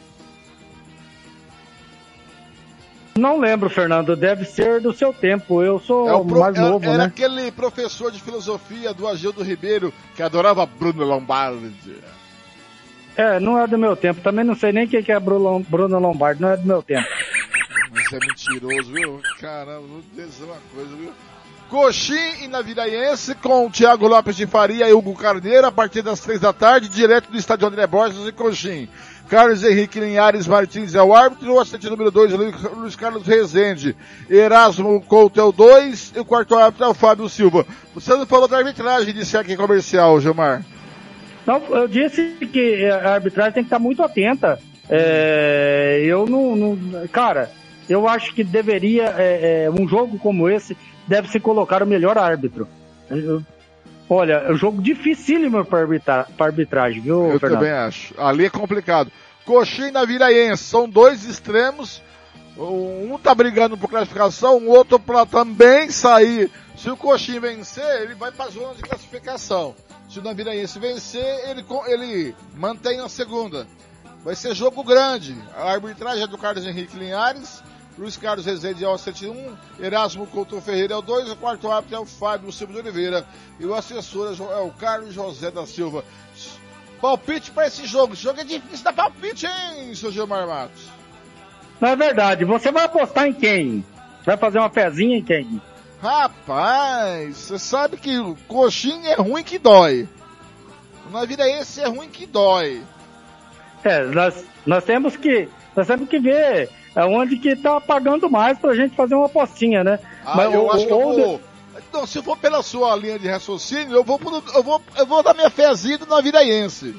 Não lembro, Fernando. Deve ser do seu tempo. Eu sou é o pro, mais novo, era, né? Era aquele professor de filosofia do Agildo Ribeiro que adorava Bruno Lombardi. É, não é do meu tempo. Também não sei nem quem que é Bruno, Bruno Lombardi. Não é do meu tempo. Mas é mentiroso, viu? Caramba, vou dizer uma coisa, viu? Coxim e Naviraense com o Thiago Lopes de Faria e Hugo Carneiro a partir das três da tarde, direto do estádio André Borges e Coxim. Carlos Henrique Linhares Martins é o árbitro, o assistente número dois, Luiz Carlos Rezende. Erasmo Couto é o dois e o quarto árbitro é o Fábio Silva. Você não falou da arbitragem de S E R C comercial, Gilmar? Não, eu disse que a arbitragem tem que estar muito atenta. É, eu não, não... Cara, eu acho que deveria, é, é, um jogo como esse, deve se colocar o melhor árbitro. Eu, Olha, é um jogo dificílimo para arbitra, arbitragem, viu, Eu Fernando? também acho. Ali é complicado. Coxim e Naviraense são dois extremos. Um tá brigando por classificação, o outro para também sair. Se o Coxim vencer, ele vai para a zona de classificação. Se o Naviraense vencer, ele, ele mantém a segunda. Vai ser jogo grande. A arbitragem é do Carlos Henrique Linhares, Luiz Carlos Rezende é o sete um, Erasmo Couto Ferreira é o dois, o quarto árbitro é o Fábio Silva de Oliveira e o assessor é o Carlos José da Silva. Palpite para esse jogo. Esse jogo é difícil dar palpite, hein, seu Gilmar Matos? Não é verdade. Você vai apostar em quem? Vai fazer uma pezinha em quem? Rapaz, você sabe que o Coxim é ruim que dói. O Naviraense é ruim que dói. É, nós, nós temos que nós temos que ver onde que tá pagando mais pra gente fazer uma apostinha, né? Ah, Mas, eu o, acho que eu o, vou... Não, se for pela sua linha de raciocínio, eu vou, pro, eu vou, eu vou dar minha fezinha do Naviraense.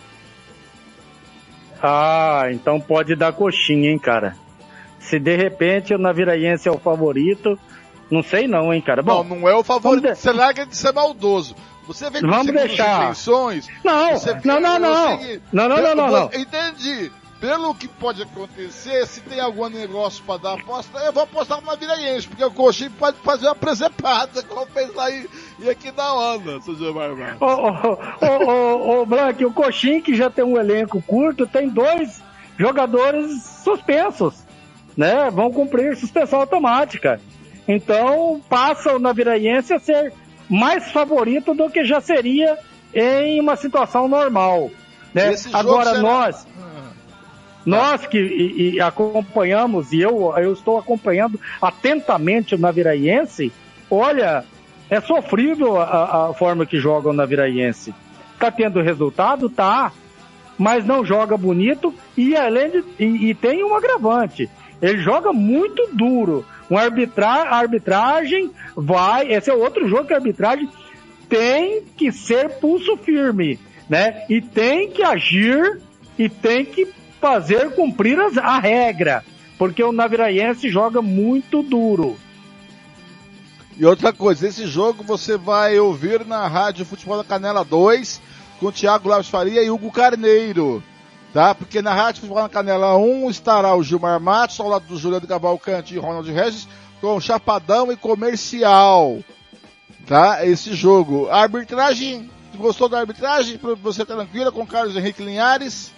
Ah, então pode dar coxinha, hein, cara? Se de repente o Naviraense é o favorito, não sei não, hein, cara. Bom, não, não é o favorito. De... Você larga de ser maldoso. Você vem com vamos deixar. intenções. Não, não, não, não. Seguinte, não, não, não, não, não. Entendi. Pelo que pode acontecer, se tem algum negócio pra dar aposta, eu vou apostar no Naviraense, porque o Coxim pode fazer uma presepada, como fez aí e aqui na onda, seu Gilmar Matos. Ô, ô, ô, ô, ô, Blanque, o Coxim, que já tem um elenco curto, tem dois jogadores suspensos, né? Vão cumprir suspensão automática. Então, passa o Naviraense a ser mais favorito do que já seria em uma situação normal, né? Agora, será... nós... Nós que e, e acompanhamos, e eu, eu estou acompanhando atentamente o Naviraense, olha, é sofrível a, a forma que joga o Naviraense. Tá tendo resultado? Tá, mas não joga bonito e, além de, e, e tem um agravante. Ele joga muito duro. Um arbitra, a arbitragem vai... Esse é outro jogo que a arbitragem tem que ser pulso firme, né? E tem que agir e tem que fazer cumprir as, a regra, porque o Naviraense joga muito duro. E outra coisa, esse jogo você vai ouvir na Rádio Futebol da Canela dois, com Thiago Lopes Faria e Hugo Carneiro, tá? Porque na Rádio Futebol da Canela um estará o Gilmar Matos, ao lado do Juliano Cavalcante e Ronald Regis, com Chapadão e Comercial, tá? Esse jogo. A arbitragem, gostou da arbitragem? Pra você tranquila, com Carlos Henrique Linhares?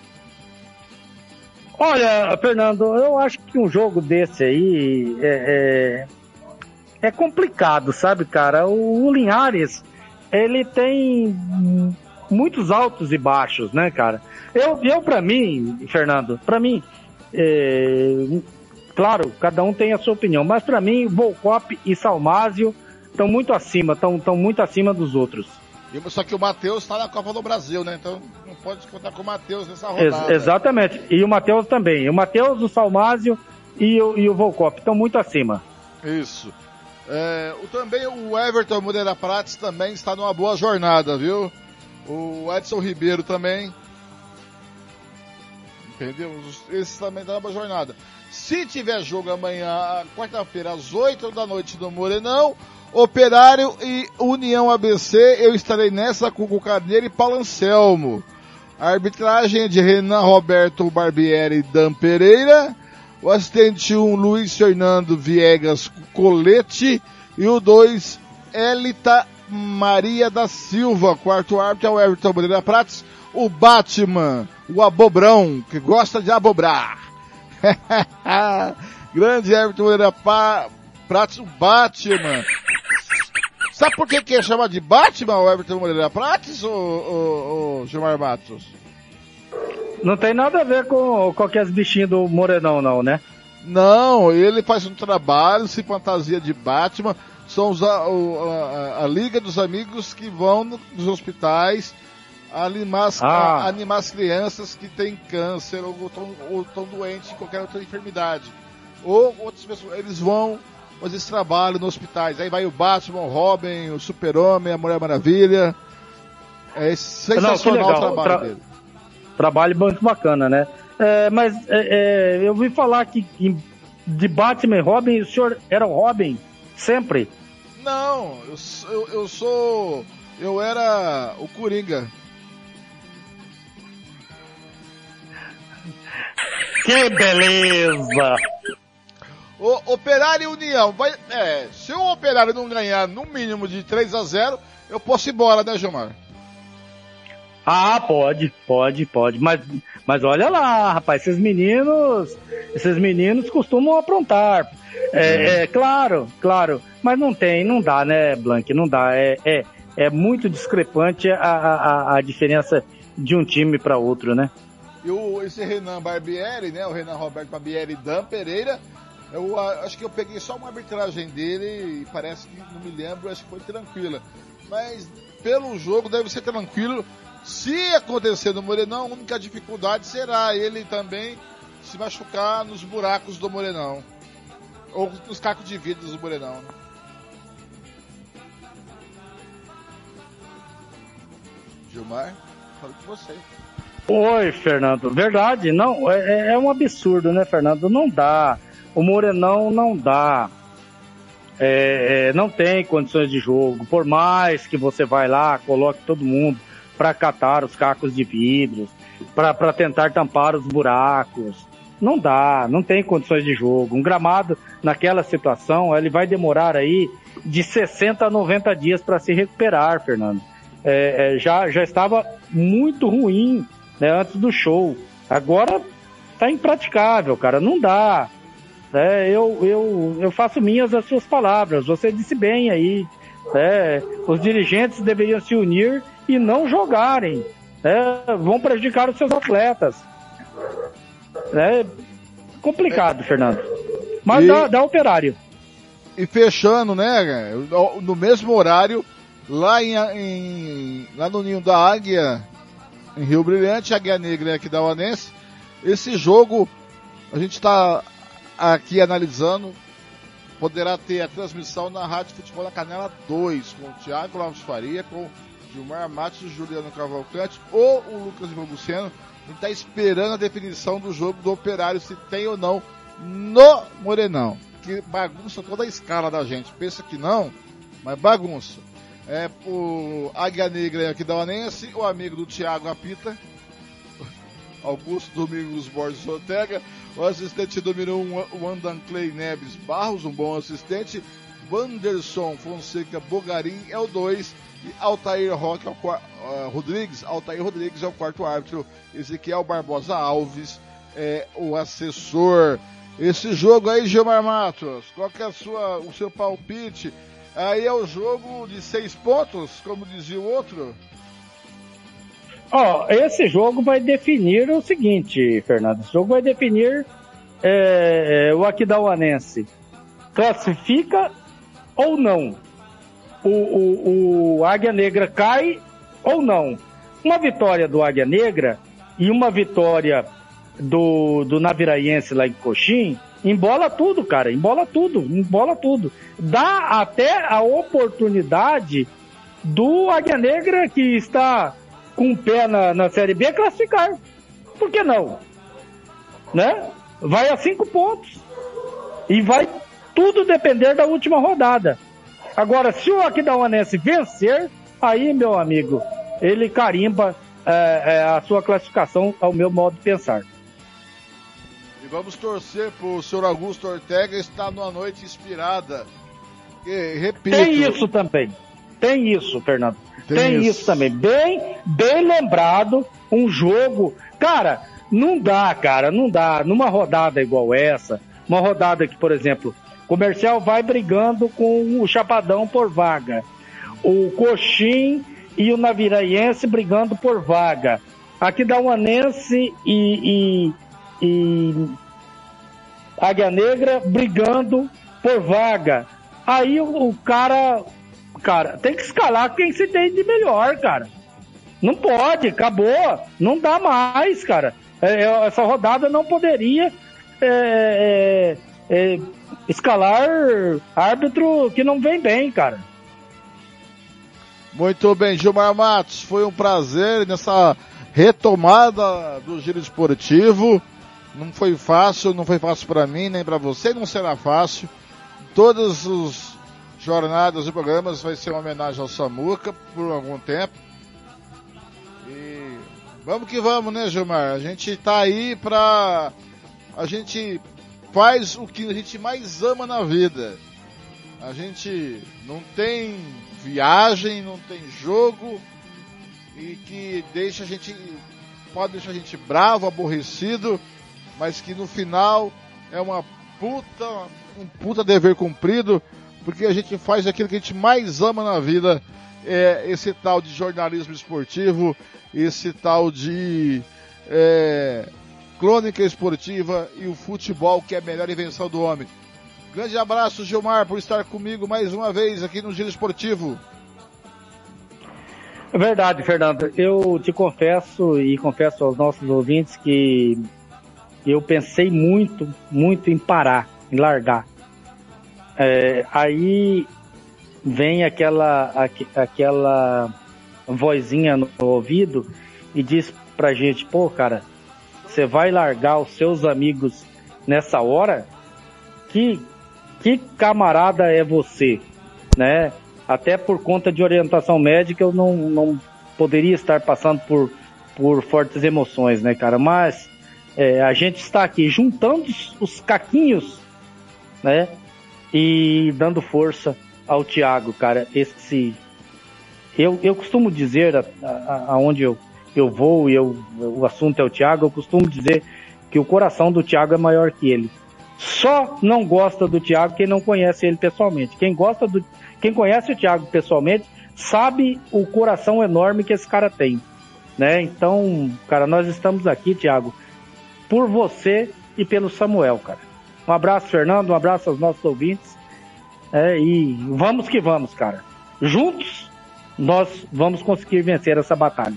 Olha, Fernando, eu acho que um jogo desse aí é, é, é complicado, sabe, cara? O, o Linhares, ele tem muitos altos e baixos, né, cara? Eu, eu pra mim, Fernando, pra mim, é, claro, cada um tem a sua opinião, mas pra mim, Volcop e Salmásio estão muito acima, estão tão muito acima dos outros. Só que o Matheus está na Copa do Brasil, né? Então não pode contar com o Matheus nessa rodada. Ex- exatamente. E o Matheus também. O Matheus, o Salmásio e o, e o Volcop estão muito acima. Isso. É, o, também o Everton Moreira Prates também está numa boa jornada, viu? O Edson Ribeiro também. Entendeu? Esse também está numa boa jornada. Se tiver jogo amanhã, quarta-feira, às oito da noite no Morenão, Operário e União A B C, eu estarei nessa com o Carneiro e Paulo Anselmo. A arbitragem é de Renan Roberto Barbieri e Dan Pereira. O assistente um, Luiz Fernando Viegas Colete. E o dois, Elita Maria da Silva. Quarto árbitro é o Everton Moreira Prates. O Batman, o abobrão, que gosta de abobrar. Grande Everton Moreira Prates, o Batman. Sabe por que que é chamado de Batman, o Everton Moreira Prates, ou, ou, ou Gilmar Matos? Não tem nada a ver com qualquer bichinho do Morenão, não, né? Não, ele faz um trabalho, se fantasia de Batman, são os, a, a, a Liga dos Amigos que vão nos hospitais animar as, ah. a, animar as crianças que têm câncer ou estão doentes em qualquer outra enfermidade. Ou outras pessoas, eles vão fazer esse trabalho nos hospitais. Aí vai o Batman, o Robin, o Super-Homem, a Mulher Maravilha. É sensacional Não, o trabalho Tra- dele. Trabalho muito bacana, né? É, mas é, é, eu ouvi falar que, que de Batman e Robin, o senhor era o Robin sempre? Não, eu, eu, eu sou eu era o Coringa. Que beleza! O Operário e União, vai, é, se o Operário não ganhar no mínimo de três a zero, eu posso ir embora, né, Gilmar? Ah, pode, pode, pode. Mas, mas olha lá, rapaz, esses meninos, esses meninos costumam aprontar. É, é claro, claro, mas não tem, não dá, né, Blank? Não dá. É, é, é muito discrepante a, a, a diferença de um time para outro, né? E o, esse Renan Barbieri, né, o Renan Roberto Barbieri e Dan Pereira, eu acho que eu peguei só uma arbitragem dele e parece que, não me lembro, acho que foi tranquila. Mas pelo jogo deve ser tranquilo. Se acontecer no Morenão, a única dificuldade será ele também se machucar nos buracos do Morenão. Ou nos cacos de vidro do Morenão, né? Gilmar, falo com você. Oi, Fernando. Verdade, não, é, é um absurdo, né, Fernando? Não dá. O Morenão não dá. É, é, não tem condições de jogo. Por mais que você vai lá, coloque todo mundo para catar os cacos de vidros, para tentar tampar os buracos. Não dá, não tem condições de jogo. Um gramado naquela situação, ele vai demorar aí de sessenta a noventa dias para se recuperar, Fernando. É, é, já, já estava muito ruim, né, antes do show. Agora tá impraticável, cara, não dá. É, eu, eu, eu faço minhas as suas palavras, você disse bem aí. É, os dirigentes deveriam se unir e não jogarem. É, vão prejudicar os seus atletas. É complicado, Fernando. Mas e, dá, dá Operário. E fechando, né, no mesmo horário, lá, em, em, lá no Ninho da Águia, em Rio Brilhante, Águia Negra aqui da Uanense, esse jogo a gente está aqui analisando, poderá ter a transmissão na Rádio Futebol da Canela dois, com o Thiago Laves Faria, com Gilmar Matos e Juliano Cavalcante, ou o Lucas Nepomuceno. A gente está esperando a definição do jogo do Operário, se tem ou não no Morenão, que bagunça toda a escala da gente. Pensa que não, mas bagunça. É o Águia Negra aqui da Uanense, o amigo do Thiago apita, Augusto Domingos Borges Ortega, o assistente número um, o Andan Clay Neves Barros, um bom assistente, Wanderson Fonseca Bogarim é o dois, e Altair Roque é o quarto, uh, Rodrigues, Altair Rodrigues é o quarto árbitro, Ezequiel Barbosa Alves é o assessor. Esse jogo aí, Gilmar Matos, qual que é a sua, o seu palpite? Aí é o jogo de seis pontos, como dizia o outro? Ó, oh, esse jogo vai definir o seguinte, Fernando. Esse jogo vai definir é, o Aquidauanense classifica ou não. O, o, o Águia Negra cai ou não. Uma vitória do Águia Negra e uma vitória do, do Naviraense lá em Coxim, embola tudo, cara. Embola tudo, embola tudo. Dá até a oportunidade do Águia Negra, que está com o pé na, na Série B, classificar. Por que não? Né? Vai a cinco pontos. E vai tudo depender da última rodada. Agora, se o Aquidauanense vencer, aí, meu amigo, ele carimba é, é, a sua classificação ao meu modo de pensar. E vamos torcer pro senhor Augusto Ortega estar numa noite inspirada. E, repito... Tem isso também. Tem isso, Fernando. Tem, Tem isso. isso também. Bem, bem lembrado, um jogo... Cara, não dá, cara, não dá. Numa rodada igual essa, uma rodada que, por exemplo, o Comercial vai brigando com o Chapadão por vaga. O Coxim e o Naviraense brigando por vaga. Aquidauanense e, e, e Águia Negra brigando por vaga. Aí o, o cara... Cara, tem que escalar quem se tem de melhor, cara. Não pode, acabou. Não dá mais, cara. É, essa rodada não poderia é, é, é, escalar árbitro que não vem bem, cara. Muito bem, Gilmar Matos. Foi um prazer nessa retomada do Giro Esportivo. Não foi fácil, não foi fácil para mim, nem para você, não será fácil. Todos os jornadas e programas vai ser uma homenagem ao Samuca por algum tempo. E vamos que vamos, né, Gilmar? A gente tá aí pra... A gente faz o que a gente mais ama na vida. A gente não tem viagem, não tem jogo e que deixa a gente... Pode deixar a gente bravo, aborrecido, mas que no final é uma puta... Um puta dever cumprido, porque a gente faz aquilo que a gente mais ama na vida, é esse tal de jornalismo esportivo, esse tal de é, crônica esportiva e o futebol, que é a melhor invenção do homem. Grande abraço, Gilmar, por estar comigo mais uma vez aqui no Giro Esportivo. É verdade, Fernando. Eu te confesso e confesso aos nossos ouvintes que eu pensei muito, muito em parar, em largar. É, aí vem aquela, aqu, aquela vozinha no ouvido e diz pra gente, pô, cara, você vai largar os seus amigos nessa hora? Que, que camarada é você, né? Até por conta de orientação médica eu não, não poderia estar passando por, por fortes emoções, né, cara? Mas é, a gente está aqui juntando os, os caquinhos, né? E dando força ao Thiago, cara. Esse, eu, eu costumo dizer, a, a, aonde eu, eu vou e eu, o assunto é o Thiago, eu costumo dizer que o coração do Thiago é maior que ele. Só não gosta do Thiago quem não conhece ele pessoalmente. Quem gosta do, quem conhece o Thiago pessoalmente sabe o coração enorme que esse cara tem, né? Então, cara, nós estamos aqui, Thiago, por você e pelo Samuel, cara. Um abraço, Fernando, um abraço aos nossos ouvintes. É, e vamos que vamos, cara. Juntos, nós vamos conseguir vencer essa batalha.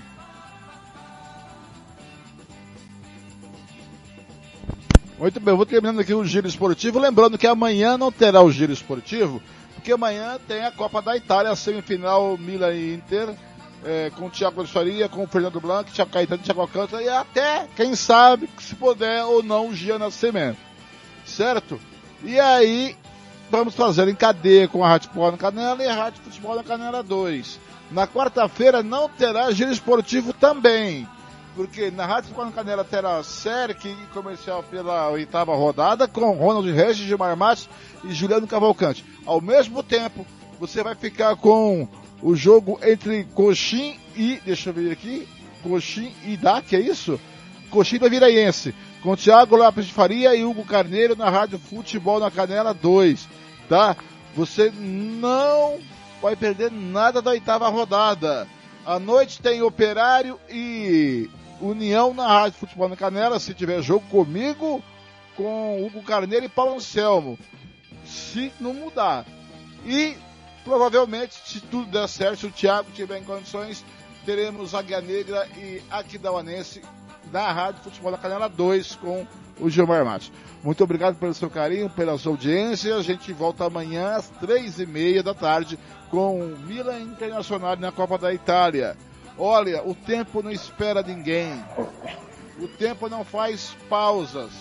Muito bem, eu vou terminando aqui o Giro Esportivo. Lembrando que amanhã não terá o Giro Esportivo, porque amanhã tem a Copa da Itália, a semifinal Milan e Inter, é, com o Thiago Faria, com o Fernando Blanc, Thiago Caetano, Thiago Alcântara e até, quem sabe, se puder ou não, o Gian Nascimento. Certo? E aí, vamos fazer em cadeia com a Rádio Futebol na Canela e a Rádio Futebol na Canela dois. Na quarta-feira não terá Giro Esportivo também, porque na Rádio Futebol na Canela terá série comercial pela oitava rodada com Ronald Regis, Gilmar Matos e Juliano Cavalcante. Ao mesmo tempo, você vai ficar com o jogo entre Coxim e, deixa eu ver aqui, Coxim e D A C, é isso? Coxim da Viraiense, com Thiago Lopes de Faria e Hugo Carneiro na Rádio Futebol na Canela dois, tá? Você não vai perder nada da oitava rodada. À noite tem Operário e União na Rádio Futebol na Canela, se tiver jogo comigo, com Hugo Carneiro e Paulo Anselmo, se não mudar. E provavelmente, se tudo der certo, se o Thiago tiver em condições, teremos Águia Negra e Aquidauanense na Rádio Futebol da Canela dois com o Gilmar Matos. Muito obrigado pelo seu carinho, pela sua audiência. A gente volta amanhã às três e meia da tarde com o Milan Internacional na Copa da Itália. Olha, o tempo não espera ninguém. O tempo não faz pausas.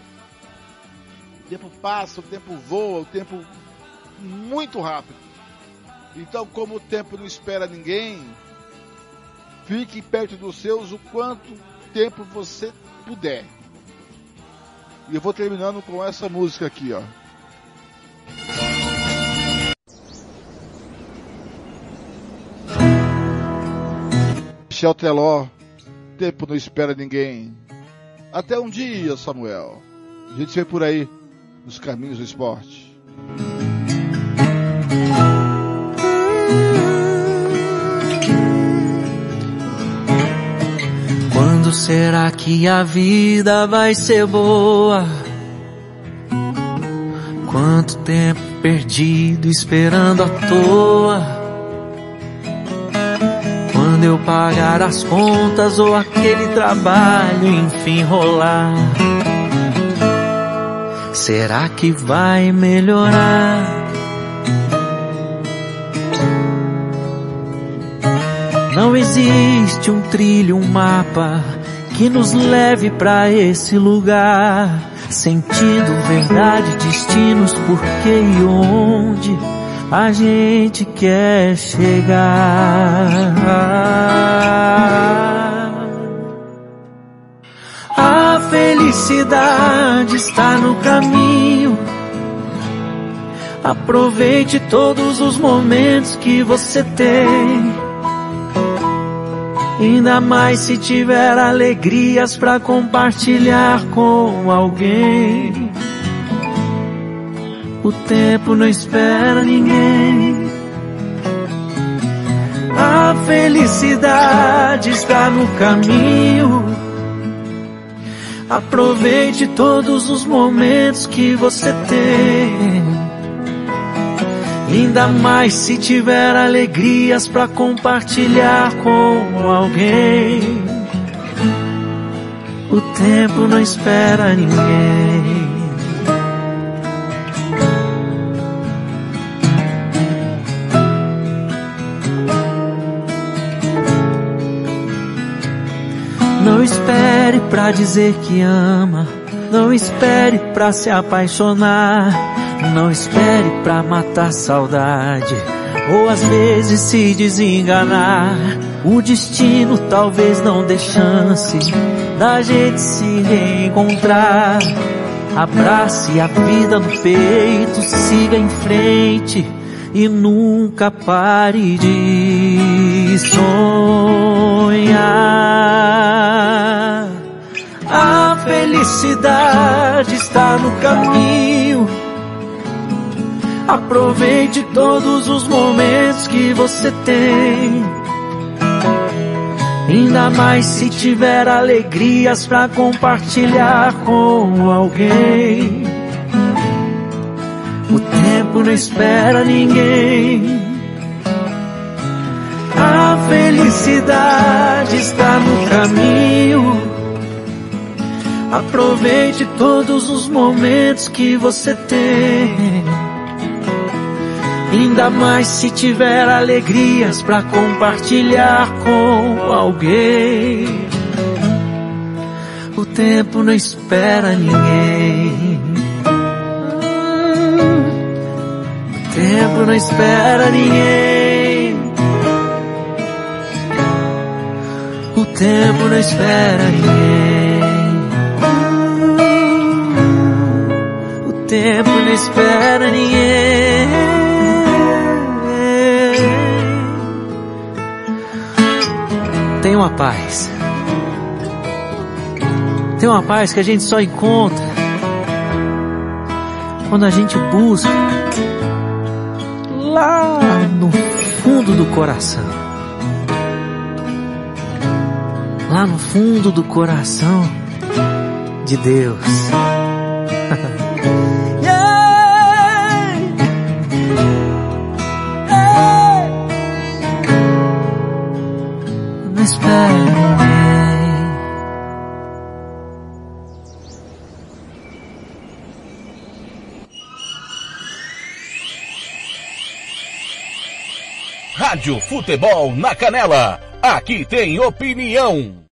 O tempo passa, o tempo voa, o tempo muito rápido. Então, como o tempo não espera ninguém, fique perto dos seus o quanto tempo você puder. E eu vou terminando com essa música aqui, ó. Michel Teló, tempo não espera ninguém. Até um dia, Samuel. A gente se vê por aí, nos caminhos do esporte. Quando será que a vida vai ser boa? Quanto tempo perdido esperando à toa? Quando eu pagar as contas ou aquele trabalho enfim rolar, será que vai melhorar? Não existe um trilho, um mapa que nos leve pra esse lugar. Sentido, verdade, destinos, porquê e onde. a gente quer chegar. A felicidade está no caminho. Aproveite todos os momentos que você tem. Ainda mais se tiver alegrias pra compartilhar com alguém. O tempo não espera ninguém. A felicidade está no caminho. Aproveite todos os momentos que você tem. Ainda mais se tiver alegrias pra compartilhar com alguém. O tempo não espera ninguém. Não espere pra dizer que ama. Não espere pra se apaixonar. Não espere pra matar saudade, ou às vezes se desenganar. O destino talvez não dê chance da gente se reencontrar. Abrace a vida no peito, siga em frente e nunca pare de sonhar. A felicidade está no caminho. Aproveite todos os momentos que você tem. Ainda mais se tiver alegrias pra compartilhar com alguém. O tempo não espera ninguém. A felicidade está no caminho. Aproveite todos os momentos que você tem. Ainda mais se tiver alegrias pra compartilhar com alguém. O tempo não espera ninguém. O tempo não espera ninguém. O tempo não espera ninguém. O tempo não espera ninguém. Tem uma paz. Tem uma paz que a gente só encontra quando a gente busca lá no fundo do coração. Lá no fundo do coração de Deus. Não espere ninguém. Rádio Futebol na Canela. Aqui tem opinião.